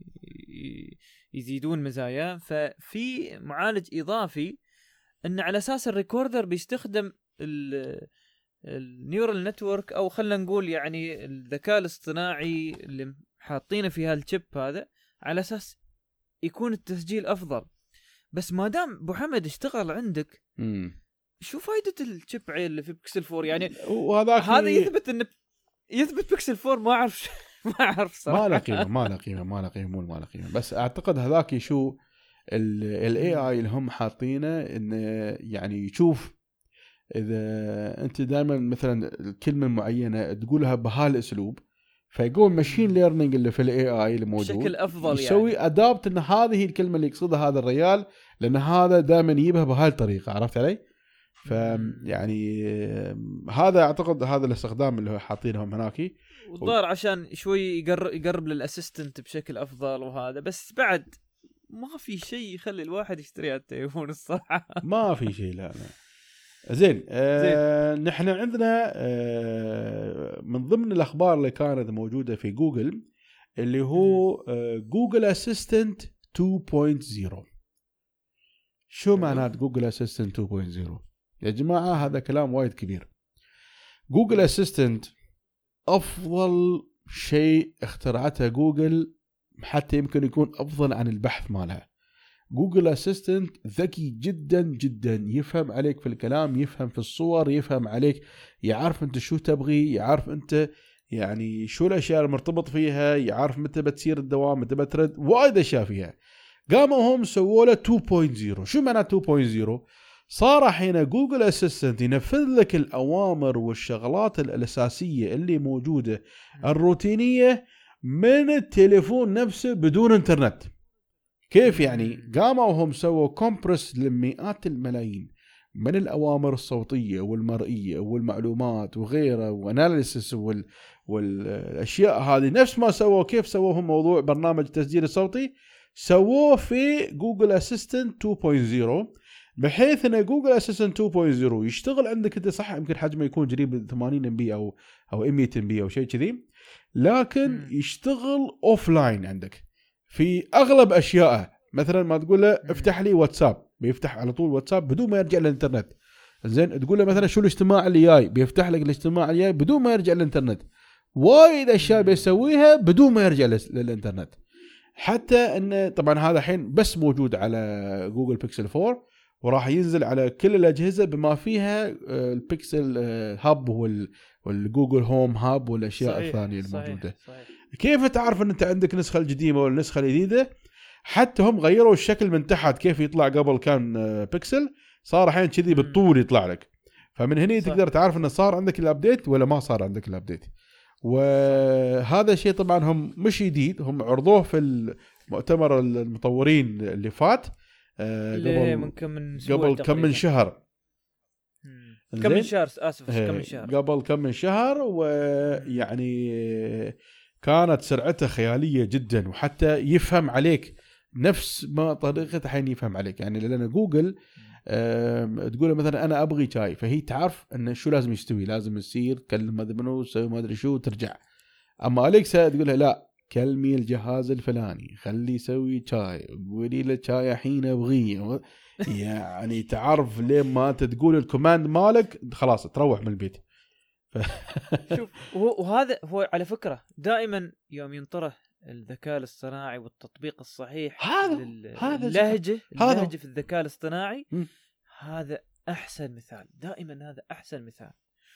يزيدون مزايا. ففي معالج اضافي ان على اساس الريكوردر بيستخدم النيورال نتورك، او خلينا نقول يعني الذكاء الاصطناعي اللي حاطينه في هالشيب هذا على اساس يكون التسجيل افضل. بس ما دام ابو حمد اشتغل عندك مم. شو فايده الشيب عيل اللي في بيكسل فور يعني؟ وهذاك هذا يثبت ان يثبت بيكسل فور ما اعرف ما اعرف صراحه ما له قيمه ما له قيمه ما له قيمه مو ما له قيمه. بس اعتقد هذاك شو الاي اي اللي هم حاطينه انه يعني يشوف اذا انت دائما مثلا الكلمه معينه تقولها بهالاسلوب فيقوم ماشين ليرنينج اللي في الاي اي اللي موجود بشكل افضل يسوي يعني ادابت ان هذه الكلمه اللي يقصدها هذا الرجال لان هذا دائما يجيبها بهالطريقه. عرفت علي؟ ف يعني هذا اعتقد هذا الاستخدام اللي حاطينهم هناك والظاهر عشان شوي يقرب يقرب للاسيستنت بشكل افضل وهذا. بس بعد ما في شيء يخلي الواحد يشتري التليفون الصراحه ما في شيء. لا لا زين. آه نحن عندنا آه من ضمن الأخبار اللي كانت موجودة في جوجل اللي هو آه جوجل أسيستنت تو بوينت زيرو. شو معنات جوجل أسيستنت تو بوينت زيرو يا جماعة؟ هذا كلام وايد كبير. جوجل أسيستنت أفضل شيء اخترعته جوجل، حتى يمكن يكون أفضل عن البحث مالها. جوجل اسيستنت ذكي جدا جدا، يفهم عليك في الكلام، يفهم في الصور، يفهم عليك، يعرف انت شو تبغي، يعرف انت يعني شو الاشياء المرتبط فيها، يعرف متى بتصير الدوام، متى بترد، وايد اشياء فيها. قاموا هم سووا له اثنين نقطة صفر. شو معنى اثنين نقطة صفر؟ صار حين جوجل اسيستنت ينفذ لك الاوامر والشغلات الاساسيه اللي موجوده الروتينيه من التليفون نفسه بدون انترنت. كيف يعني؟ قاموا هم سووا كومبرس لمئات الملايين من الأوامر الصوتية والمرئية والمعلومات وغيره واناليسيس وال... والأشياء هذه، نفس ما سووا. كيف سووه موضوع برنامج التسجيل الصوتي؟ سووه في جوجل اسيستنت اثنين نقطة صفر، بحيث ان جوجل اسيستنت اثنين نقطة صفر يشتغل عندك انت صح، يمكن حجمه يكون قريب ثمانين ام بي او او مئة ام بي او شيء كذي، لكن يشتغل اوف لاين عندك في اغلب اشيائه. مثلا ما تقول له افتح لي واتساب، بيفتح على طول واتساب بدون ما يرجع للانترنت. زين تقول له مثلا شو الاجتماع اللي جاي، بيفتح لك الاجتماع اللي جاي بدون ما يرجع للانترنت. وايد اشياء بيسويها بدون ما يرجع للانترنت. حتى ان طبعا هذا الحين بس موجود على جوجل بيكسل فور، وراح ينزل على كل الاجهزه بما فيها البيكسل هاب والجوجل هوم هاب والاشياء صحيح الثانيه الموجوده. صحيح صحيح. كيف تعرف ان انت عندك نسخه القديمه ولا النسخه الجديده؟ حتى هم غيروا الشكل من تحت، كيف يطلع قبل كان بيكسل، صار الحين كذي بالطول يطلع لك. فمن هنا صح. تقدر تعرف انه صار عندك الابديت ولا ما صار عندك الابديت. وهذا الشيء طبعا هم مش جديد، هم عرضوه في المؤتمر المطورين اللي فات قبل من كم من قبل كم من شهر كم من شهر اسف كم من شهر قبل كم من شهر ويعني كانت سرعته خياليه جدا، وحتى يفهم عليك نفس ما طريقه الحين يفهم عليك. يعني لان جوجل تقول له مثلا انا ابغي شاي، فهي تعرف انه شو لازم يستوي، لازم يصير كلم ما ادري منو سوي ما ادري شو ترجع. اما اليكسا تقول له لا، كلمي الجهاز الفلاني خلي يسوي شاي، قولي له شاي الحين ابغيه. يعني تعرف لين ما انت تقول الكوماند مالك خلاص تروح من البيت. ف... شوف وهذا هو على فكره دائما يوم ينطره الذكاء الاصطناعي والتطبيق الصحيح هذا لل... هذا اللهجه هذا اللهجه في الذكاء الاصطناعي م. هذا احسن مثال، دائما هذا احسن مثال،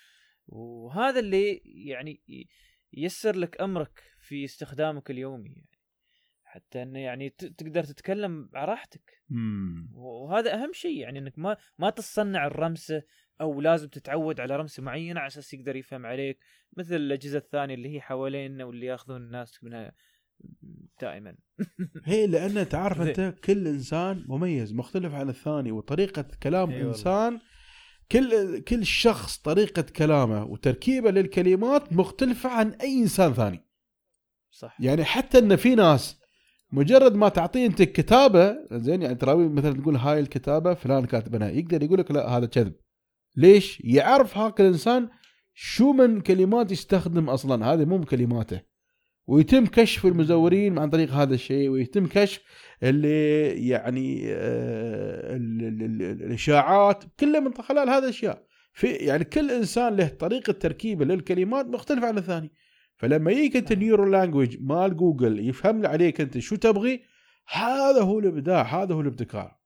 وهذا اللي يعني ييسر لك امرك في استخدامك اليومي، يعني حتى انه يعني تقدر تتكلم على راحتك. وهذا اهم شيء، يعني انك ما ما تصنع الرمسه او لازم تتعود على رمسه معينه على اساس يقدر يفهم عليك، مثل الاجهزه الثانيه اللي هي حوالينا واللي ياخذون الناس منها دائما. هي لانه تعرف انت كل انسان مميز مختلف عن الثاني، وطريقه كلام أيوة انسان كل كل شخص طريقه كلامه وتركيبه للكلمات مختلفه عن اي انسان ثاني. صح. يعني حتى ان في ناس مجرد ما تعطيه انت كتابه زين، يعني تراوي مثلا تقول هاي الكتابه فلان كاتبها، يقدر يقول لك لا هذا كذب. ليش؟ يعرف هاك الانسان شو من كلمات يستخدم اصلا، هذه مو كلماته. ويتم كشف المزورين عن طريق هذا الشيء، ويتم كشف اللي يعني آه الاشاعات كلها من خلال هذا الاشياء. في يعني كل انسان له طريقه تركيبه للكلمات مختلفه عن الثاني. فلما يجيك انت نيورو لانجويج مال جوجل يفهم عليك انت شو تبغي، هذا هو الابداع، هذا هو الابتكار.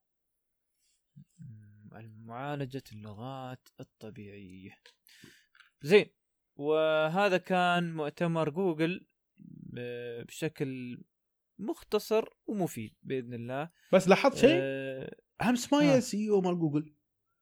معالجة اللغات الطبيعية. زين، وهذا كان مؤتمر جوجل بشكل مختصر ومفيد بإذن الله. بس لاحظت شيء أه أهم سماية سي او مال جوجل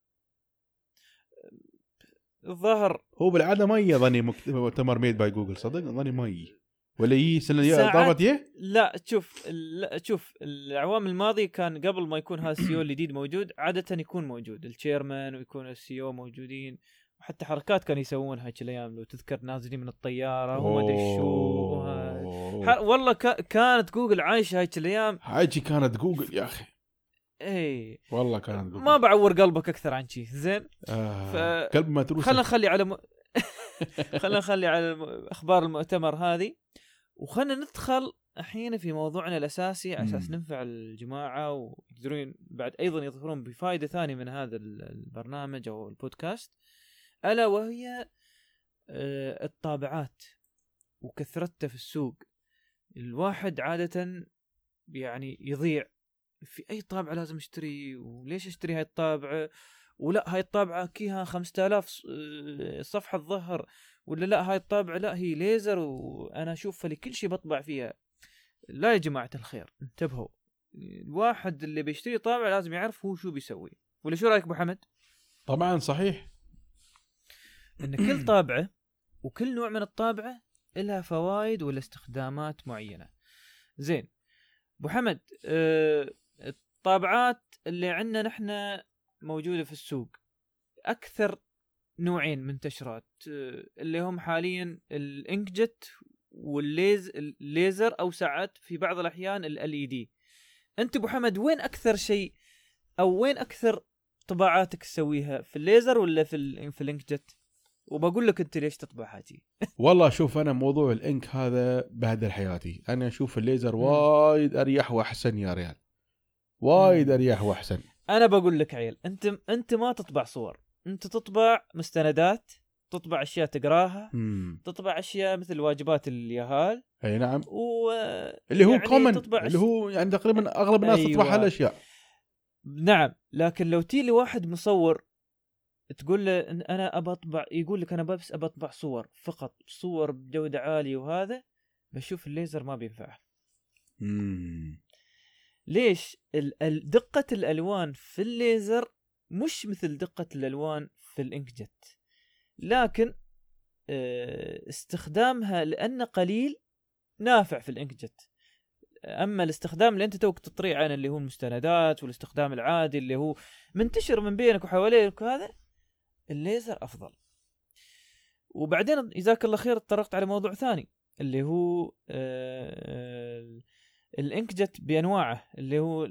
الظاهر هو بالعاده ما يظني مؤتمر ميد باي جوجل، صدق ظني ما يجي ولا يجي سنه الجايه ضابط يه. لا شوف لا شوف الأعوام الماضيه كان قبل ما يكون هذا السي او الجديد موجود عاده يكون موجود التشيرمان ويكون السي او موجودين، وحتى حركات كانوا يسوونها هاي الايام لو تذكر نازلين من الطياره وما ادري شو. والله كانت جوجل عايشه هاي الايام، هاي كانت جوجل يا اخي. ايه والله كانت جوجل. ما بعور قلبك اكثر عن شيء. زين آه. ف... قلب ما تروح. خلينا نخلي على م... خلينا نخلي على اخبار المؤتمر هذه، وخلنا ندخل الحين في موضوعنا الاساسي على اساس ننفع الجماعه ويقدرون بعد ايضا يظهرون بفائده ثانيه من هذا البرنامج او البودكاست، الا وهي الطابعات وكثرتها في السوق. الواحد عاده يعني يضيع في اي طابعه لازم اشتري، وليش اشتري هاي الطابعه، ولا هاي الطابعه كيها خمسة آلاف صفحه الظهر، ولا لا هاي الطابعه لا هي ليزر وانا اشوف لكل شيء بطبع فيها. لا يا جماعه الخير، انتبهوا، الواحد اللي بيشتري طابعه لازم يعرف هو شو بيسوي. ولا شو رايك ابو حمد؟ طبعا صحيح ان كل طابعه وكل نوع من الطابعه لها فوائد ولا استخدامات معينه. زين ابو حمد، أه الطابعات اللي عندنا نحن موجوده في السوق اكثر نوعين منتشرات، أه اللي هم حاليا الانكجت والليزر، او ساعات في بعض الاحيان ال إل إي دي. انت ابو حمد وين اكثر شيء او وين اكثر طباعاتك تسويها، في الليزر ولا في ال في الانكجت؟ وبقول لك انت ليش تطبع هاتي. والله شوف انا موضوع الانك هذا بهدل حياتي. انا اشوف الليزر وايد اريح واحسن يا ريال، وايد اريح واحسن. انا بقول لك عيل، انت انت ما تطبع صور، انت تطبع مستندات، تطبع اشياء تقراها، مم. تطبع اشياء مثل واجبات اليهال. اي نعم، و... اللي هو يعني كومن، اللي هو يعني تقريبا اغلب الناس أيوة. تطبع هالاشياء. نعم، لكن لو تي لي واحد مصور تقول له إن انا ابى اطبع، يقول لك انا بس ابى اطبع صور فقط، صور بجوده عاليه، وهذا بشوف الليزر ما بينفع. امم ليش؟ ال... دقه الالوان في الليزر مش مثل دقه الالوان في الانكجت، لكن استخدامها لانه قليل نافع في الانكجت. اما الاستخدام اللي انت توك تطريع عنه اللي هو المستندات، والاستخدام العادي اللي هو منتشر من بينك وحواليك، هذا الليزر افضل. وبعدين جزاك الله خير اتطرقت على موضوع ثاني اللي هو الانكجت بانواعه، اللي هو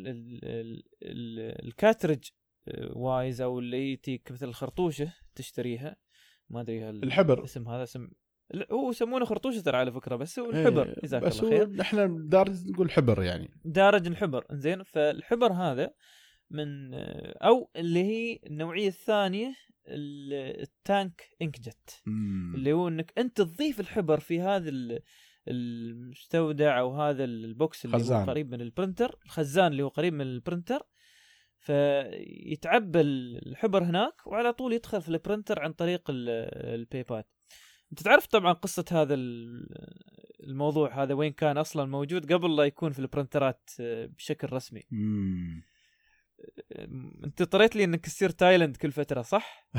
الكاترج وايز، او اللي تيك مثل الخرطوشه تشتريها، ما ادري الحبر اسم هذا اسم، هو يسمونه خرطوشه ترى على فكره، بس هو الحبر. جزاك الله خير، بس احنا دارج نقول حبر يعني، دارج الحبر. زين، فالحبر هذا من او اللي هي النوعيه الثانيه التانك انكجت، اللي هو انك انت تضيف الحبر في هذا المستودع او هذا البوكس اللي خزان. هو قريب من البرنتر، الخزان اللي هو قريب من البرنتر، فيتعبى الحبر هناك وعلى طول يدخل في البرنتر عن طريق البيبات. انت تعرف طبعا قصة هذا الموضوع هذا وين كان اصلا موجود قبل لا يكون في البرنترات بشكل رسمي. مم. انت طريت لي انك تصير تايلاند كل فترة، صح؟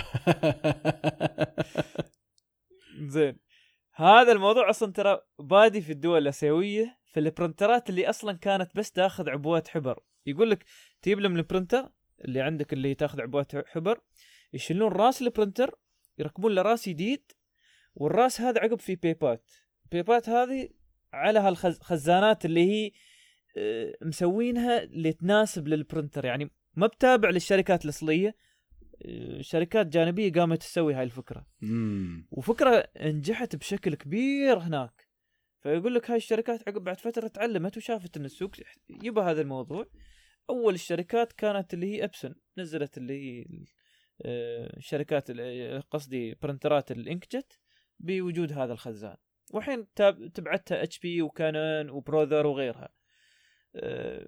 زين، هذا الموضوع اصلا ترى بادي في الدول الاسيوية، في البرنترات اللي اصلا كانت بس تاخذ عبوات حبر. يقول لك تجيب لهم البرنتر اللي عندك اللي تاخذ عبوات حبر، يشيلون راس البرنتر يركبون له راس جديد، والراس هذا عقب في بيبات، بيبات هذه على هالخزانات اللي هي مسوينها اللي تناسب للبرنتر، يعني ما بتابع للشركات الأصلية، شركات جانبية قامت تسوي هاي الفكرة. مم. وفكرة انجحت بشكل كبير هناك. فيقول لك هاي الشركات عقب بعد فترة تعلمت وشافت ان السوق يبى هذا الموضوع. اول الشركات كانت اللي هي ابسن، نزلت اللي هي الشركات قصدي برنترات الانكجت بوجود هذا الخزان، وحين تبعتها اتش بي وكانون وبروذر وغيرها. أه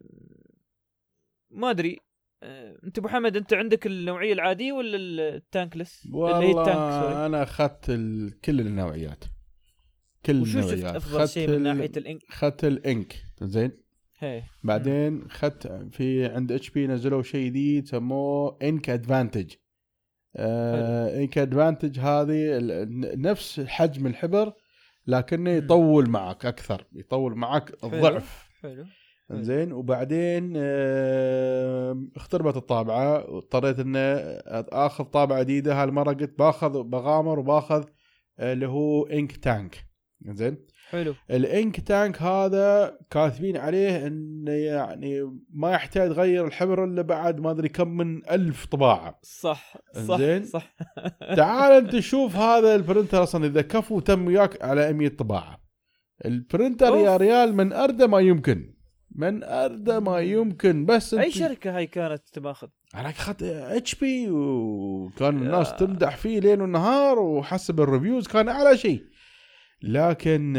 ما ادري، أه انت ابو حمد انت عندك النوعيه العاديه ولا التانكلس اللي هي التانك؟ سوري انا اخذت كل النوعيات، كل النوعيات. افضل شيء من ناحيه الانك؟ اخذت الانك. زين، هي بعدين اخذت في عند اتش بي نزلوا شيء جديد سموه انك ادفانتج. آه انك ادفانتج هذه نفس حجم الحبر لكنه يطول معك اكثر، يطول معك الضعف. حلو. زين، وبعدين آه اختربت الطابعه واضطريت ان اخذ طابعه جديده. هالمره قلت باخذ بغامر وباخذ اللي هو انك تانك. زين، حلو. الانك تانك هذا كاتبين عليه انه يعني ما يحتاج تغير الحبر الا بعد ما ادري كم من ألف طباعه. صح صح زين؟ صح. تعال انت شوف هذا البرنتر اصلا اذا كفو تم وياك على مية طباعه. البرنتر أوف. يا ريال من ارده ما يمكن، من ارده ما يمكن. بس اي شركه هاي كانت تماخذ؟ انا اخذت اتش بي وكان الناس تمدح فيه ليل ونهار، وحسب الريفيوز كان اعلى شيء. لكن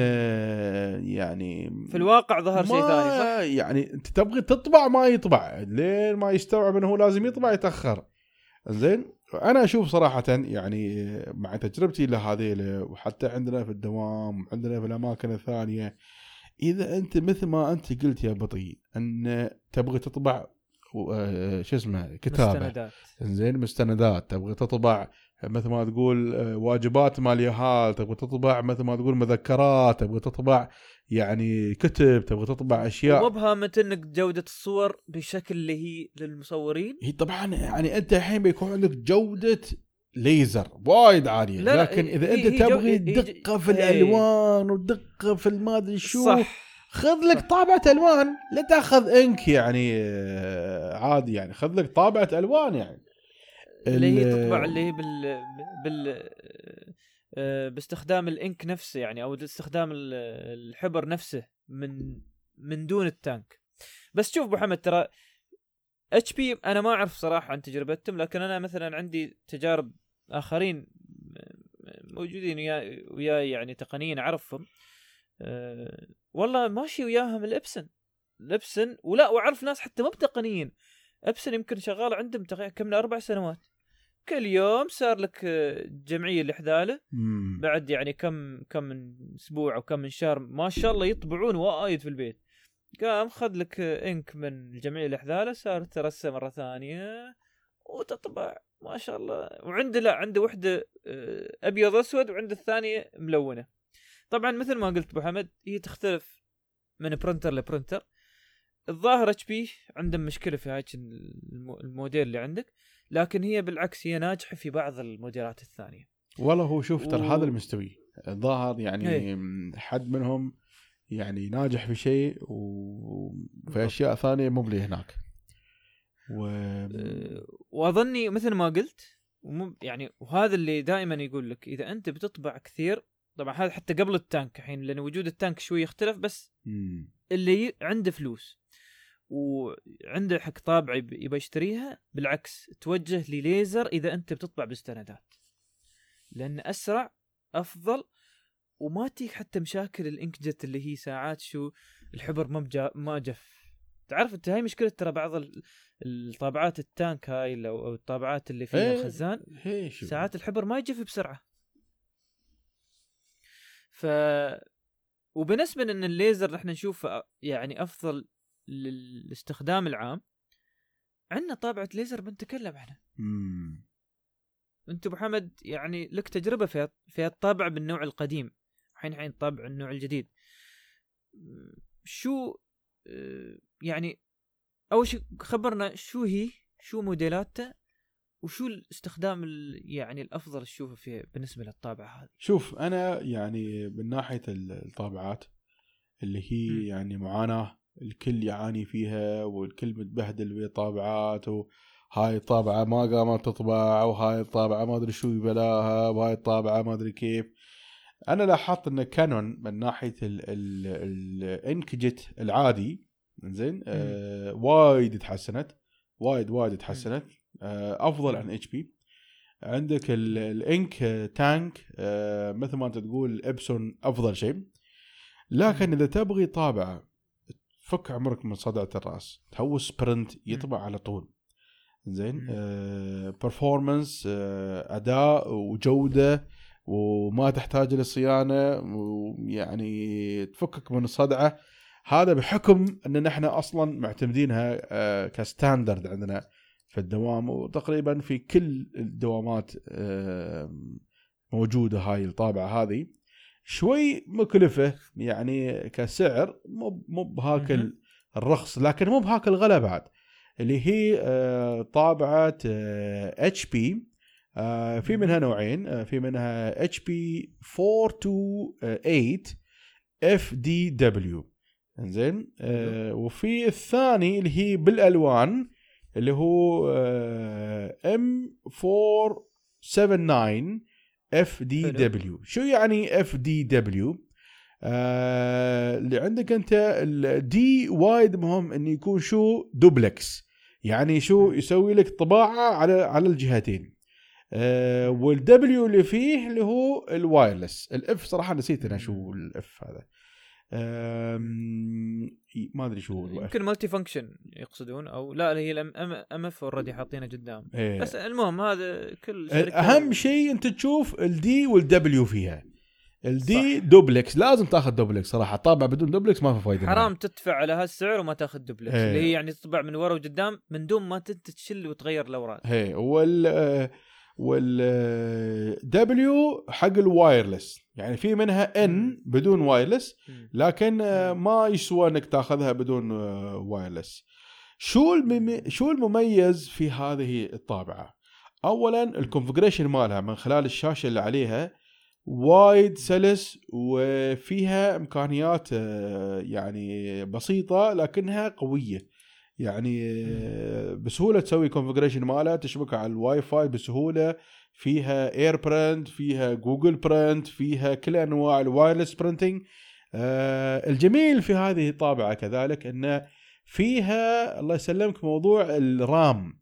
يعني في الواقع ظهر شيء ثاني صح؟ يعني انت تبغي تطبع ما يطبع لين ما يستوعب انه هو لازم يطبع يتاخر. زين انا اشوف صراحه يعني مع تجربتي لهذه وحتى عندنا في الدوام وعندنا في الاماكن الثانيه، اذا انت مثل ما انت قلت يا بطي ان تبغي تطبع شو اسمه كتابه مستندات، زين مستندات، تبغي تطبع مثل ما تقول واجبات ماليهات، تبغى تطبع مثل ما تقول مذكرات، تبغى تطبع يعني كتب، تبغى تطبع اشياء، ومبهمة انك جودة الصور بشكل اللي هي للمصورين هي طبعا يعني انت الحين بيكون عندك جودة ليزر وايد عالية، لا لكن لا اذا هي انت هي تبغي جو... دقة في هي... الالوان ودقة في المادري شو صح. خذ لك صح. طابعة الوان، لا تاخذ انك يعني عادي، يعني خذ لك طابعة الوان يعني اللي هي تطبع اللي هي بال بال باستخدام الانك نفسه يعني، او باستخدام الحبر نفسه من من دون التانك. بس شوف ابو محمد ترى اتش بي انا ما اعرف صراحه عن تجربتهم، لكن انا مثلا عندي تجارب اخرين موجودين وياي ويا يعني تقنيين اعرفهم أه والله ماشي وياهم الابسن الابسن ولا واعرف ناس حتى مو بتقنيين، ابسن يمكن شغال عندهم كم اربع سنوات، كل يوم صار لك جمعيه لحذاله بعد يعني كم كم من اسبوع او كم من شهر ما شاء الله يطبعون وايد في البيت، قام خذ لك انك من الجمعيه لحذاله صار ترسم مره ثانيه وتطبع ما شاء الله. وعنده لا عنده وحده ابيض اسود وعنده الثانيه ملونه. طبعا مثل ما قلت ابو حمد هي تختلف من برنتر لبرنتر. الظاهر اتش بي عندهم مشكله في هاي الموديل اللي عندك، لكن هي بالعكس هي ناجحه في بعض الموديلات الثانيه. والله هو شوف ترى و... هذا المستوي الظاهر يعني هي. حد منهم يعني ناجح في شيء وفي اشياء ثانيه مو بلي هناك و... واظني مثل ما قلت يعني، وهذا اللي دائما يقول لك اذا انت بتطبع كثير، طبعا هذا حتى قبل التانك الحين لان وجود التانك شوي يختلف، بس م. اللي عنده فلوس وعنده حق طابع يبى يشتريها بالعكس توجه لليزر اذا انت بتطبع مستندات، لان اسرع افضل وما تيك حتى مشاكل الانكجت اللي هي ساعات شو الحبر ما بجا ما جف. تعرف انت هاي مشكله ترى بعض الطابعات التانك هاي او الطابعات اللي فيها ايه الخزان ايه ساعات الحبر ما يجف بسرعه. ف وبالنسبه ان الليزر نحن نشوفه يعني افضل للاستخدام العام، عندنا طابعه ليزر بنتكلم عنها. امم انت ابو حمد يعني لك تجربه في في الطابع بالنوع القديم، الحين الحين طابع النوع الجديد شو يعني اول شيء خبرنا شو هي شو موديلاتها وشو الاستخدام يعني الافضل تشوفه في بالنسبه للطابعه هذه. شوف انا يعني من ناحيه الطابعات اللي هي م. يعني معاناه الكل يعاني فيها والكل متبهدل ويا طابعات، وهاي الطابعه ما قامت تطبع وهاي الطابعه ما ادري شو يبلاها وهاي الطابعه ما ادري كيف. انا لاحظت ان كانون من ناحيه الانكجت العادي زين آه وايد تحسنت وايد وايد تحسنت آه افضل عن اتش بي. عندك الانك تانك آه مثل ما انت تقول ابسون افضل شيء، لكن اذا تبغي طابعه فك عمرك من صدعه الراس تهوس برنت يطبع على طول زين برفورمانس آه آه اداء وجوده وما تحتاج للصيانه ويعني تفكك من الصدعه، هذا بحكم ان نحن اصلا معتمدينها آه كستاندرد عندنا في الدوام، وتقريبا في كل الدوامات آه موجوده هاي الطابعه هذه. شوي مكلفه يعني كسعر مو مو بهاك الرخص لكن مو بهاك الغلا بعد، اللي هي آه طابعه آه اتش بي آه في منها نوعين آه في منها اتش بي أربعمية وثمانية اف دي دبليو انزين آه وفي الثاني اللي هي بالالوان اللي هو آه ام أربعمية وسبعة وسبعين اف دي دبليو. شو يعني اف دي دبليو؟ آه اللي عندك انت الدي وايد مهم انه يكون شو دوبلكس، يعني شو يسوي لك طباعه على على الجهتين. آه والدبليو اللي فيه اللي هو الوايرلس. الاف صراحه نسيت انا شو الاف هذا، ما ادري شو هو. يمكن مالتي فانكشن يقصدون او لا، هي الام ام اف اوريدي حاطينه قدام. إيه. بس المهم هذا كل شركه اهم و... شيء انت تشوف الدي والدبليو فيها. الدي دوبلكس لازم تاخذ دوبلكس صراحه، طابع بدون دوبلكس ما في فايده. حرام منها. تدفع على هالسعر وما تاخذ دوبلكس. إيه. اللي هي يعني تطبع من ورا وقدام من دون ما تتشل وتغير الاوراق. هي وال وال دبليو حق الوايرلس، يعني في منها ان بدون وايرلس، لكن ما يسوى انك تاخذها بدون وايرلس. شو المم... شو المميز في هذه الطابعه؟ اولا الكونفيجريشن مالها من خلال الشاشه اللي عليها وايد سلس، وفيها امكانيات يعني بسيطه لكنها قويه. يعني بسهوله تسوي كونفيجريشن مالها، تشبكها على الواي فاي بسهوله، فيها اير برنت، فيها جوجل برنت، فيها كل انواع الوايرلس برنتنج. آه الجميل في هذه الطابعه كذلك ان فيها الله يسلمك موضوع الرام.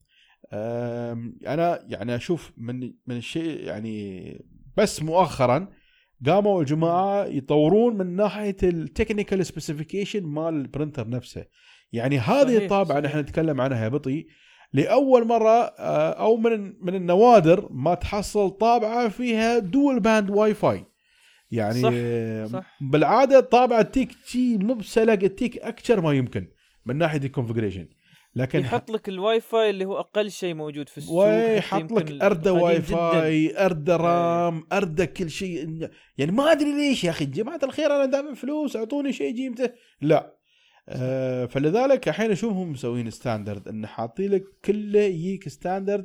آه انا يعني اشوف من من الشيء يعني بس مؤخرا قاموا الجماعه يطورون من ناحيه التكنيكال سبيسيفيكيشن مال البرنتر نفسه. يعني هذه الطابعه نحن نتكلم عنها يا بطي لاول مره، او من من النوادر ما تحصل طابعه فيها دول باند واي فاي. يعني صح. صح. بالعاده الطابعه تيك شيء مبسله، تيك اكثر ما يمكن من ناحيه الكونفيجريشن، لكن يحط لك الواي فاي اللي هو اقل شيء موجود في السوق، ويحط لك ارده واي فاي، ارده رام، ارده كل شيء. يعني ما ادري ليش يا اخي جماعه الخير، انا دافع فلوس اعطوني شيء جيمته. لا آه فلذلك الحين اشوفهم مسوين ستاندرد ان حاطين لك كله يجيك ستاندرد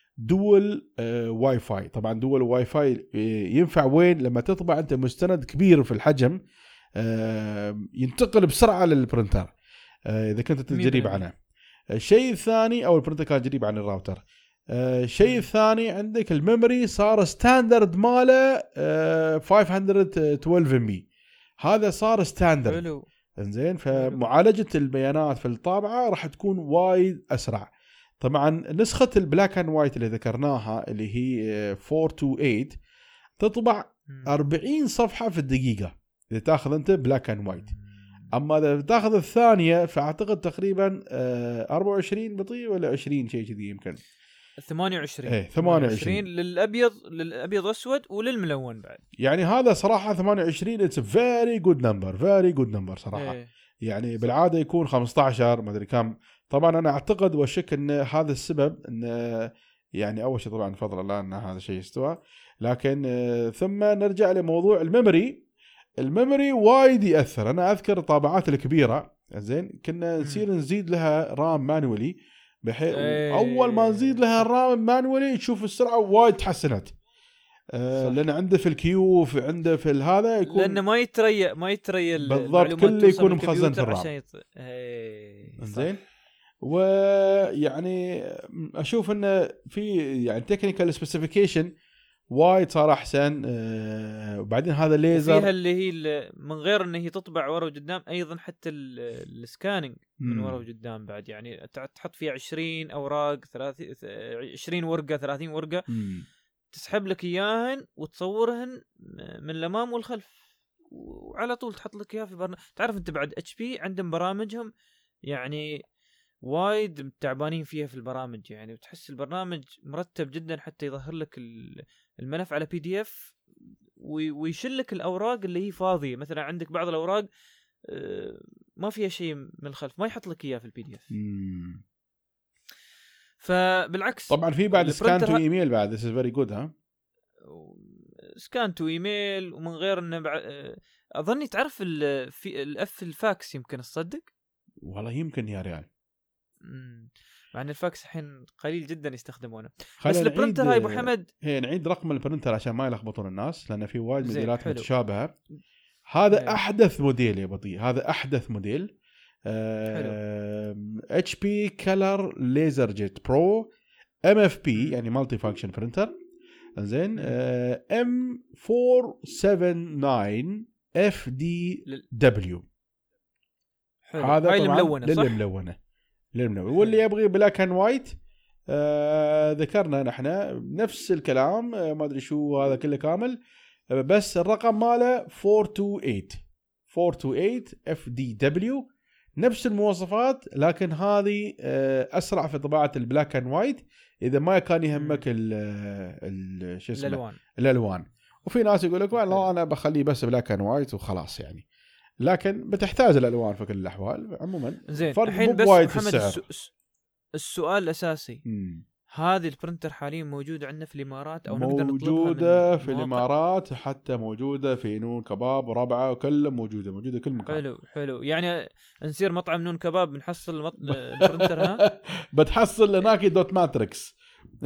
دول آه واي فاي. طبعا دول واي فاي ينفع وين؟ لما تطبع انت مستند كبير في الحجم آه ينتقل بسرعه للبرنتر آه اذا كنت تجرب عنه. الشيء الثاني او البرنتر كان جريب عن الراوتر. الشيء آه الثاني عندك الميموري صار ستاندرد ماله آه خمسمية واثناشر ام بي، هذا صار ستاندرد. انزين فمعالجه البيانات في الطابعه راح تكون وايد اسرع. طبعا نسخه البلاك اند وايت اللي ذكرناها اللي هي أربعمية وثمانية تطبع أربعين صفحه في الدقيقه اذا تاخذ انت بلاك اند وايت. اما اذا تاخذ الثانيه فاعتقد تقريبا أربعة وعشرين بطيء ولا عشرين شيء كذي يمكن ثمانية وعشرين. ايه ثمانية وعشرين للابيض للابيض واسود وللملون بعد. يعني هذا صراحه ثمانية وعشرين اتس فيري جود نمبر، فيري جود نمبر صراحه. ايه. يعني بالعاده يكون خمسة عشر ما ادري كم. طبعا انا اعتقد واشك ان هذا السبب ان يعني اول شيء طبعا فضل الله ان هذا الشيء استوى، لكن ثم نرجع لموضوع الميموري. الميموري وايد يأثر. أنا أذكر الطابعات الكبيرة زين كنا نصير نزيد لها رام مانولي، بحيث ايه أول ما نزيد لها الرام مانولي تشوف السرعة وايد تحسنت. آه لأن عنده في الكيو في عنده في هذا يكون لأنه ما يتريا ما يتريا بالضبط كله يكون مخزن في الرام يط... ايه زين. ويعني أشوف إنه في يعني تكنيكال سبيسيفيكيشن وايد صار احسن. أه وبعدين هذا الليزر فيها اللي هي من غير انه هي تطبع ورا وقدام، ايضا حتى السكاننج من ورا وقدام بعد. يعني تحط فيها عشرين اوراق ثلاثين عشرين ورقه ثلاثين ورقه مم. تسحب لك اياهن وتصورهن من الامام والخلف وعلى طول تحط لك اياها في برنامج. تعرف انت بعد اتش بي عندهم برامجهم يعني وايد تعبانين فيها في البرامج، يعني وتحس البرنامج مرتب جدا حتى يظهر لك الملف على بي دي اف ويشيل لك الاوراق اللي هي فاضيه. مثلا عندك بعض الاوراق ما فيها شيء من الخلف ما يحط لك اياه في البي دي اف. فبالعكس طبعا في بعد سكان تو ايميل بعد this is very good ها سكان تو ايميل ومن غير انه بعد اظني تعرف في الاف الفاكس يمكن تصدق والله يمكن يا ريال امم مع ان الفاكس الحين قليل جدا يستخدمونه. بس البرنتر هاي ابو حمد هي نعيد رقم البرنتر عشان ما يلخبطون الناس لان في وايد موديلات متشابهه. هذا هي. احدث موديل يا بطيء، هذا احدث موديل اتش بي كلر ليزر جيت برو ام اف بي يعني مالتي فانكشن برنتر زين ام أربعمية وسبعين وتسعين اف دي دبليو. هذا هاي الملونه صح للملونه للملونه واللي يبغي بلاك اند وايت فذكرنا نحن نفس الكلام، ما ادري شو هذا كله كامل، بس الرقم ماله أربعمية وثمانية وثمانين اف دي دبليو، نفس المواصفات، لكن هذه اسرع في طباعه البلاك اند وايت اذا ما كان يهمك ال شو اسمه الالوان الالوان. وفي ناس يقول لك لا انا بخليه بس بلاك اند وايت وخلاص يعني، لكن بتحتاج الالوان في كل الاحوال. عموما زين فرق الحين بس محمد في السعر. السؤال الاساسي، مم. هذه البرنتر حاليا موجوده عندنا في الامارات او نقدر نطلبها؟ موجوده في الامارات، حتى موجوده في نون كباب وربعه وكلها موجوده موجوده كل مكان. حلو حلو، يعني نصير مطعم نون كباب بنحصل مط... البرنتر ها بتحصل هناك دوت ماتريكس.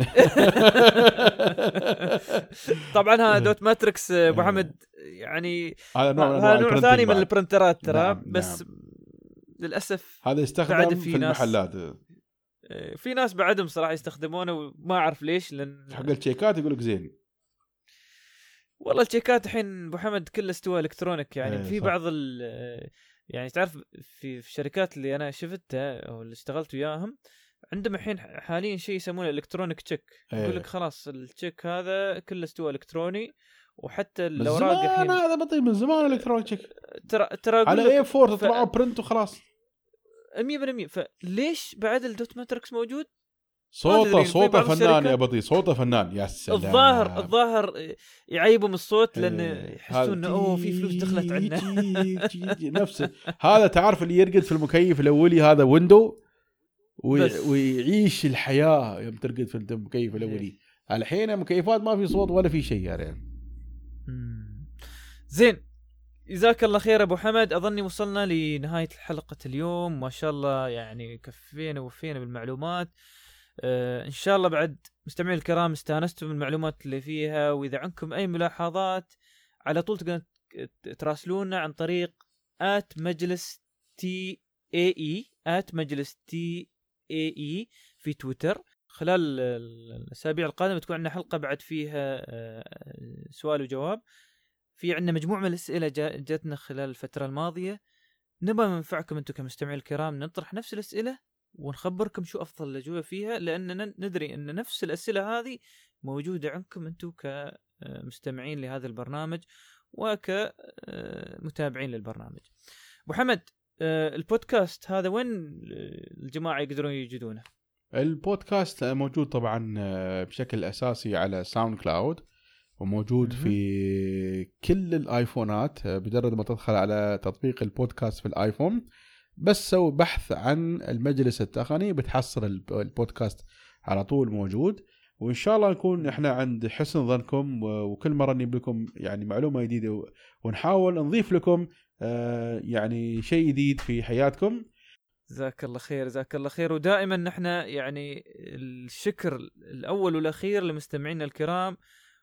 طبعا هذا دوت ماتريكس ابو حمد يعني هذا نوع, نوع, نوع ثاني من البرنترات ترى. نعم بس نعم. للاسف هذا يستخدم في, في ناس المحلات، في ناس بعدهم صراحه يستخدمونه وما اعرف ليش، لان حق التشيكات يقول لك زين. والله التشيكات الحين ابو حمد كله استوى الكترونيك يعني. ايه في صح. بعض يعني تعرف في الشركات اللي انا شفتها او اللي اشتغلت وياهم عندهم الحين حاليا شيء يسمونه الكترونيك تشيك. ايه. يقول لك خلاص التشيك هذا كله استوى الكتروني، وحتى الاوراق الحين هذا بطيء من زمان الكترونيك تشيك. ترى ترى على اي أربعة تطبعه ف... برنت وخلاص مية بالمية. فليش بعد الدوت ماتريكس موجود؟ صوته صوته فنان يا بطيء، صوته فنان يا سلام. الظاهر الظاهر يعيبوا من الصوت لان يحسون انه اوه في فلوس دخلت عندنا. نفسه هذا تعرف اللي يرقد في المكيف الاولي هذا ويندو ويعيش الحياه يوم ترقد في المكيف الاولي. الحين مكيفات ما في صوت ولا في شيء يا ريال. زين جزاك الله خير ابو حمد. اظني وصلنا لنهايه حلقه اليوم، ما شاء الله يعني كفينا ووفينا بالمعلومات. آه ان شاء الله بعد مستمعين الكرام استانستوا بالمعلومات اللي فيها، واذا عندكم اي ملاحظات على طول تقدرون تراسلونا عن طريق آت مجلس تي اي اي آت مجلس تي اي اي في تويتر. خلال الاسابيع القادمه تكون عندنا حلقه بعد فيها آه سؤال وجواب. في عندنا مجموعه من الاسئله جاتنا خلال الفتره الماضيه، نبغى ننفعكم انتم كمستمعين الكرام، نطرح نفس الاسئله ونخبركم شو افضل الاجوبه فيها، لاننا ندري ان نفس الاسئله هذه موجوده عندكم انتم كمستمعين لهذا البرنامج وكمتابعين للبرنامج. ابو حمد البودكاست هذا وين الجماعه يقدرون يجدونه؟ البودكاست موجود طبعا بشكل اساسي على ساوند كلاود، وموجود في كل الايفونات. بجرد ما تدخل على تطبيق البودكاست في الايفون بس سوي بحث عن المجلس التقني بتحصل البودكاست على طول موجود. وان شاء الله نكون احنا عند حسن ظنكم، وكل مره نجيب لكم يعني معلومه جديده ونحاول نضيف لكم يعني شيء جديد في حياتكم. جزاك الله خير جزاك الله خير. ودائما نحن يعني الشكر الاول والاخير لمستمعينا الكرام،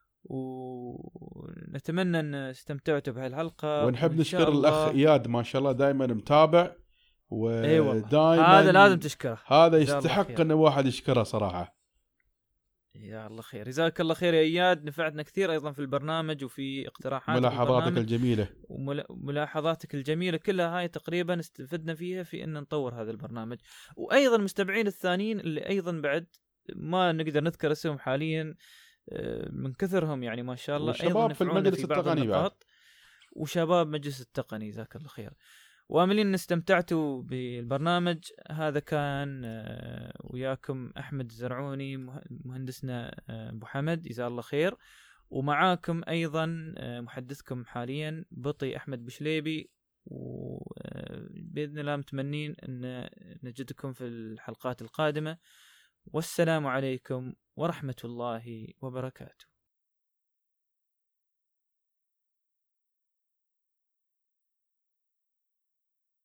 ونتمنى ان استمتعتوا بهالحلقه. ونحب نشكر الاخ اياد ما شاء الله دائما متابع، ودائما هذا لازم تشكره، هذا يستحق ان واحد يشكره صراحه. يا الله خير جزاك الله خير يا اياد، نفعتنا كثير ايضا في البرنامج وفي اقتراحاتك ملاحظاتك الجميله وملاحظاتك الجميله كلها هاي تقريبا استفدنا فيها في ان نطور هذا البرنامج. وايضا المستمعين الثانيين اللي ايضا بعد ما نقدر نذكر اسمهم حاليا من كثرهم يعني ما شاء الله، ايضا في المجلس في التقني بعد، وشباب مجلس التقني جزاك الله خير. واملين ان استمتعتوا بالبرنامج. هذا كان وياكم احمد الزرعوني مهندسنا ابو حمد جزاه الله خير، ومعاكم ايضا محدثكم حاليا بطي احمد بشليبي، وباذن الله متمنين ان نجدكم في الحلقات القادمه. والسلام عليكم ورحمه الله وبركاته.